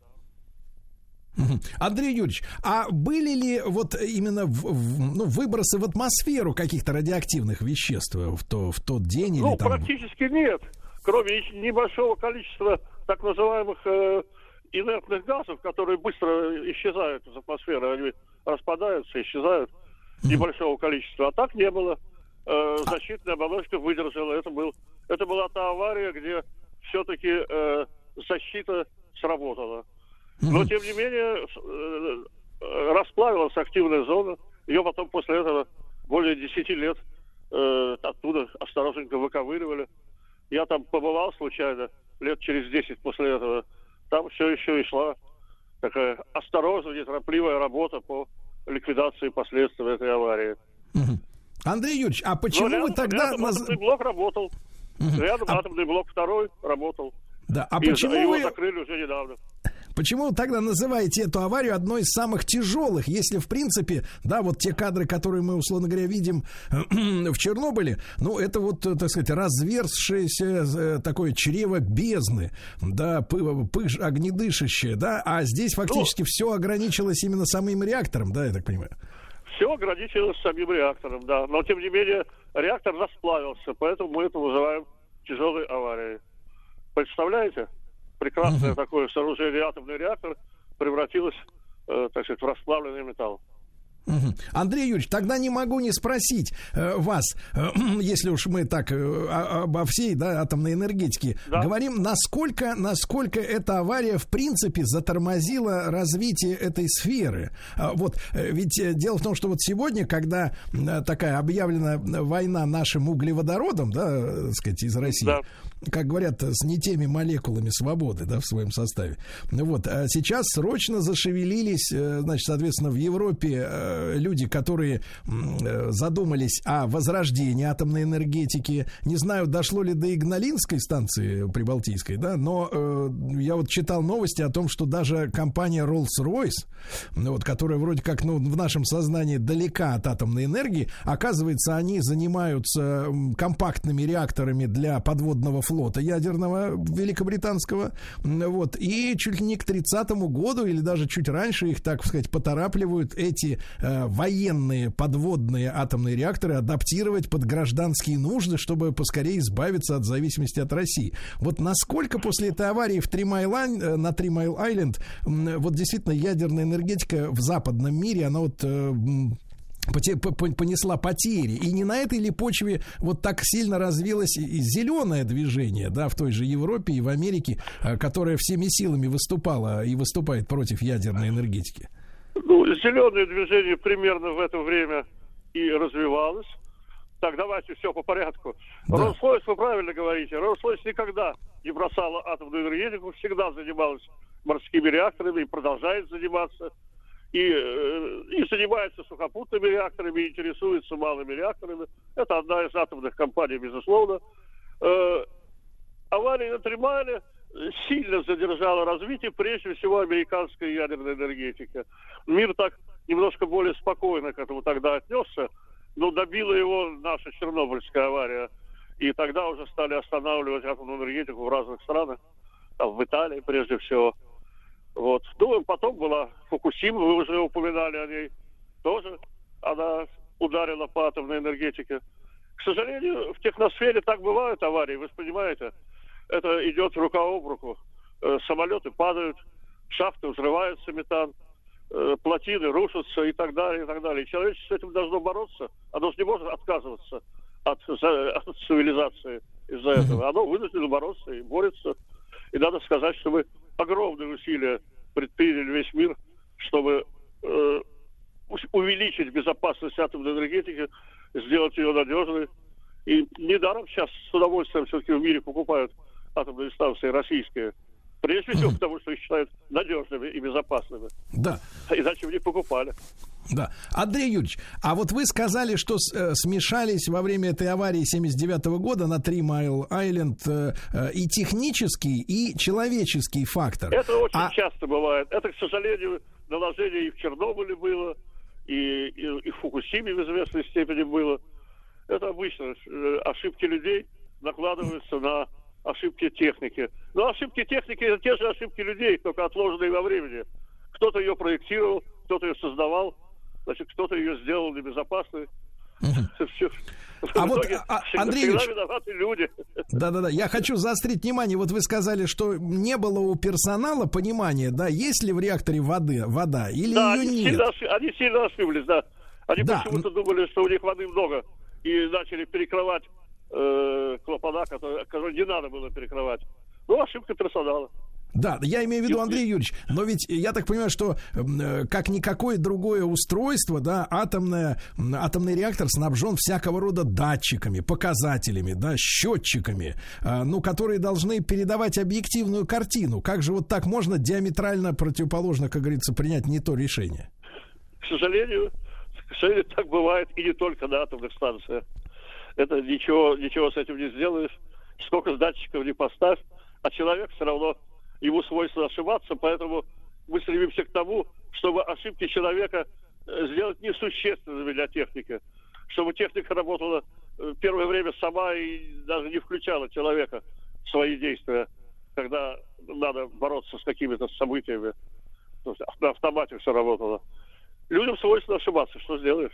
Uh-huh. Андрей Юрьевич, а были ли вот именно в, в, ну, выбросы в атмосферу каких-то радиоактивных веществ в, то, в тот день? Ну, или там... практически нет. Кроме небольшого количества так называемых э, инертных газов, которые быстро исчезают из атмосферы. Они распадаются, исчезают. небольшого количества, а так не было. Э, защитная оболочка выдержала. Это, был, это была та авария, где все-таки э, защита сработала. Но, тем не менее, э, расплавилась активная зона. Ее потом после этого более десяти лет э, оттуда осторожненько выковыривали. Я там побывал случайно лет через десять после этого. Там все еще и шла такая осторожная, неторопливая работа по ликвидации последствий этой аварии. Андрей Юрьевич, а почему рядом, вы тогда... Рядом наз... атомный блок работал. Рядом а... атомный блок второй работал. Да, а и почему его вы... закрыли уже недавно. Почему вы тогда называете эту аварию одной из самых тяжелых, если, в принципе, да, вот те кадры, которые мы, условно говоря, видим в Чернобыле, ну, это вот, так сказать, разверзшееся такое чрево бездны, да, пыш огнедышащее, да, а здесь фактически ну, все ограничилось именно самим реактором, да, я так понимаю? Все ограничилось самим реактором, да, но, тем не менее, реактор расплавился, поэтому мы это называем тяжелой аварией. Представляете? Прекрасное uh-huh. такое сооружение, атомный реактор, превратилось, э, так сказать, в расплавленный металл. Uh-huh. Андрей Юрьевич, тогда не могу не спросить э, вас, э, если уж мы так э, обо всей, да, атомной энергетике да. говорим, насколько, насколько эта авария в принципе затормозила развитие этой сферы. А, вот, э, ведь э, дело в том, что вот сегодня, когда э, такая объявлена война нашим углеводородам, да, так сказать, из России, да. как говорят, с не теми молекулами свободы, да, в своем составе. Вот, а сейчас срочно зашевелились, э, значит, соответственно, в Европе э, люди, которые задумались о возрождении атомной энергетики. Не знаю, дошло ли до Игналинской станции прибалтийской, да, но э, я вот читал новости о том, что даже компания Rolls-Royce, вот, которая вроде как, ну, в нашем сознании далека от атомной энергии, оказывается, они занимаются компактными реакторами для подводного флота ядерного великобританского, вот, и чуть ли не к тридцатому году или даже чуть раньше их, так сказать, поторапливают эти военные подводные атомные реакторы адаптировать под гражданские нужды, чтобы поскорее избавиться от зависимости от России. Вот насколько после этой аварии в Три Майл, на Три Майл Айленд вот действительно ядерная энергетика в западном мире, она вот понесла потери. И не на этой ли почве вот так сильно развилось и зеленое движение, да, в той же Европе и в Америке, которое всеми силами выступало и выступает против ядерной энергетики? Ну, зеленое движение примерно в это время и развивалось. Так, давайте все по порядку. Да. Rolls-Royce, вы правильно говорите, Rolls-Royce никогда не бросала атомную энергетику, всегда занималась морскими реакторами и продолжает заниматься. И, и занимается сухопутными реакторами, и интересуется малыми реакторами. Это одна из атомных компаний, безусловно. Э, авария на Три Майле сильно задержала развитие, прежде всего, американской ядерной энергетики. Мир так немножко более спокойно к этому тогда отнесся, но добила его наша Чернобыльская авария. И тогда уже стали останавливать атомную энергетику в разных странах, там, в Италии прежде всего. Вот. Ну, потом была Фукусима, вы уже упоминали о ней, тоже она ударила по атомной энергетике. К сожалению, в техносфере так бывают аварии, вы же понимаете. Это идет рука об руку. Э, самолеты падают, шахты взрываются, метан, э, плотины рушатся и так далее, и так далее. И человечество с этим должно бороться. Оно же не может отказываться от, за, от цивилизации из-за этого. Оно вынуждено бороться и борется. И надо сказать, что мы огромные усилия предприняли весь мир, чтобы э, увеличить безопасность атомной энергетики, сделать ее надежной. И недаром сейчас с удовольствием все-таки в мире покупают атомные станции российские. Прежде всего, потому что их считают надежными и безопасными. Да. Иначе бы не покупали. Да. Андрей Юрьевич, а вот вы сказали, что э, смешались во время этой аварии семьдесят девятого года на Три Майл Айленд э, э, и технический, и человеческий фактор. Это очень а... часто бывает. Это, к сожалению, наложение и в Чернобыле было, и, и, и в Фукусиме в известной степени было. Это обычно ошибки людей накладываются на ошибки техники. Но ошибки техники — это те же ошибки людей, только отложенные во времени. Кто-то ее проектировал, кто-то ее создавал, значит, кто-то ее сделал небезопасной. Угу. Все. А вот, а, Андрей Юрьевич, виноваты люди. Да-да-да, я хочу заострить внимание. Вот вы сказали, что не было у персонала понимания, да, есть ли в реакторе воды, вода или да, ее они нет? Сильно, они сильно ошиблись, да. Они Да. почему-то думали, что у них воды много, и начали перекрывать э, клапана, которые, которые не надо было перекрывать. Ну, ошибка персонала. Да, я имею в виду, Андрей Юрьевич, но ведь я так понимаю, что э, как никакое другое устройство, да, атомное, атомный реактор снабжен всякого рода датчиками, показателями, да, счетчиками, э, ну, которые должны передавать объективную картину. Как же вот так можно диаметрально противоположно, как говорится, принять не то решение? К сожалению, к сожалению, так бывает и не только на атомных станциях. Это ничего, ничего с этим не сделаешь. Сколько датчиков не поставь, а человек все равно, ему свойственно ошибаться, поэтому мы стремимся к тому, чтобы ошибки человека сделать несущественными для техники. Чтобы техника работала первое время сама и даже не включала человека в свои действия, когда надо бороться с какими-то событиями. То есть на автомате все работало. Людям свойственно ошибаться, что сделаешь?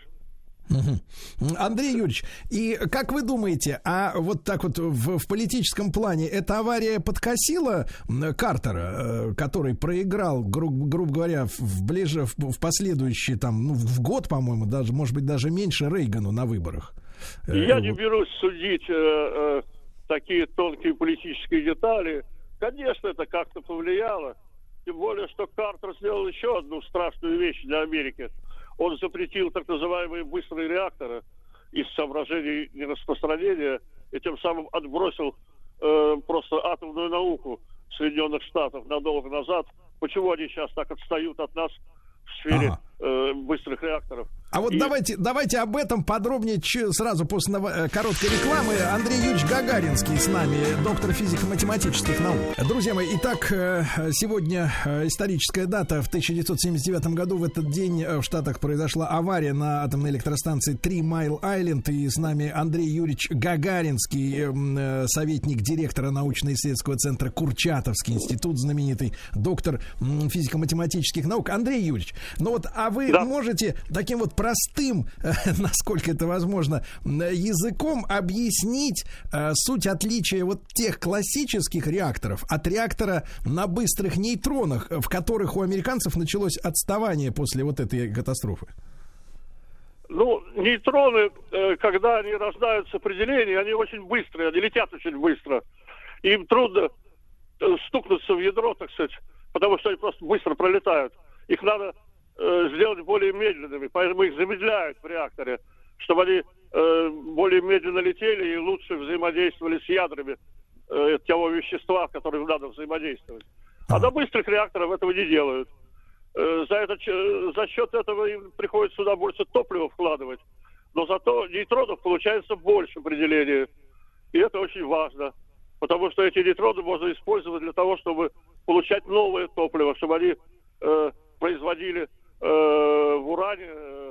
Андрей Юрьевич, и как вы думаете, а вот так вот в, в политическом плане эта авария подкосила Картера, который проиграл, гру, грубо говоря, в, ближе, в, в последующий там, ну, в год, по-моему, даже, может быть, даже меньше Рейгану на выборах? Я не берусь судить э, э, такие тонкие политические детали. Конечно, это как-то повлияло. Тем более, что Картер сделал еще одну страшную вещь для Америки. Он запретил так называемые быстрые реакторы из соображений нераспространения и тем самым отбросил э, просто атомную науку Соединенных Штатов надолго назад. Почему они сейчас так отстают от нас в сфере ага. э, быстрых реакторов? А вот и... давайте, давайте об этом подробнее ч- сразу после нов... короткой рекламы. Андрей Юрьевич Гагаринский с нами, доктор физико-математических наук. Друзья мои, итак, сегодня историческая дата. В тысяча девятьсот семьдесят девятом году в этот день в Штатах произошла авария на атомной электростанции Три Майл Айленд. И с нами Андрей Юрьевич Гагаринский, советник директора научно-исследовательского центра Курчатовский институт, знаменитый, доктор физико-математических наук. Андрей Юрьевич, ну вот, а вы да. можете таким вот простым, насколько это возможно, языком объяснить э, суть отличия вот тех классических реакторов от реактора на быстрых нейтронах, в которых у американцев началось отставание после вот этой катастрофы? Ну, нейтроны, э, когда они рождаются при делении, они очень быстрые, они летят очень быстро. Им трудно э, стукнуться в ядро, так сказать, потому что они просто быстро пролетают. Их надо сделать более медленными, поэтому их замедляют в реакторе, чтобы они э, более медленно летели и лучше взаимодействовали с ядрами э, того вещества, которым надо взаимодействовать. А на быстрых реакторах этого не делают. Э, за, это, за счет этого им приходится сюда больше топлива вкладывать, но зато нейтронов получается больше при делении. И это очень важно, потому что эти нейтроны можно использовать для того, чтобы получать новое топливо, чтобы они э, производили в уране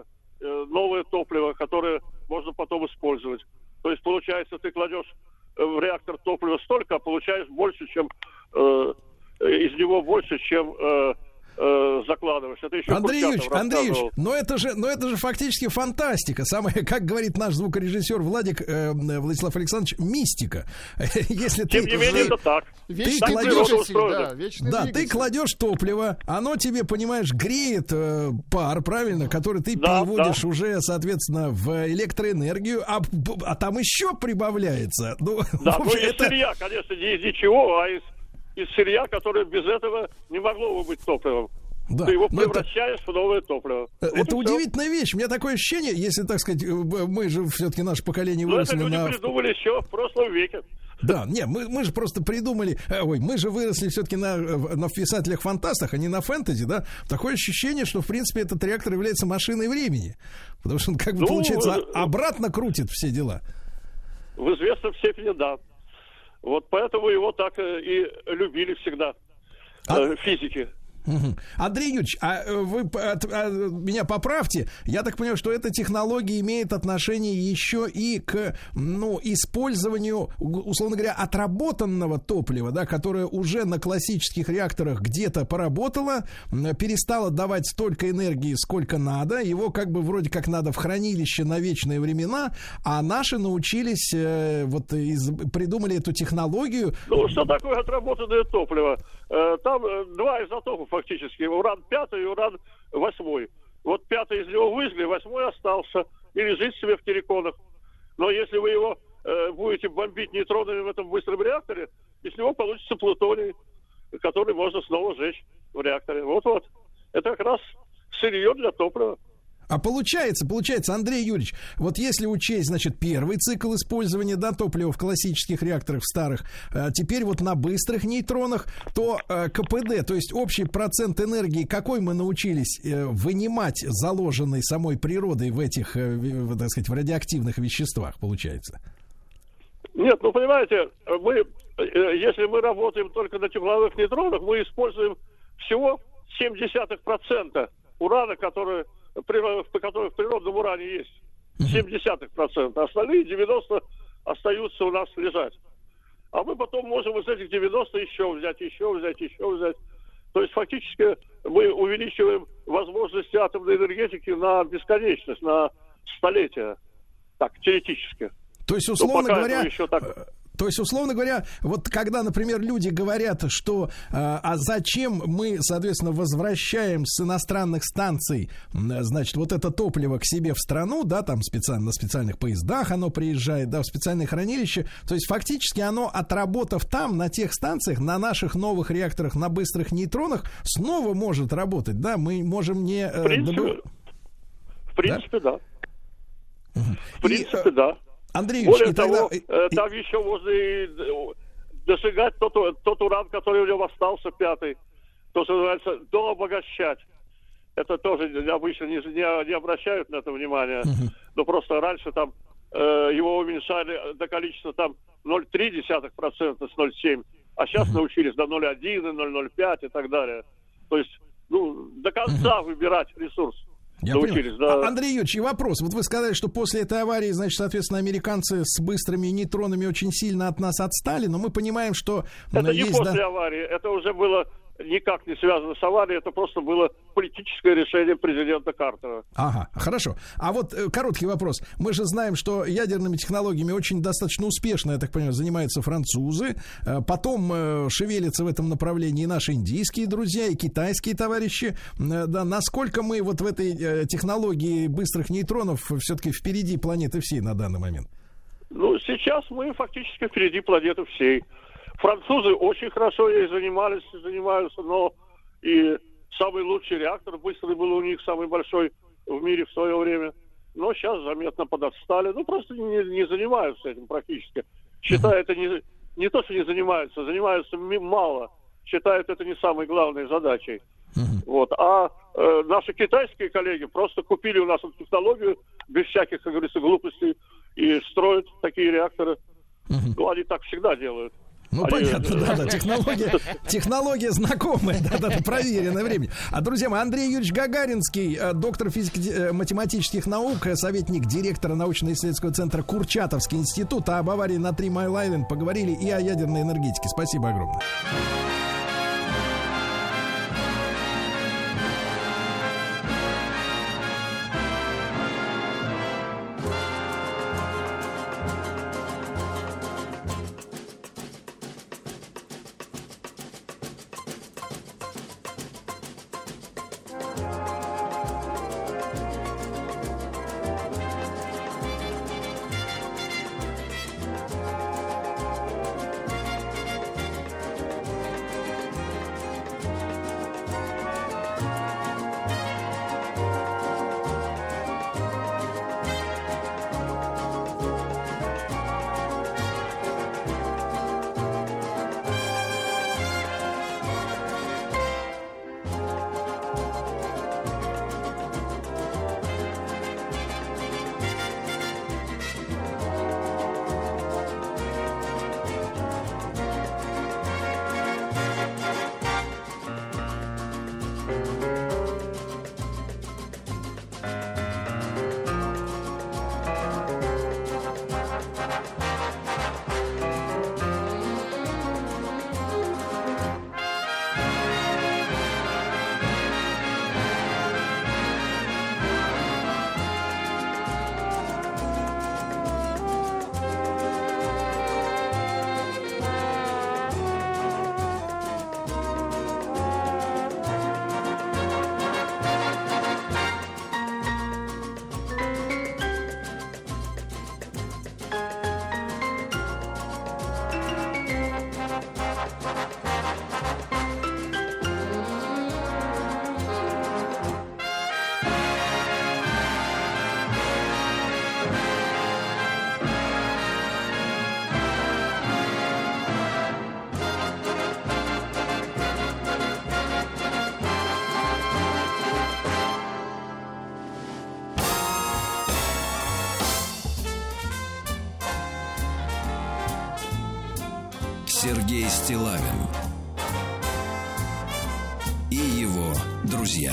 новое топливо, которое можно потом использовать. То есть, получается, ты кладешь в реактор топлива столько, а получаешь больше, чем э, из него больше, чем э, э, закладываешь. Это еще Андрей Юрьевич, Андрей Юрьевич, но это же, но это же фактически фантастика. Самое, как говорит наш звукорежиссер Владик э, Владислав Александрович, мистика. Если Тем ты, не менее, ты, это так. Ты кладешь, да, да, ты кладешь топливо, оно тебе, понимаешь, греет э, пар, правильно, который ты да, переводишь да. уже, соответственно, в электроэнергию, а, а там еще прибавляется. Ну, да, ну это... из сырья, конечно, не из ничего, а из, из сырья, которое без этого не могло бы быть топливом. Да. Ты его превращаешь это, в новое топливо. Это вот удивительная все. вещь. У меня такое ощущение, если, так сказать, мы же все-таки наше поколение выросли на... на... это люди придумали еще в прошлом веке. Да, не, мы, мы же просто придумали, ой, мы же выросли все-таки на, на писателях-фантастах, а не на фэнтези, да. Такое ощущение, что, в принципе, этот реактор является машиной времени. Потому что он, как бы, ну, получается, обратно крутит все дела. В известной степени, да. Вот поэтому его так и любили всегда а... физики. Угу. Андрей Юрьевич, а вы а, а, меня поправьте. Я так понимаю, что эта технология имеет отношение еще и к, ну, использованию, условно говоря, отработанного топлива, да, которое уже на классических реакторах где-то поработало, перестало давать столько энергии, сколько надо. Его как бы вроде как надо в хранилище на вечные времена, а наши научились, э, вот из, придумали эту технологию. Ну, что такое отработанное топливо? Там два изотопа фактически, уран пятый и уран восьмой. Вот пятый из него выжгли, восьмой остался и лежит себе в терриконах. Но если вы его э, будете бомбить нейтронами в этом быстром реакторе, из него получится плутоний, который можно снова сжечь в реакторе. Вот-вот. Это как раз сырье для топлива. А получается, получается, Андрей Юрьевич, вот если учесть, значит, первый цикл использования, да, топлива в классических реакторах, в старых, а теперь вот на быстрых нейтронах, то э, КПД, то есть общий процент энергии, какой мы научились э, вынимать заложенной самой природой в этих, э, в, так сказать, в радиоактивных веществах, получается? Нет, ну, понимаете, мы, э, если мы работаем только на тепловых нейтронах, мы используем всего семь десятых процента урана, который... который в природном уране есть, семь десятых процента. Остальные девяносто остаются у нас лежать. А мы потом можем из этих девяноста еще взять, еще взять, еще взять. То есть фактически мы увеличиваем возможности атомной энергетики на бесконечность, на столетия. Так, теоретически. То есть, условно говоря... Еще так... То есть, условно говоря, вот когда, например, люди говорят, что а, а зачем мы, соответственно, возвращаем с иностранных станций, значит, вот это топливо к себе в страну, да, там специально на специальных поездах оно приезжает, да, в специальные хранилища, то есть фактически оно, отработав там, на тех станциях, на наших новых реакторах, на быстрых нейтронах, снова может работать, да, мы можем не... В принципе, добыв... в принципе да. да. В принципе, И, да. Андрей Более Ильич, того, тогда... там еще можно и досжигать тот, тот уран, который у него остался, пятый. То, что называется, дообогащать. Это тоже обычно не, не, не обращают на это внимания. Uh-huh. Но просто раньше там э, его уменьшали до количества там ноль целых три десятых процента с ноль целых семь десятых процента. А сейчас uh-huh. научились до ноль целых один десятых, ноль целых ноль пять десятых и так далее. То есть, ну, до конца uh-huh. выбирать ресурс. Я понял. Да. Андрей Юрьевич, и вопрос. Вот вы сказали, что после этой аварии, значит, соответственно, американцы с быстрыми нейтронами очень сильно от нас отстали, но мы понимаем, что... Это есть, не после да... аварии, это уже было никак не связано с аварией, это просто было политическое решение президента Картера. Ага, хорошо. А вот э, короткий вопрос. Мы же знаем, что ядерными технологиями очень достаточно успешно, я так понимаю, занимаются французы. Э, потом э, шевелятся в этом направлении наши индийские друзья и китайские товарищи. Э, да, насколько мы вот в этой э, технологии быстрых нейтронов все-таки впереди планеты всей на данный момент? Ну, сейчас мы фактически впереди планеты всей. Французы очень хорошо ей занимались, занимаются, но и самый лучший реактор быстрый был у них, самый большой в мире в свое время. Но сейчас заметно подотстали. Ну, просто не, не занимаются этим практически. Считают, это не, не то, что не занимаются, занимаются мало. Считают, это не самой главной задачей. Вот. А э, наши китайские коллеги просто купили у нас эту технологию без всяких, как говорится, глупостей и строят такие реакторы. Ну, они так всегда делают. Ну, понятно, да-да, технология, технология знакомая, да-да, проверенная временем. А, друзья мои, Андрей Юрьевич Гагаринский, доктор физико-математических наук, советник директора научно-исследовательского центра Курчатовский институт, а об аварии на Три Майл Айленд поговорили и о ядерной энергетике. Спасибо огромное. Сергей Стиллавин и его друзья.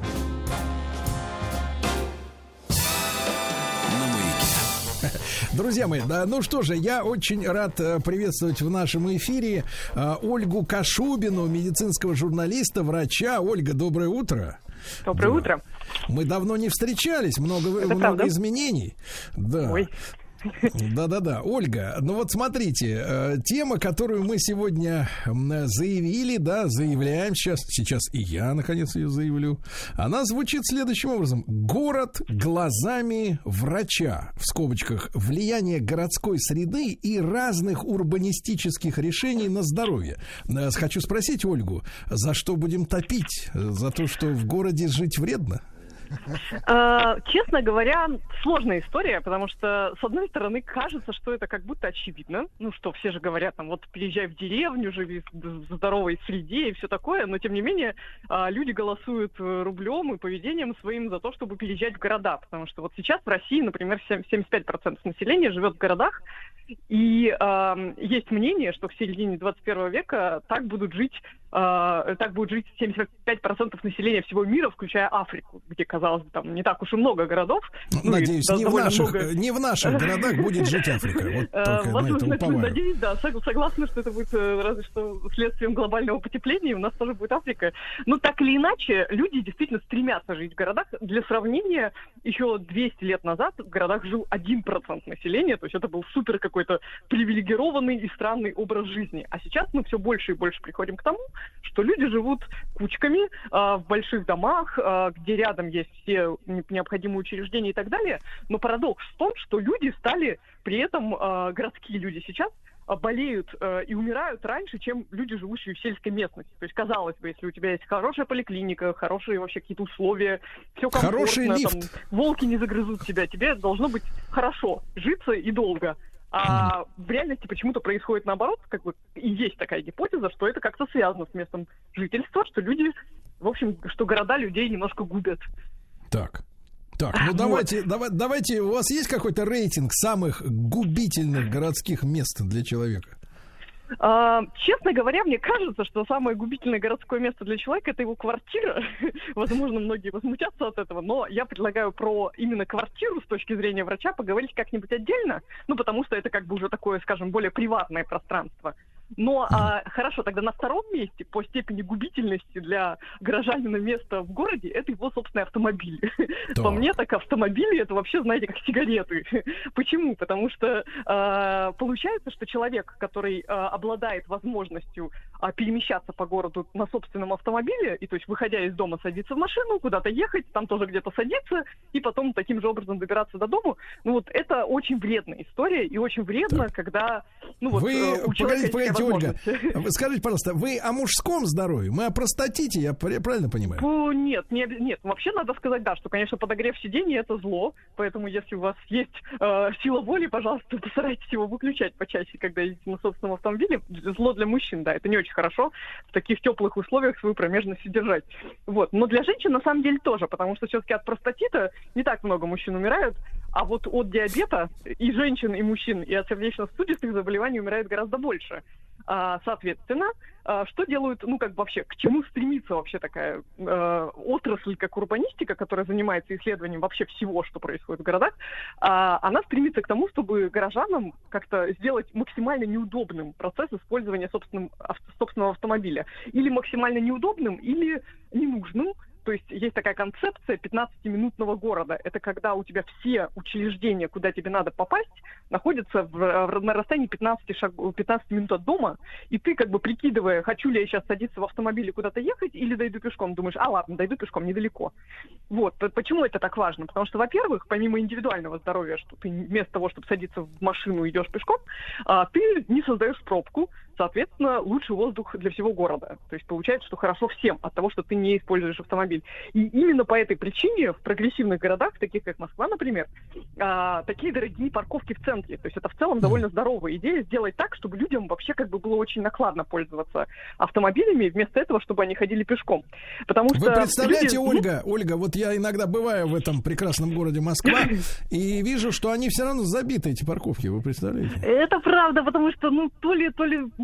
Друзья мои, да, ну что же, я очень рад приветствовать в нашем эфире а, Ольгу Кашубину, медицинского журналиста, врача. Ольга, доброе утро. Доброе да. утро. Мы давно не встречались, много, много изменений. Да. Ой. Да-да-да. Ольга, ну вот смотрите, э, тема, которую мы сегодня заявили, да, заявляем сейчас, сейчас и я, наконец, ее заявлю, она звучит следующим образом. Город глазами врача, в скобочках, влияние городской среды и разных урбанистических решений на здоровье. Э, хочу спросить Ольгу, за что будем топить? За то, что в городе жить вредно? Честно говоря, сложная история, потому что, с одной стороны, кажется, что это как будто очевидно. Ну что, все же говорят, там, вот переезжай в деревню, живи в здоровой среде и все такое, но, тем не менее, люди голосуют рублем и поведением своим за то, чтобы переезжать в города, потому что вот сейчас в России, например, семьдесят пять процентов населения живет в городах, и э, есть мнение, что в середине двадцать первого века так будут жить, э, так будут жить семьдесят пять процентов населения всего мира, включая Африку, где, казалось бы, там не так уж и много городов. Надеюсь, ну, не, в наших, много... не в наших городах будет жить Африка. Вот только на это уповаю. Надеюсь, да, согласна, что это будет разве что следствием глобального потепления, и у нас тоже будет Африка. Но так или иначе, люди действительно стремятся жить в городах. Для сравнения, еще двести лет назад в городах жил один процент населения, то есть это был супер какой какой-то привилегированный и странный образ жизни. А сейчас мы все больше и больше приходим к тому, что люди живут кучками э, в больших домах, э, где рядом есть все необходимые учреждения и так далее. Но парадокс в том, что люди стали при этом, э, городские люди сейчас, болеют э, и умирают раньше, чем люди, живущие в сельской местности. То есть, казалось бы, если у тебя есть хорошая поликлиника, хорошие вообще какие-то условия, все комфортно, хороший лифт. Там, волки не загрызут тебя, тебе должно быть хорошо житься и долго. А в реальности почему-то происходит наоборот, как бы и есть такая гипотеза, что это как-то связано с местом жительства, что люди, в общем, что города людей немножко губят. Так. Так, ну давайте, давай, давайте, у вас есть какой-то рейтинг самых губительных городских мест для человека? Uh, честно говоря, мне кажется, что самое губительное городское место для человека — это его квартира. Возможно, многие возмутятся от этого, но я предлагаю про именно квартиру с точки зрения врача поговорить как-нибудь отдельно, ну, потому что это как бы уже такое, скажем, более приватное пространство. Но а, хорошо, тогда на втором месте по степени губительности для горожанина места в городе это его собственный автомобиль. Так. По мне, так автомобили — это вообще, знаете, как сигареты. Почему? Потому что а, получается, что человек, который а, обладает возможностью а, перемещаться по городу на собственном автомобиле, и то есть выходя из дома садиться в машину, куда-то ехать, там тоже где-то садиться, и потом таким же образом добираться до дома, ну вот это очень вредная история, и очень вредно, так. когда ну, вот, Вы, у человека погодите, погодите, Ольга, вы скажите, пожалуйста, вы о мужском здоровье? Мы о простатите, я правильно понимаю? Ну, нет, не, нет. Вообще надо сказать, да, что, конечно, подогрев сидений — это зло, поэтому если у вас есть э, сила воли, пожалуйста, постарайтесь его выключать почаще, когда едете на собственном автомобиле. Зло для мужчин, да, это не очень хорошо в таких теплых условиях свою промежность содержать. Вот. Но для женщин на самом деле тоже, потому что все-таки от простатита не так много мужчин умирают, а вот от диабета и женщин, и мужчин, и от сердечно-сосудистых заболеваний умирает гораздо больше. А, соответственно, а, что делают, ну, как бы вообще, к чему стремится вообще такая э, отрасль, как урбанистика, которая занимается исследованием вообще всего, что происходит в городах, а, она стремится к тому, чтобы горожанам как-то сделать максимально неудобным процесс использования собственным, авто, собственного автомобиля. Или максимально неудобным, или ненужным. То есть есть такая концепция пятнадцатиминутного города. Это когда у тебя все учреждения, куда тебе надо попасть, находятся в, в, на расстоянии пятнадцать, шаг, пятнадцать минут от дома, и ты, как бы прикидывая, хочу ли я сейчас садиться в автомобиле куда-то ехать или дойду пешком, думаешь, а ладно, дойду пешком, недалеко. Вот. Почему это так важно? Потому что, во-первых, помимо индивидуального здоровья, что ты вместо того, чтобы садиться в машину, идешь пешком, ты не создаешь пробку, соответственно, лучший воздух для всего города. То есть получается, что хорошо всем от того, что ты не используешь автомобиль. И именно по этой причине в прогрессивных городах, таких как Москва, например, а, такие дорогие парковки в центре. То есть это в целом довольно здоровая идея сделать так, чтобы людям вообще как бы было очень накладно пользоваться автомобилями, вместо этого, чтобы они ходили пешком. Потому что вы представляете, люди... Ольга, Ольга, вот я иногда бываю в этом прекрасном городе Москва и вижу, что они все равно забиты, эти парковки, вы представляете? Это правда, потому что, ну, то ли, то ли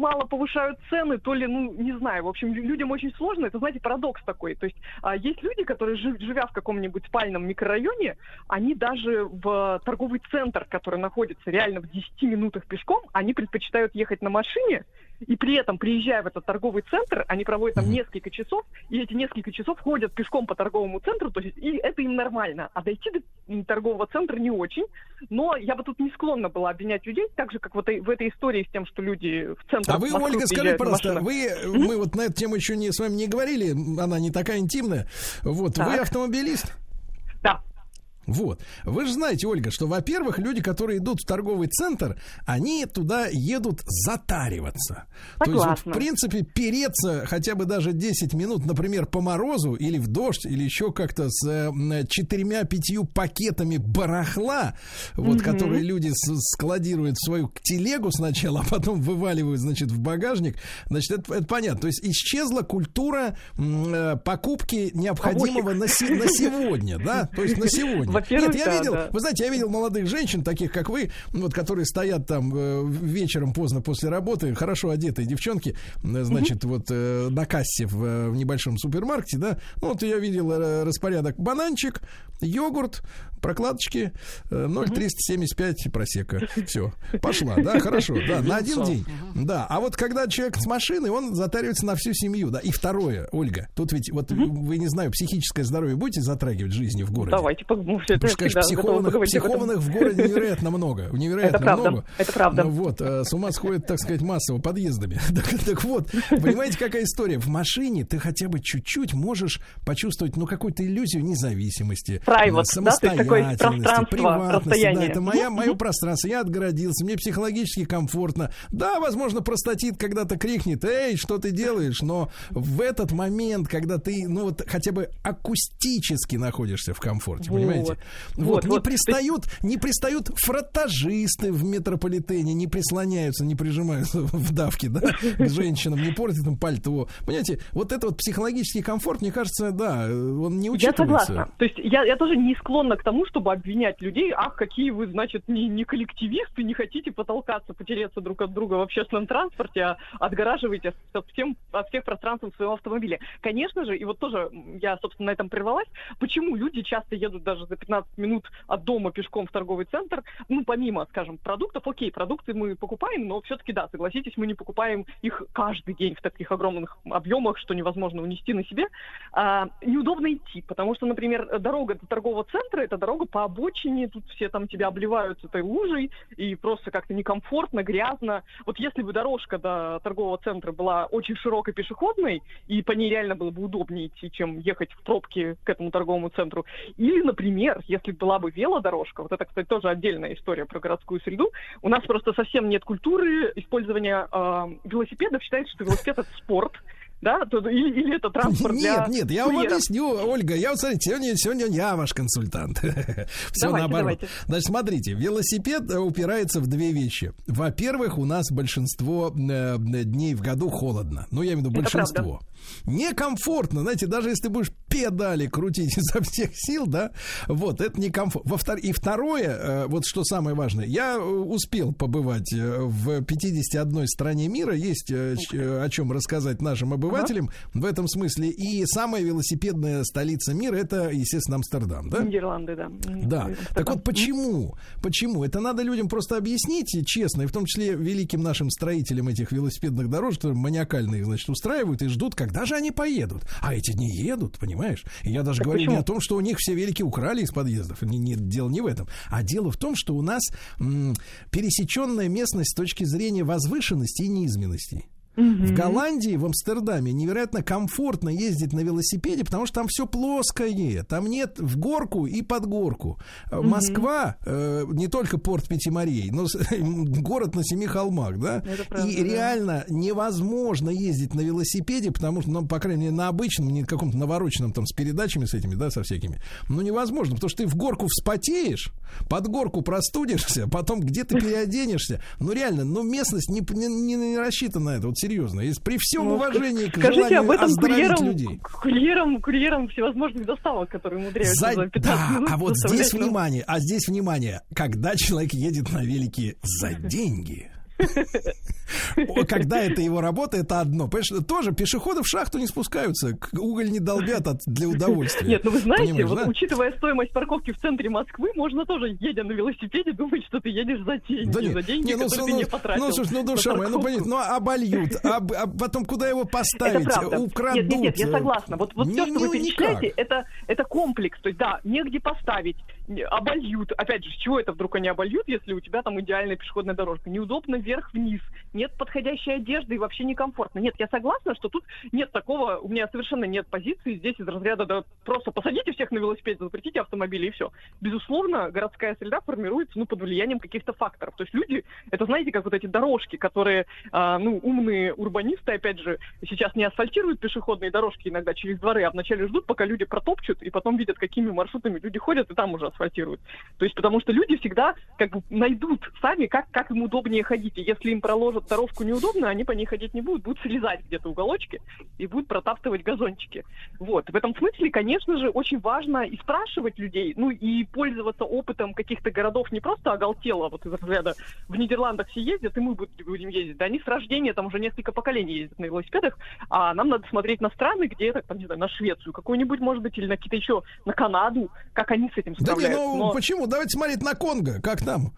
мало повышают цены, то ли, ну, не знаю. В общем, людям очень сложно. Это, знаете, парадокс такой. То есть а, есть люди, которые, жив, живя в каком-нибудь спальном микрорайоне, они даже в торговый центр, который находится реально в десяти минутах пешком, они предпочитают ехать на машине, и при этом, приезжая в этот торговый центр, они проводят там несколько часов, и эти несколько часов ходят пешком по торговому центру, то есть и это им нормально. А дойти до торгового центра не очень. Но я бы тут не склонна была обвинять людей, так же, как в этой, в этой истории с тем, что люди в центр... А вы, Ольга, скажите, пожалуйста, вы, мы вот на эту тему еще не, с вами не говорили, она не такая интимная. Вот, так. Вы автомобилист? Да. Вот. Вы же знаете, Ольга, что, во-первых, люди, которые идут в торговый центр, они туда едут затариваться. Согласна. То есть, вот, в принципе, переться хотя бы даже десять минут, например, по морозу или в дождь, или еще как-то с э, четырьмя-пятью пакетами барахла, вот, mm-hmm. которые люди с- складируют в свою телегу сначала, а потом вываливают, значит, в багажник. Значит, это, это понятно. То есть, исчезла культура э, покупки необходимого на, се- на сегодня, да? То есть, на сегодня. Во-первых, Нет, я да, видел, да. вы знаете, я видел молодых женщин, таких как вы, вот, которые стоят там э, вечером поздно после работы, хорошо одетые девчонки, э, значит, mm-hmm. вот э, на кассе в, э, в небольшом супермаркете, да, ну, вот я видел э, распорядок: бананчик, йогурт, прокладочки, э, ноль триста семьдесят пять просека. Все, пошла, да, хорошо, да, на один день. Да, а вот когда человек с машиной, он затаривается на всю семью, да. И второе, Ольга, тут ведь, вот вы, не знаю, психическое здоровье будете затрагивать в жизни в городе? Давайте поговорим. Потому что, конечно, психованных, психованных в городе невероятно много. Невероятно это правда, много. Это правда. Вот, с ума сходят, так сказать, массово подъездами. так, так вот, понимаете, какая история? В машине ты хотя бы чуть-чуть можешь почувствовать, ну, какую-то иллюзию независимости, Private, самостоятельности, да? приватности. Да, это моя, мое пространство. Я отгородился, мне психологически комфортно. Да, возможно, простатит когда-то крикнет: эй, что ты делаешь? Но в этот момент, когда ты, ну, вот хотя бы акустически находишься в комфорте, вот. Понимаете? Вот, вот, не, вот. Пристают, не пристают фронтажисты в метрополитене, не прислоняются, не прижимаются в давке, да, к женщинам, не портят им пальто. Понимаете, вот это вот психологический комфорт, мне кажется, да, он не учитывается. Я согласна. То есть я, я тоже не склонна к тому, чтобы обвинять людей: ах, какие вы, значит, не, не коллективисты, не хотите потолкаться, потереться друг от друга в общественном транспорте, а отгораживаете от, всем, от всех пространств своего автомобиля. Конечно же, и вот тоже я, собственно, на этом прервалась, почему люди часто едут даже за пятнадцать минут от дома пешком в торговый центр, ну, помимо, скажем, продуктов, окей, продукты мы покупаем, но все-таки, да, согласитесь, мы не покупаем их каждый день в таких огромных объемах, что невозможно унести на себе. А, неудобно идти, потому что, например, дорога до торгового центра — это дорога по обочине, тут все там тебя обливают этой лужей, и просто как-то некомфортно, грязно. Вот если бы дорожка до торгового центра была очень широкой пешеходной, и по ней реально было бы удобнее идти, чем ехать в пробке к этому торговому центру, или, например, если была бы велодорожка, вот это, кстати, тоже отдельная история про городскую среду, у нас просто совсем нет культуры использования э, велосипедов, считается, что велосипед — это спорт, да, или, или это транспорт для Нет, нет, я вам курьеров. объясню, Ольга, я вот, смотрите, сегодня, сегодня я ваш консультант. Все давайте, наоборот. Давайте. Значит, смотрите, велосипед упирается в две вещи. Во-первых, у нас большинство э, дней в году холодно. Ну, я имею в виду большинство. Некомфортно, знаете, даже если ты будешь педали крутить изо всех сил, да, вот, это некомфортно. Во-втор... И второе, э, вот что самое важное, я успел побывать в пятидесяти одной стране мира, есть э, о чем рассказать нашим обывателям. Обывателям в этом смысле. И самая велосипедная столица мира — это, естественно, Амстердам, да? Нидерланды, да. Да. Амстердам. Так вот, почему? Почему? Это надо людям просто объяснить честно, и в том числе великим нашим строителям этих велосипедных дорожек, которые маниакально их, значит, устраивают и ждут, когда же они поедут. А эти не едут, понимаешь? И я даже так говорю почему? Не о том, что у них все велики украли из подъездов. Не, не, дело не в этом. А дело в том, что у нас м- пересеченная местность с точки зрения возвышенности и низменностей. В Голландии, в Амстердаме невероятно комфортно ездить на велосипеде, потому что там все плоское, там нет в горку и под горку. Mm-hmm. Москва, э, не только порт Пяти морей, но город на семи холмах, да? Правда, и да. реально невозможно ездить на велосипеде, потому что, ну, по крайней мере, на обычном, не каком-то навороченном там с передачами, с этими, да, со всякими, ну, невозможно, потому что ты в горку вспотеешь, под горку простудишься, потом где-то переоденешься. Ну, реально, ну, местность не, не, не рассчитана на это. Вот серьезно, если при всем ну, уважении к желанию об этом оздоровить людей. Курьерам, курьерам всевозможных доставок, которые умудряются за, за пятнадцать да, минут. А вот здесь внимание, а здесь внимание, когда человек едет на велике за деньги, Когда это его работа, это одно. Понимаешь, тоже пешеходы в шахту не спускаются, уголь не долбят от, для удовольствия. Нет, ну вы знаете, Понимаешь, вот да? Учитывая стоимость парковки в центре Москвы, можно тоже, едя на велосипеде, думать, что ты едешь за деньги, да за деньги, не, ну, которые ну, ты не ну, потратил. Ну, слушай, ну, душа моя, ну, понятно, ну, обольют, а, а потом куда его поставить, это правда. украдут. Нет, нет, нет, я согласна. Вот, вот не, все, что вы не, перечисляете, это, это комплекс. То есть, да, негде поставить, обольют. Опять же, с чего это вдруг они обольют, если у тебя там идеальная пешеходная дорожка? Неудобно вверх-вниз, нет подходящей одежды и вообще некомфортно. Нет, я согласна, что тут нет такого, у меня совершенно нет позиции здесь из разряда, да, просто посадите всех на велосипед, запретите автомобили и все. Безусловно, городская среда формируется, ну, под влиянием каких-то факторов. То есть люди, это знаете, как вот эти дорожки, которые, а, ну, умные урбанисты, опять же, сейчас не асфальтируют пешеходные дорожки иногда через дворы, а вначале ждут, пока люди протопчут, и потом видят, какими маршрутами люди ходят, и там уже асфальтируют. То есть потому что люди всегда как бы найдут сами, как, как им удобнее ходить. И если им проложат дорожку неудобно, они по ней ходить не будут, будут срезать где-то уголочки и будут протаптывать газончики. Вот. В этом смысле, конечно же, очень важно и спрашивать людей, ну и пользоваться опытом каких-то городов не просто оголтело, вот из разряда в Нидерландах все ездят, и мы будем ездить. Да, они с рождения, там уже несколько поколений ездят на велосипедах, а нам надо смотреть на страны, где это, там, не знаю, на Швецию какую-нибудь, может быть, или на какие-то еще, на Канаду, как они с этим справляются. Да не, ну Но... почему? Давайте смотреть на Конго, как там.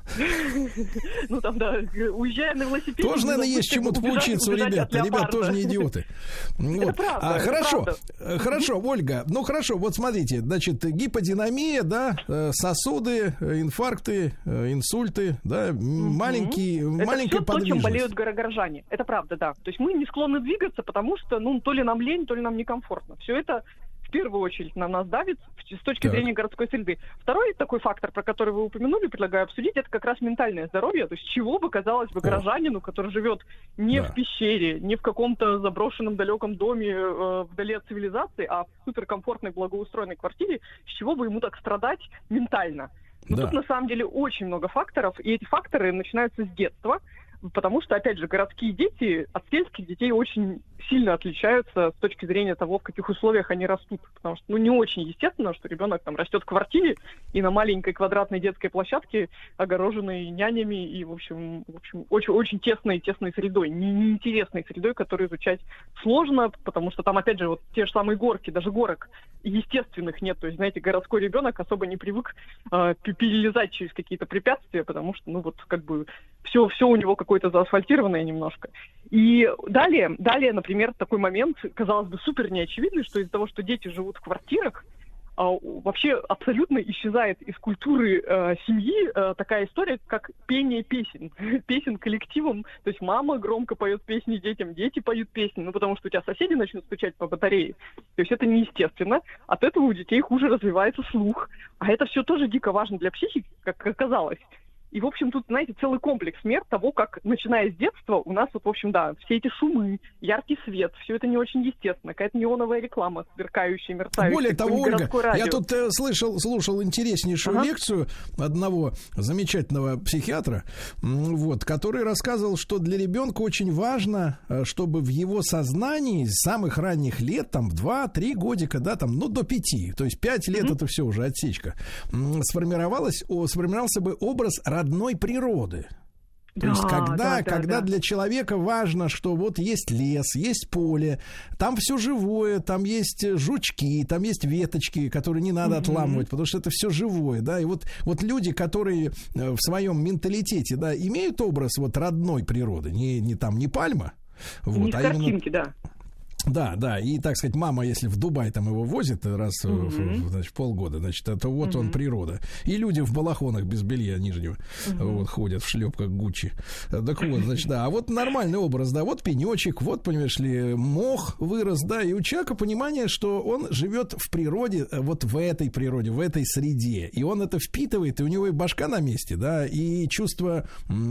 Ну там, да, уезжая на велосипеде. Тоже, наверное, есть чему-то поучиться у ребят. Ребят тоже не идиоты. Это правда. Хорошо, хорошо, Ольга. Ну хорошо, вот смотрите, значит, гиподинамия, да, сосуды, инфаркты, инсульты, да, маленькие, маленькая подвижность. Это все то, чем болеют горожане. Это правда, да. То есть мы не склонны двигаться, потому что, ну, то ли нам лень, то ли нам некомфортно. Все это в первую очередь на нас давит с точки так. зрения городской среды. Второй такой фактор, про который вы упомянули, предлагаю обсудить, это как раз ментальное здоровье. То есть чего бы, казалось бы, горожанину, который живет не да. в пещере, не в каком-то заброшенном далеком доме э, вдали от цивилизации, а в суперкомфортной благоустроенной квартире, с чего бы ему так страдать ментально? Но да. тут на самом деле очень много факторов, и эти факторы начинаются с детства. Потому что, опять же, городские дети от сельских детей очень сильно отличаются с точки зрения того, в каких условиях они растут. Потому что, ну, не очень естественно, что ребенок там растет в квартире и на маленькой квадратной детской площадке, огороженной нянями и, в общем, в общем очень, очень тесной, тесной средой, не, неинтересной средой, которую изучать сложно, потому что там, опять же, вот те же самые горки, даже горок естественных нет. То есть, знаете, городской ребенок особо не привык э, перелезать через какие-то препятствия, потому что, ну, вот, как бы, все, все у него какое-то заасфальтированное немножко. И далее, далее, например, такой момент, казалось бы, супер неочевидный, что из-за того, что дети живут в квартирах, а, вообще абсолютно исчезает из культуры э, семьи э, такая история, как пение песен. Песен коллективом. То есть мама громко поет песни детям, дети поют песни, ну потому что у тебя соседи начнут стучать по батарее. То есть это неестественно. От этого у детей хуже развивается слух. А это все тоже дико важно для психики, как оказалось. И, в общем, тут, знаете, целый комплекс мер того, как, начиная с детства, у нас, вот, в общем, да, все эти шумы, яркий свет, все это не очень естественно. Какая-то неоновая реклама, сверкающая, мерцающая. Более того, Ольга, я тут э, слышал, слушал интереснейшую ага. лекцию одного замечательного психиатра, вот, который рассказывал, что для ребенка очень важно, чтобы в его сознании с самых ранних лет, там, в два-три годика, да, там, ну, до пяти, то есть пять лет mm-hmm. это все уже отсечка, сформировалось, о, сформировался бы образ родной природы. То да, есть, когда, да, когда да. для человека важно, что вот есть лес, есть поле, там все живое, там есть жучки, там есть веточки, которые не надо mm-hmm. отламывать, потому что это все живое, да, и вот, вот люди, которые в своем менталитете, да, имеют образ вот родной природы, не, не там, не пальма, вот, не а картинки, именно... да. Да, да, и, так сказать, мама, если в Дубай там его возит раз mm-hmm. в, значит, полгода, значит, то вот mm-hmm. он природа. И люди в балахонах без белья нижнего mm-hmm. вот, ходят в шлепках Гуччи. Так вот, значит, да, а вот нормальный образ, да, вот пенечек, вот, понимаешь ли, мох вырос, да, и у человека понимание, что он живет в природе, вот в этой природе, в этой среде, и он это впитывает, и у него и башка на месте, да, и чувство,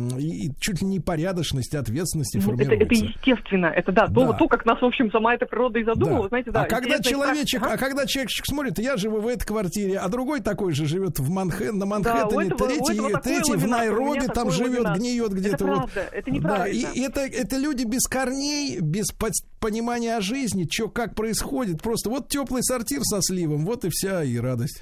и чуть ли не порядочности, ответственности ну, формируется. Это, это естественно, это да, да. То, то, как нас, в общем, сама эта природа и задумала, да. знаете, да. А когда человечек, ага. а когда человечек смотрит, я живу в этой квартире, а другой такой же живет в Манхэ... на Манхэттене, да, третий, третий в Найроби там живет, ламинат. Гниет где-то. Это вот. Правда, это неправильно. Да, и это, это люди без корней, без понимания о жизни, что как происходит. Просто вот теплый сортир со сливом, вот и вся и радость.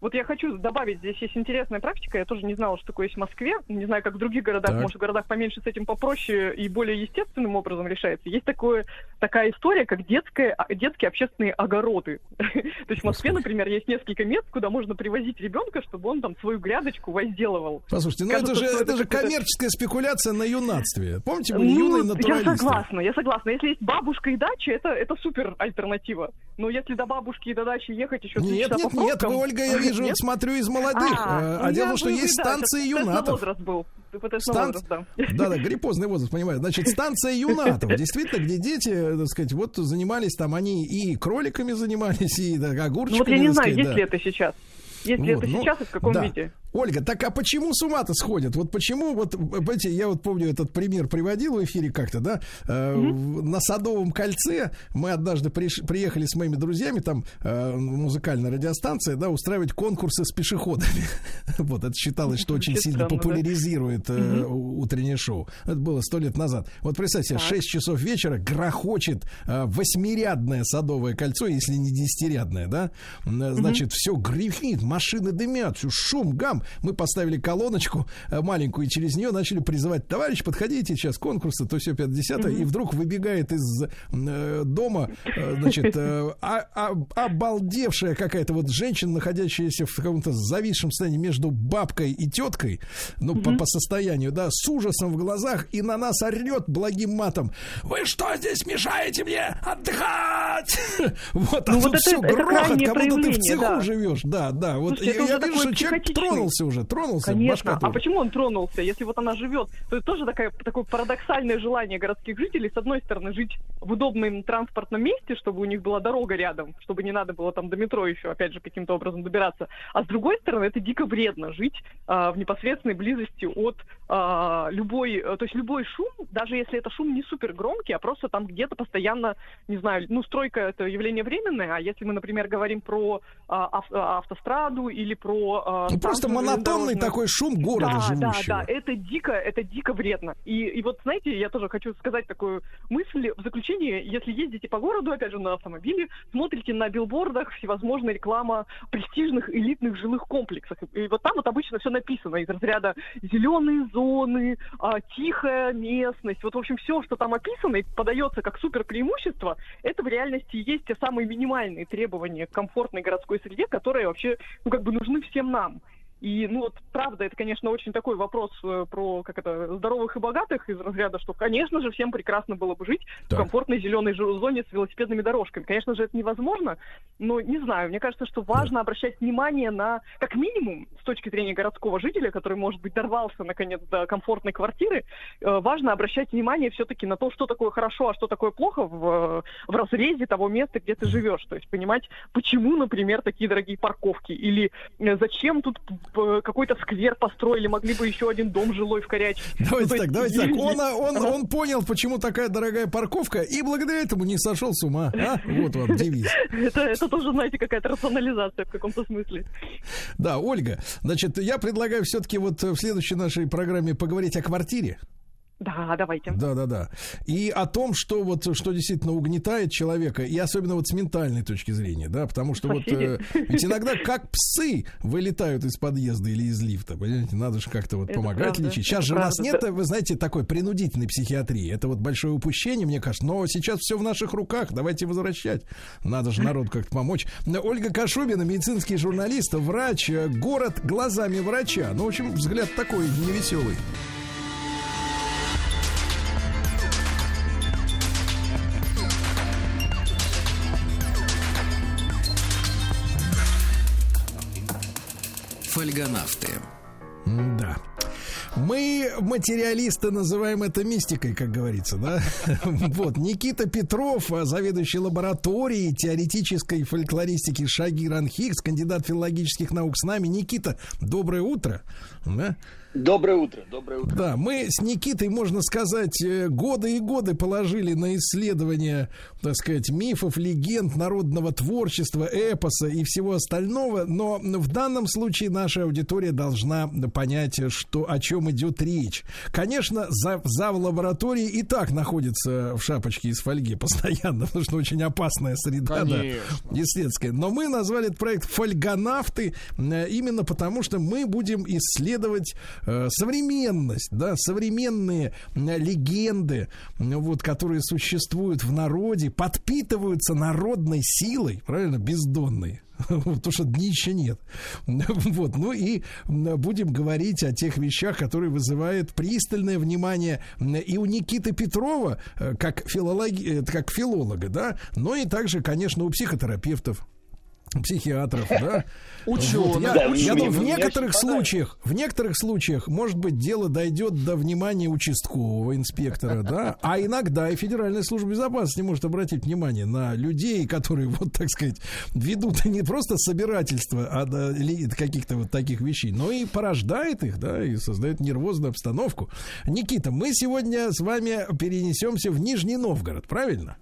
Вот я хочу добавить, здесь есть интересная практика, я тоже не знала, что такое есть в Москве, не знаю, как в других городах, так. может, в городах поменьше с этим попроще и более естественным образом решается. Есть такое, такая история, как детская, детские общественные огороды. То есть в Москве, например, есть несколько мест, куда можно привозить ребенка, чтобы он там свою грядочку возделывал. Послушайте, ну это же, это же коммерческая спекуляция на юнатстве. Помните, были ну, юные натуралисты? Я согласна, я согласна. Если есть бабушка и дача, это, это супер альтернатива. Но если до бабушки и до дачи ехать еще три нет, часа нет, по пробкам... Нет, вы, Ольга, я вижу, нет? смотрю из молодых. А, а ну дело в том, что есть да, станции юнатов. Возраст был. Стан... возраст, да. Да, да, гриппозный возраст, понимаю. Значит, станция юнатов. Действительно, где дети, так сказать, вот занимались там, они и кроликами занимались, и да, огурчиками. Ну вот я не знаю, сказать, есть да. ли это сейчас. Есть ли вот, это ну, сейчас и в каком да. виде? Ольга, так а почему с ума-то сходят? Вот почему, вот, понимаете, я вот помню, этот пример приводил в эфире как-то, да, э, mm-hmm. на Садовом кольце мы однажды приш, приехали с моими друзьями, там э, музыкальная радиостанция, да, устраивать конкурсы с пешеходами. Вот, это считалось, что очень сильно популяризирует утреннее шоу. Это было сто лет назад. Вот представьте, шесть часов вечера грохочет восьмирядное Садовое кольцо, если не десятирядное, да, значит, все гремит, машины дымят, все шум, гам. Мы поставили колоночку маленькую, и через нее начали призывать: товарищ, подходите, сейчас конкурсы, то все пятьдесят, mm-hmm. и вдруг выбегает из э, дома, э, значит, э, а, а, обалдевшая какая-то вот женщина, находящаяся в каком-то зависшем состоянии между бабкой и теткой, ну, mm-hmm. по, по состоянию, да, с ужасом в глазах, и на нас орет благим матом: вы что здесь мешаете мне отдыхать? Вот, а тут все грохот, как будто ты в цеху живешь. Да, да, вот я вижу, что человек тронулся уже, тронулся. Конечно. А почему он тронулся? Если вот она живет, то это тоже такая, такое парадоксальное желание городских жителей, с одной стороны, жить в удобном транспортном месте, чтобы у них была дорога рядом, чтобы не надо было там до метро еще, опять же, каким-то образом добираться. А с другой стороны, это дико вредно жить а, в непосредственной близости от а, любой, то есть любой шум, даже если это шум не супер громкий, а просто там где-то постоянно, не знаю, ну, стройка — это явление временное, а если мы, например, говорим про а, ав- автостраду или про... А, ну, просто монотонный такой шум города да, живущего. Да, да, это дико, это дико вредно. И, и вот, знаете, я тоже хочу сказать такую мысль в заключение: если ездите по городу, опять же, на автомобиле, смотрите на билбордах всевозможная реклама престижных элитных жилых комплексов. И вот там вот обычно все написано из разряда зеленые зоны, а, тихая местность. Вот, в общем, все, что там описано и подается как супер преимущество, это в реальности есть те самые минимальные требования к комфортной городской среде, которые вообще, ну, как бы нужны всем нам. И, ну вот, правда, это, конечно, очень такой вопрос э, про, как это, здоровых и богатых, из разряда, что, конечно же, всем прекрасно было бы жить так. в комфортной зеленой зоне с велосипедными дорожками. Конечно же, это невозможно, но, не знаю, мне кажется, что важно да. обращать внимание на, как минимум, с точки зрения городского жителя, который, может быть, дорвался, наконец, до комфортной квартиры, э, важно обращать внимание все-таки на то, что такое хорошо, а что такое плохо в, в разрезе того места, где ты живешь. То есть понимать, почему, например, такие дорогие парковки, или э, зачем тут какой-то сквер построили, могли бы еще один дом жилой вкорячить. Давайте ну, так, давайте так. Он, он, он понял, почему такая дорогая парковка, и благодаря этому не сошел с ума. А? Вот вам девиз. Это, это тоже, знаете, какая-то рационализация в каком-то смысле. Да, Ольга, значит, я предлагаю все-таки вот в следующей нашей программе поговорить о квартире. Да, давайте. Да, да, да. И о том, что вот что действительно угнетает человека, и особенно вот с ментальной точки зрения, да, потому что вот э, ведь иногда как псы вылетают из подъезда или из лифта, понимаете, надо же как-то вот это помогать правда, лечить. Сейчас же правда. У нас нет, вы знаете, такой принудительной психиатрии. Это вот большое упущение, мне кажется. Но сейчас все в наших руках. Давайте возвращать. Надо же народу как-то помочь. Ольга Кашубина, медицинский журналист, врач, город глазами врача. Ну, в общем, взгляд такой невеселый. Фольгонавты. Да. Мы, материалисты, называем это мистикой, как говорится, да? Вот, Никита Петров, заведующий лабораторией теоретической фольклористики Шагир Анхикс, кандидат филологических наук с нами. Никита, доброе утро. Да? Доброе утро, доброе утро. Да, мы с Никитой, можно сказать, годы и годы положили на исследование, так сказать, мифов, легенд, народного творчества, эпоса и всего остального, но в данном случае наша аудитория должна понять, что, о чем идет речь. Конечно, зав, зав лаборатории и так находится в шапочке из фольги постоянно, потому что очень опасная среда, да, исследовательская. Но мы назвали этот проект «Фольгонавты» именно потому, что мы будем исследовать современность, да, современные легенды, вот, которые существуют в народе, подпитываются народной силой, правильно, бездонной. Потому что днища нет. Вот. Ну и будем говорить о тех вещах, которые вызывают пристальное внимание и у Никиты Петрова, как, филологи, как филолога, да, но и также, конечно, у психотерапевтов, психиатров, да. Ученых. Вот, я, Да, я думаю, в мне некоторых очень случаях, в некоторых случаях, может быть, дело дойдет до внимания участкового инспектора, да, а иногда и Федеральная служба безопасности может обратить внимание на людей, которые, вот, так сказать, ведут не просто собирательство а до каких-то вот таких вещей, но и порождает их, да, и создает нервозную обстановку. Никита, мы сегодня с вами перенесемся в Нижний Новгород, правильно?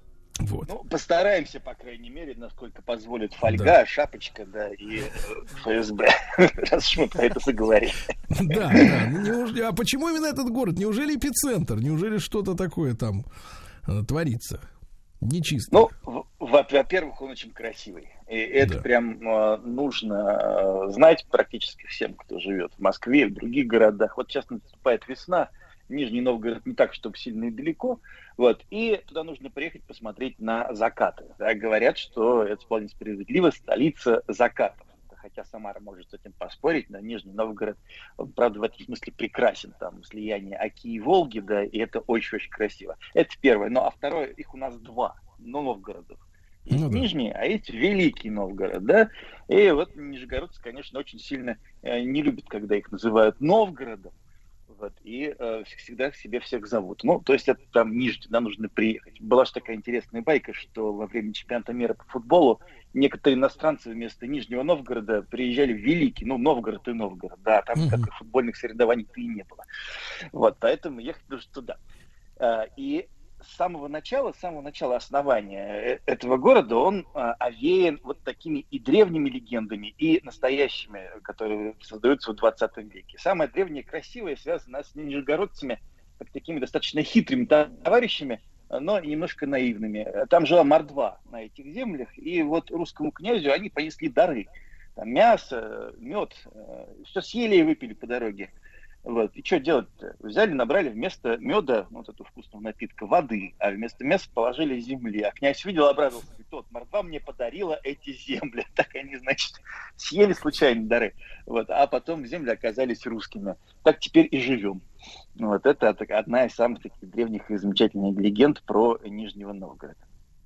Вот. Ну, постараемся, по крайней мере, насколько позволит фольга, да. шапочка, да, и эф эс бэ, раз уж мы про это заговорили. Да, да. Неужели, а почему именно этот город? Неужели эпицентр? Неужели что-то такое там э, творится? Нечисто. Ну, во-первых, он очень красивый. И это да. прям э, нужно э, знать практически всем, кто живет в Москве и в других городах. Вот сейчас наступает весна. Нижний Новгород не так, чтобы сильно и далеко, вот, и туда нужно приехать посмотреть на закаты. Да, говорят, что это вполне справедливо, столица закатов. Хотя Самара может с этим поспорить, но Нижний Новгород, он, правда, в этом смысле прекрасен. Там слияние Оки и Волги, да, и это очень-очень красиво. Это первое. Ну, а второе, их у нас два, но Новгородов. Есть ну, да. Нижний, а есть Великий Новгород, да. И вот нижегородцы, конечно, очень сильно э, не любят, когда их называют Новгородом. Вот, и э, всегда к себе всех зовут. Ну, то есть это там ниже, туда нужно приехать. Была же такая интересная байка, что во время чемпионата мира по футболу некоторые иностранцы вместо Нижнего Новгорода приезжали в Великий, ну, Новгород и Новгород, да, там mm-hmm. как и футбольных соревнований-то и не было. Вот, поэтому ехать нужно туда. Э, и с самого начала, с самого начала основания этого города он а, овеян вот такими и древними легендами, и настоящими, которые создаются в двадцатом веке. Самое древнее, красивое связано с нижегородцами, как такими достаточно хитрыми товарищами, но немножко наивными. Там жила мордва на этих землях, и вот русскому князю они понесли дары. Там мясо, мед, все съели и выпили по дороге. Вот. И что делать-то? Взяли, набрали вместо меда, вот этого вкусного напитка, воды, а вместо мяса положили земли. А князь видел, обрадовался, говорит, вот, мордва мне подарила эти земли. Так они, значит, съели случайно дары. Вот. А потом земли оказались русскими. Так теперь и живем. Вот. Это одна из самых таких древних и замечательных легенд про Нижнего Новгорода.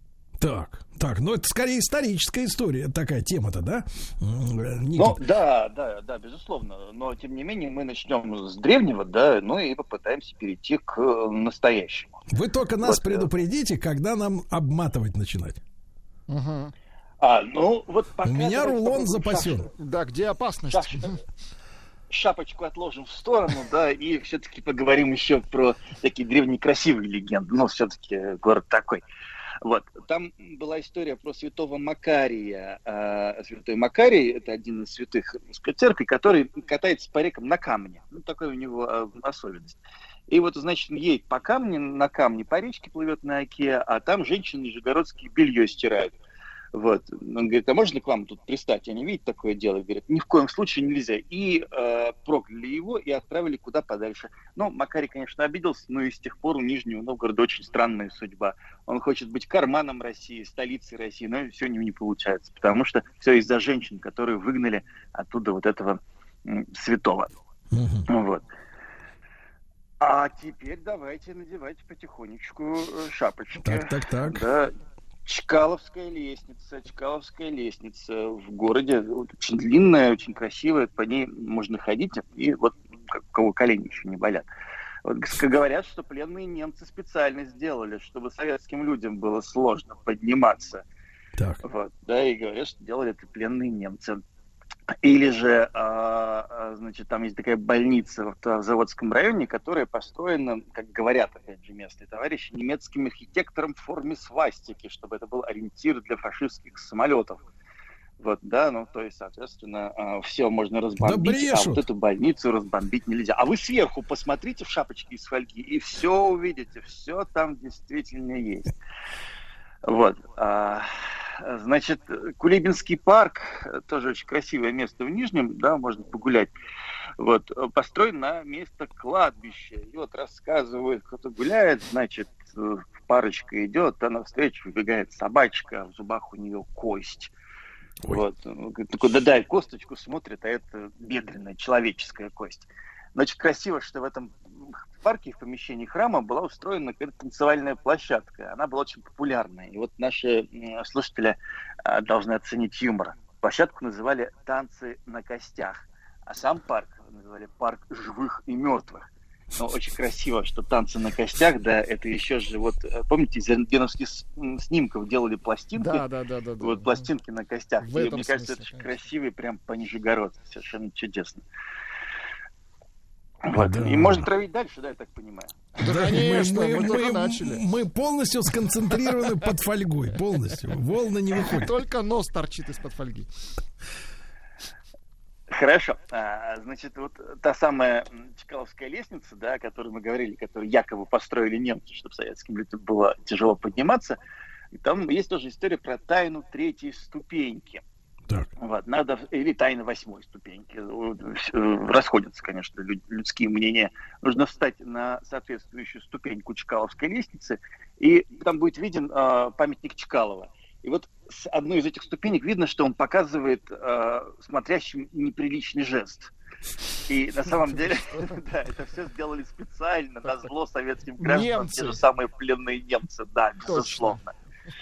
Так, так, ну это скорее историческая история, такая тема-то, да? Ну, да, да, да, безусловно. Но, тем не менее, мы начнем с древнего, да, ну и попытаемся перейти к настоящему. Вы только нас вот, предупредите, когда нам обматывать начинать. Угу. А, ну, вот пока... У меня рулон запасен. Шапочку. Да, где опасность? Шапочку, шапочку отложим в сторону, да, и все-таки поговорим еще про такие древние красивые легенды. Ну, все-таки город такой. Вот. Там была история про святого Макария. А, святой Макарий – это один из святых русской церкви, который катается по рекам на камне. Ну, такая у него а, особенность. И вот, значит, он едет по камню, на камне по речке плывет на оке, а там женщины нижегородские белье стирают. Вот. Он говорит, а можно к вам тут пристать? Они видят такое дело, говорят, ни в коем случае нельзя. И э, прокляли его и отправили куда подальше. Ну, Макарий, конечно, обиделся, но и с тех пор у Нижнего Новгорода очень странная судьба. Он хочет быть карманом России, столицей России, но все у него не получается, потому что все из-за женщин, которые выгнали оттуда вот этого м, святого. Mm-hmm. Вот. А теперь давайте надевайте потихонечку шапочки. Так, так, так. Да. Чкаловская лестница, Чкаловская лестница в городе, вот, очень длинная, очень красивая, по ней можно ходить, и вот как, у кого колени еще не болят. Вот, говорят, что пленные немцы специально сделали, чтобы советским людям было сложно подниматься. Так. Вот, да, и говорят, что делали это пленные немцы. Или же, а, значит, там есть такая больница в Заводском районе, которая построена, как говорят, опять же, местные товарищи, немецким архитектором в форме свастики, чтобы это был ориентир для фашистских самолетов. Вот, да, ну, то есть, соответственно, все можно разбомбить, да а вот эту больницу разбомбить нельзя. А вы сверху посмотрите в шапочке из фольги, и все увидите, все там действительно есть. Вот. Значит, Кулибинский парк, тоже очень красивое место в Нижнем, да, можно погулять. Вот, построен на место кладбища. И вот рассказывают, кто-то гуляет, значит, парочка идет, а навстречу выбегает собачка, а в зубах у нее кость. Ой. Вот, такой, да дай косточку, смотрит, а это бедренная человеческая кость. Значит, красиво, что в этом парке, в помещении храма была устроена какая-то танцевальная площадка. Она была очень популярная. И вот наши слушатели должны оценить юмор. Площадку называли «Танцы на костях», а сам парк называли «Парк живых и мертвых». Но очень красиво, что танцы на костях, да, это еще же вот, помните, из рентгеновских снимков делали пластинки? Да, да, да, да. Вот да. пластинки на костях. В И этом мне смысле, кажется, это очень конечно. красивый, прям по Нижегородцу. Совершенно чудесно. Вот. Да. И можно травить дальше, да, я так понимаю. Да, конечно, мы, мы, только мы, начали. мы полностью сконцентрированы под фольгой, полностью. Волны не выходят. Только нос торчит из-под фольги. Хорошо. А, значит, вот та самая Чкаловская лестница, да, о которой мы говорили, которую якобы построили немцы, чтобы советским людям было тяжело подниматься, и там есть тоже история про тайну третьей ступеньки. Так. Вот, надо, или тайна восьмой ступеньки. Расходятся, конечно, людские мнения. Нужно встать на соответствующую ступеньку Чкаловской лестницы, и там будет виден э, памятник Чкалова. И вот с одной из этих ступенек видно, что он показывает э, смотрящим неприличный жест. И на самом деле, да, это все сделали специально на зло советским гражданам, те же самые пленные немцы, да, безусловно.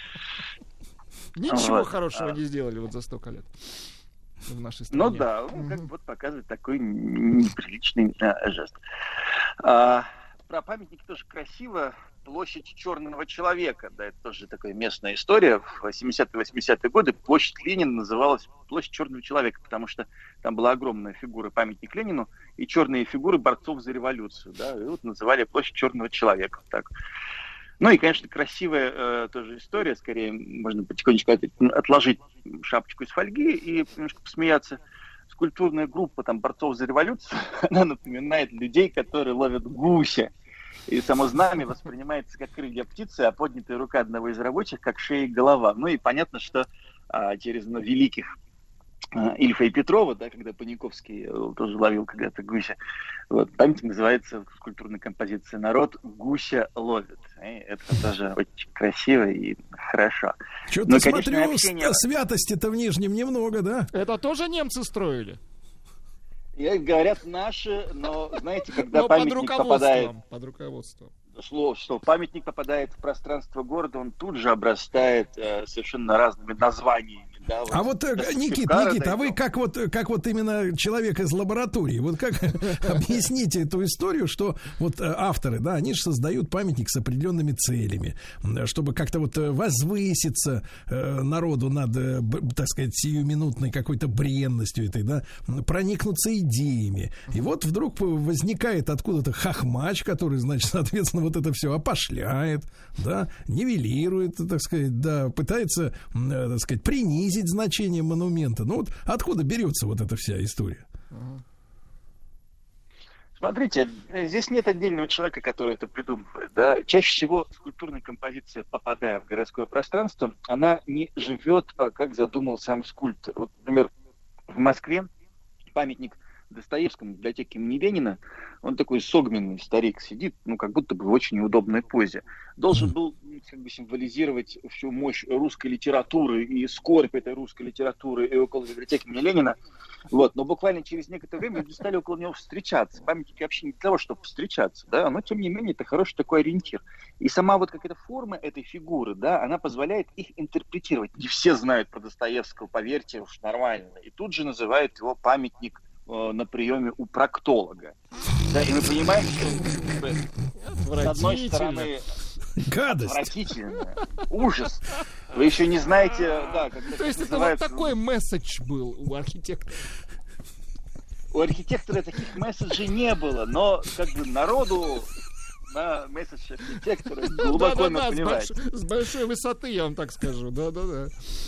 Ничего вот. хорошего а... не сделали вот за столько лет в нашей стране. Ну да, ну, как бы вот показывает такой неприличный а, жест. А, про памятники тоже красиво. Площадь Черного человека, да, это тоже такая местная история. В семидесятые-восьмидесятые годы площадь Ленина называлась площадь Черного человека, потому что там была огромная фигура, памятник Ленину, и черные фигуры борцов за революцию, да, и вот называли площадь Черного человека. Так. Ну и, конечно, красивая э, тоже история, скорее можно потихонечку отложить шапочку из фольги и немножко посмеяться. Скульптурная группа там борцов за революцию, она напоминает людей, которые ловят гуся. И само знамя воспринимается как крылья птицы, а поднятая рука одного из рабочих как шея и голова. Ну и понятно, что а, через ну, великих а, Ильфа и Петрова, да, когда Паниковский а, тоже ловил когда-то гуся, вот, памятник называется в скульптурной композиции «Народ гуся ловит». И это тоже очень красиво и хорошо. Что-то, смотрю, общение... святости-то в Нижнем немного, да? Это тоже немцы строили? И говорят наши, но знаете, когда но памятник под попадает... Под руководством. Слово, что памятник попадает в пространство города, он тут же обрастает э, совершенно разными названиями. Да, вот, а вот, Никит, Никит, а вы как вот, как вот именно человек из лаборатории, вот как объясните эту историю, что вот авторы, да, они же создают памятник с определенными целями, чтобы как-то вот возвыситься народу над, так сказать, сиюминутной какой-то бренностью этой, да, проникнуться идеями. И вот вдруг возникает откуда-то хохмач, который, значит, соответственно, вот это все опошляет, да, нивелирует, так сказать, да, пытается, так сказать, принизить значение монумента. Ну вот откуда берется вот эта вся история? Смотрите, здесь нет отдельного человека, который это придумывает. Да? Чаще всего скульптурная композиция, попадая в городское пространство, она не живет, как задумал сам скульптор. Вот, например, в Москве памятник Достоевскому в библиотеке имени Ленина, он такой согменный старик сидит, ну, как будто бы в очень неудобной позе. Должен был как бы символизировать всю мощь русской литературы и скорбь этой русской литературы и около библиотеки имени Ленина. Вот. Но буквально через некоторое время люди стали около него встречаться. Памятники вообще не для того, чтобы встречаться, да, но тем не менее это хороший такой ориентир. И сама вот какая-то форма этой фигуры, да, она позволяет их интерпретировать. Не все знают про Достоевского, поверьте, уж нормально. И тут же называют его памятник на приеме у проктолога. Да, и мы понимаем, что с одной стороны Гадость. Отвратительно. Ужас. Вы еще не знаете, да, как То есть это вот такой месседж был у архитектора. У архитектора таких месседжей не было, но как бы народу на месседж архитектора глубоко напливает. С большой высоты, я вам так скажу. Да-да-да.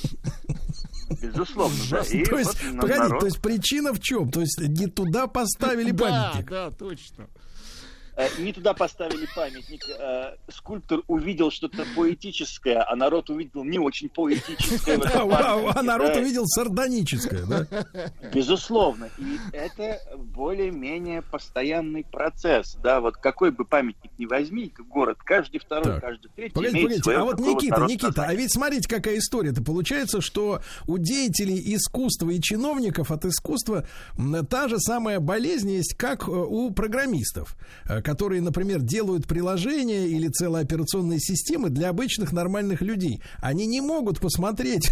Безусловно. Да. И то есть, вот погоди, народ... то есть причина в чем? То есть не туда поставили памятник? Да, да, точно. Не туда поставили памятник. Скульптор увидел что-то поэтическое, а народ увидел не очень поэтическое. А народ увидел сардоническое, да? Безусловно. И это более-менее постоянный процесс. Да, вот какой бы памятник ни возьми, город, каждый второй, каждый третий. Погодите, погодите, а вот Никита, Никита, а ведь смотрите, какая история-то получается, что у деятелей искусства и чиновников от искусства та же самая болезнь есть, как у программистов, которые, например, делают приложения или целые операционные системы для обычных нормальных людей. Они не могут посмотреть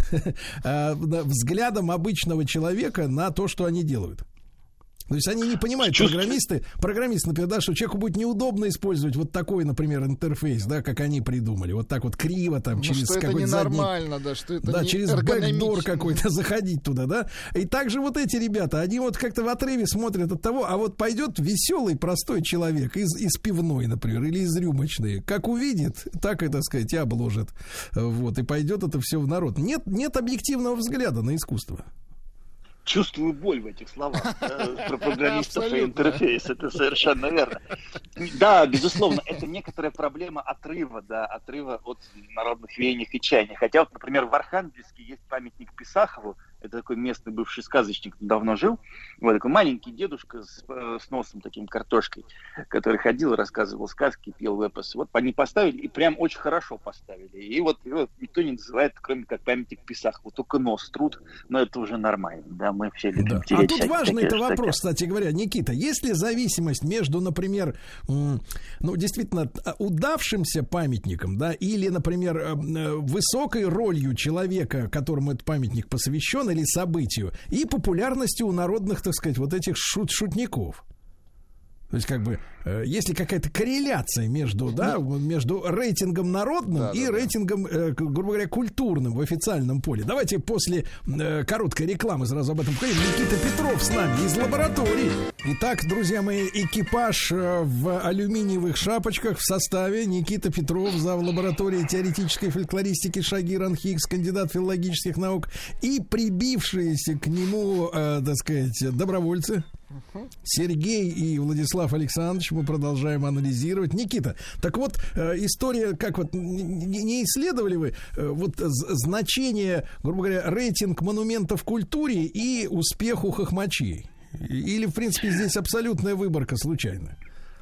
взглядом обычного человека на то, что они делают. То есть они не понимают, программисты, программисты, например, да, что человеку будет неудобно использовать вот такой, например, интерфейс, да, как они придумали, вот так вот криво там, ну, через что какой-то это ненормально, задний, да, что это да, не через бэкдор какой-то заходить туда, да. И также вот эти ребята, они вот как-то в отрыве смотрят от того, а вот пойдет веселый, простой человек из, из пивной, например, или из рюмочной, как увидит, так и, так сказать, и обложит, вот, и пойдет это все в народ. Нет, нет объективного взгляда на искусство. Чувствую боль в этих словах про программистов и интерфейс. Это совершенно верно. Да, безусловно, это некоторая проблема отрыва, да, отрыва от народных веяний и чаяний. Хотя, вот, например, в Архангельске есть памятник Писахову. Это такой местный бывший сказочник, давно жил. Вот такой маленький дедушка с, с носом таким картошкой, который ходил, рассказывал сказки, пел эпосы. Вот они поставили, и прям очень хорошо поставили. И вот его никто не называет, кроме как памятник Писахову. Только нос трут, но это уже нормально. Да, мы все любим да. тереть. А тут важный это вопрос, кстати говоря, Никита. Есть ли зависимость между, например, ну, действительно, удавшимся памятником, да, или, например, высокой ролью человека, которому этот памятник посвящен, или событию, и популярностью у народных, так сказать, вот этих шут шутников. То есть, как бы, э, есть ли какая-то корреляция между, да, между рейтингом народным да, и да, рейтингом, э, грубо говоря, культурным в официальном поле. Давайте после э, короткой рекламы сразу об этом поговорим. Никита Петров с нами из лаборатории. Итак, друзья мои, экипаж э, в алюминиевых шапочках в составе. Никита Петров, зав. Лаборатории теоретической фольклористики Шагир Анхикс, кандидат филологических наук, и прибившиеся к нему, э, так сказать, добровольцы. Сергей и Владислав Александрович, мы продолжаем анализировать. Никита, так вот, э, история, как вот, не, не исследовали вы э, вот значение, грубо говоря, рейтинг монументов культуре и успеху хохмачей? Или, в принципе, здесь абсолютная выборка случайная?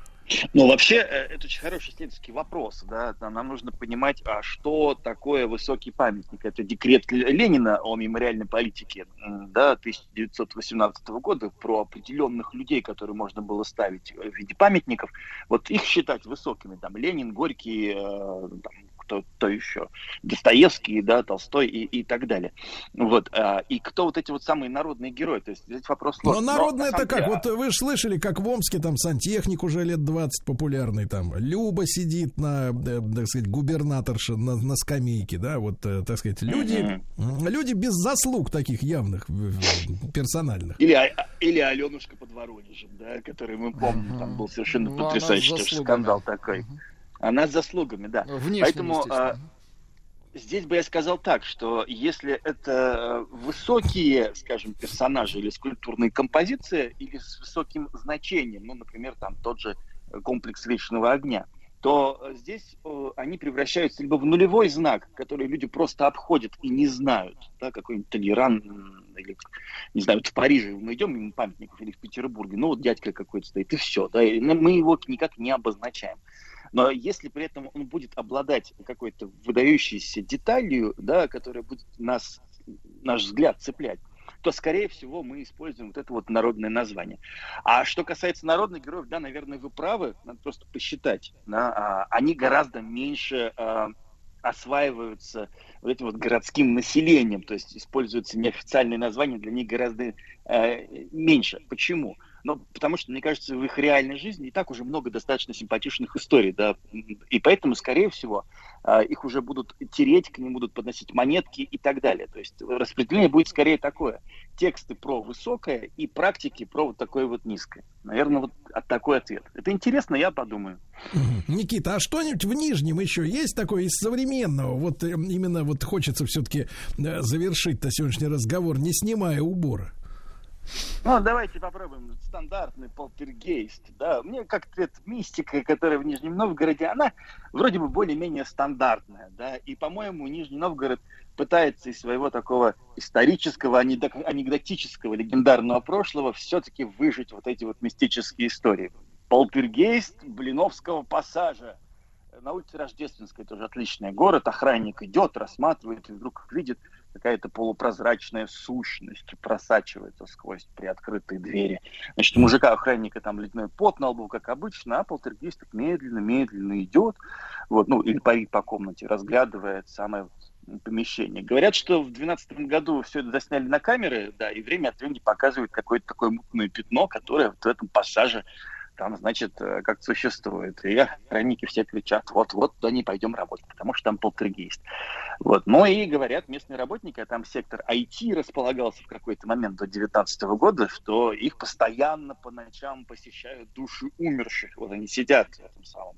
Ну, вообще, это очень хороший исследовательский вопрос. Да? Нам нужно понимать, а что такое высокий памятник. Это декрет Ленина о мемориальной политике, да, тысяча девятьсот восемнадцатого года про определенных людей, которые можно было ставить в виде памятников. Вот их считать высокими. Там Ленин, Горький, там, кто, кто еще, Достоевский, да, Толстой и, и так далее. Вот. И кто вот эти вот самые народные герои? То есть здесь вопрос сложный. Но народные это как? Вот вы же слышали, как в Омске там сантехник уже лет двадцать популярный, там Люба сидит на, так сказать, губернаторша на, на скамейке, да, вот, так сказать, люди, mm-hmm. люди без заслуг таких явных, персональных. Или, или Аленушка под Воронежем, да, который мы помним, mm-hmm. там был совершенно ну, потрясающий тоже скандал такой. Mm-hmm. Она с заслугами, да. Внешне, поэтому а, здесь бы я сказал так, что если это высокие, скажем, персонажи или скульптурные композиции, или с высоким значением, ну, например, там тот же комплекс Вечного огня, то здесь э, они превращаются либо в нулевой знак, который люди просто обходят и не знают, да, какой-нибудь Толеран, или, не знаю, вот в Париже мы идем мимо памятников, или в Петербурге, ну, вот дядька какой-то стоит, и все, да, и мы его никак не обозначаем. Но если при этом он будет обладать какой-то выдающейся деталью, да, которая будет нас, наш взгляд цеплять, то, скорее всего, мы используем вот это вот народное название. А что касается народных героев, да, наверное, вы правы, надо просто посчитать. Да, а, они гораздо меньше а, осваиваются вот этим вот городским населением, то есть используются неофициальные названия, для них гораздо а, меньше. Почему? Но потому что, мне кажется, в их реальной жизни и так уже много достаточно симпатичных историй, да, и поэтому, скорее всего, их уже будут тереть, к ним будут подносить монетки и так далее. То есть распределение будет скорее такое. Тексты про высокое и практики про вот такое вот низкое. Наверное, вот такой ответ. Это интересно, я подумаю. Никита, а что-нибудь в Нижнем еще есть такое из современного? Вот именно вот хочется все-таки завершить-то сегодняшний разговор, не снимая убора. Ну, давайте попробуем стандартный полтергейст. Да, мне как-то эта мистика, которая в Нижнем Новгороде, она вроде бы более-менее стандартная, да, и, по-моему, Нижний Новгород пытается из своего такого исторического, анекдотического, легендарного прошлого все-таки выжить вот эти вот мистические истории. Полтергейст Блиновского пассажа. На улице Рождественской, тоже отличный город, охранник идет, рассматривает, и вдруг видит, какая-то полупрозрачная сущность просачивается сквозь приоткрытые двери. Значит, у мужика-охранника там ледяной пот на лбу, как обычно, а полтергейст так медленно-медленно идет, вот, ну, или парит по комнате, разглядывает самое помещение. Говорят, что в двенадцатом году все это засняли на камеры, да, и время от времени показывают какое-то такое мутное пятно, которое вот в этом пассаже там, значит, как существует. И охранники все кричат, вот-вот туда не пойдем работать, потому что там полтергейст. Вот. Ну и говорят местные работники, а там сектор ай ти располагался в какой-то момент до девятнадцатого года, что их постоянно по ночам посещают души умерших. Вот они сидят в этом самом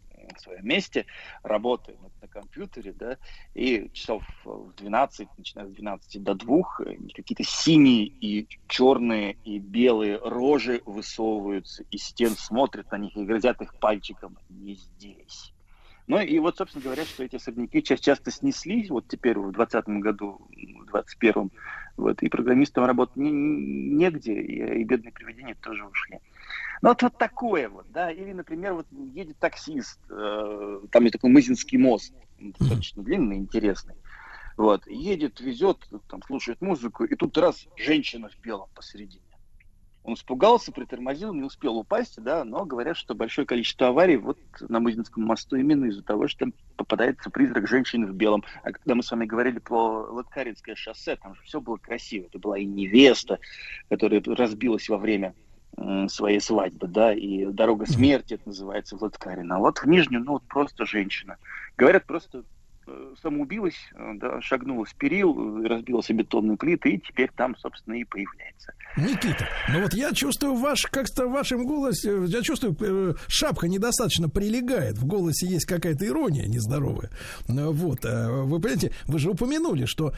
в своем месте, работают на, на компьютере, да, и часов в двенадцать, начиная с двенадцати до двух, какие-то синие и черные и белые рожи высовываются из стен, смотрят на них и грозят их пальчиком. Не здесь. Ну и вот, собственно говоря, что эти особняки часто, часто снеслись, вот теперь в двадцатом году, в двадцать первом, вот, и программистам работать не, негде, и, и бедные привидения тоже ушли. Ну вот, вот такое вот, да, или, например, вот едет таксист, э, там есть такой Мызинский мост, достаточно длинный, интересный, вот, едет, везет, там, слушает музыку, и тут раз женщина в белом посередине. Он испугался, притормозил, не успел упасть, да, но говорят, что большое количество аварий вот на Мызинском мосту именно из-за того, что там попадается призрак женщины в белом. А когда мы с вами говорили про Лыткаринское шоссе, там же все было красиво. Это была и невеста, которая разбилась во время э, своей свадьбы, да, и дорога смерти, это называется, в Лыткарино. А вот в Нижнем, ну, вот просто женщина. Говорят, просто самоубилась, да, шагнула с перил, разбила себе бетонные плиты, и теперь там, собственно, и появляется. Никита, ну вот я чувствую ваш, как-то в вашем голосе, я чувствую, шапка недостаточно прилегает, в голосе есть какая-то ирония нездоровая. Вот, вы понимаете, вы же упомянули, что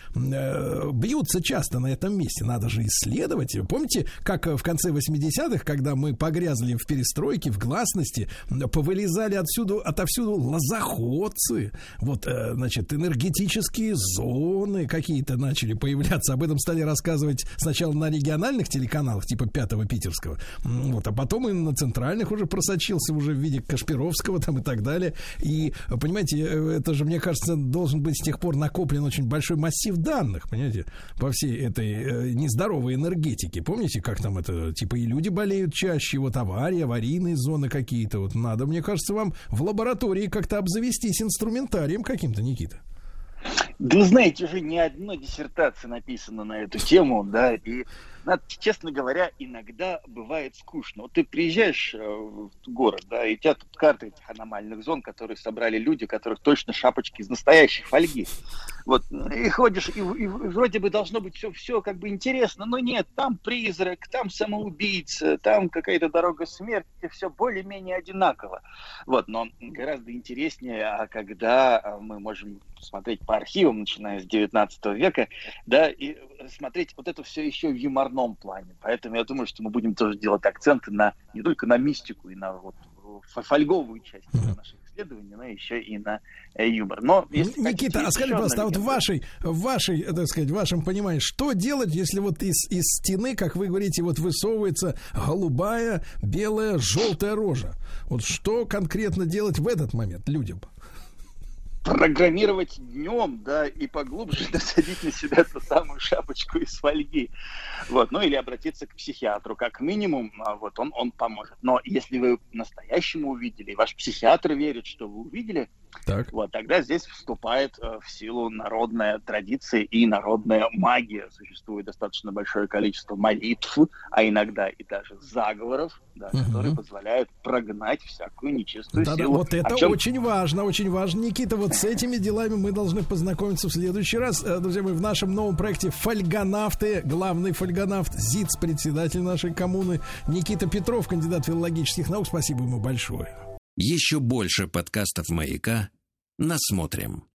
бьются часто на этом месте, надо же исследовать. Помните, как в конце восьмидесятых, когда мы погрязли в перестройке, в гласности, повылезали отсюда, отовсюду лозоходцы, вот, значит, энергетические зоны какие-то начали появляться. Об этом стали рассказывать сначала на региональных телеканалах, типа Пятого Питерского, вот, а потом и на центральных уже просочился уже в виде Кашпировского там и так далее. И, понимаете, это же, мне кажется, должен быть с тех пор накоплен очень большой массив данных, понимаете, по всей этой э, нездоровой энергетике. Помните, как там это, типа, и люди болеют чаще, вот аварии, аварийные зоны какие-то. Вот надо, мне кажется, вам в лаборатории как-то обзавестись инструментарием каким-то, Никита. Да вы знаете, уже не одна диссертация написана на эту тему, да, и, надо, честно говоря, иногда бывает скучно. Вот ты приезжаешь в город, да, и у тебя тут карта этих аномальных зон, которые собрали люди, у которых точно шапочки из настоящей фольги. Вот, и ходишь, и, и вроде бы должно быть все, все как бы интересно, но нет, там призрак, там самоубийца, там какая-то дорога смерти, все более-менее одинаково. Вот, но гораздо интереснее, а когда мы можем смотреть по архивам, начиная с девятнадцатого века, да, и смотреть вот это все еще в юморном плане. Поэтому я думаю, что мы будем тоже делать акценты на не только на мистику и на вот фольговую часть наших исследований, но еще и на юмор. Но, если Никита, а скажи, пожалуйста, а вот в вашей, в вашей, так сказать, в вашем понимании, что делать, если вот из, из стены, как вы говорите, вот высовывается голубая, белая, желтая рожа? Вот что конкретно делать в этот момент людям? Программировать днем, да, и поглубже насадить на себя ту самую шапочку из фольги. Вот, ну или обратиться к психиатру, как минимум, вот он, он поможет. Но если вы настоящему увидели, и ваш психиатр верит, что вы увидели, Так. Вот тогда здесь вступает э, в силу народная традиция и народная магия. Существует достаточно большое количество молитв, а иногда и даже заговоров, да, угу. которые позволяют прогнать всякую нечистую Да-да, силу. вот это чем... очень важно, очень важно, Никита. Вот с этими делами мы должны познакомиться в следующий раз. Друзья мои, в нашем новом проекте «Фольгонавты», главный фольгонавт, ЗИЦ, председатель нашей коммуны, Никита Петров, кандидат филологических наук. Спасибо ему большое. Еще больше подкастов «Маяка» насмотрим.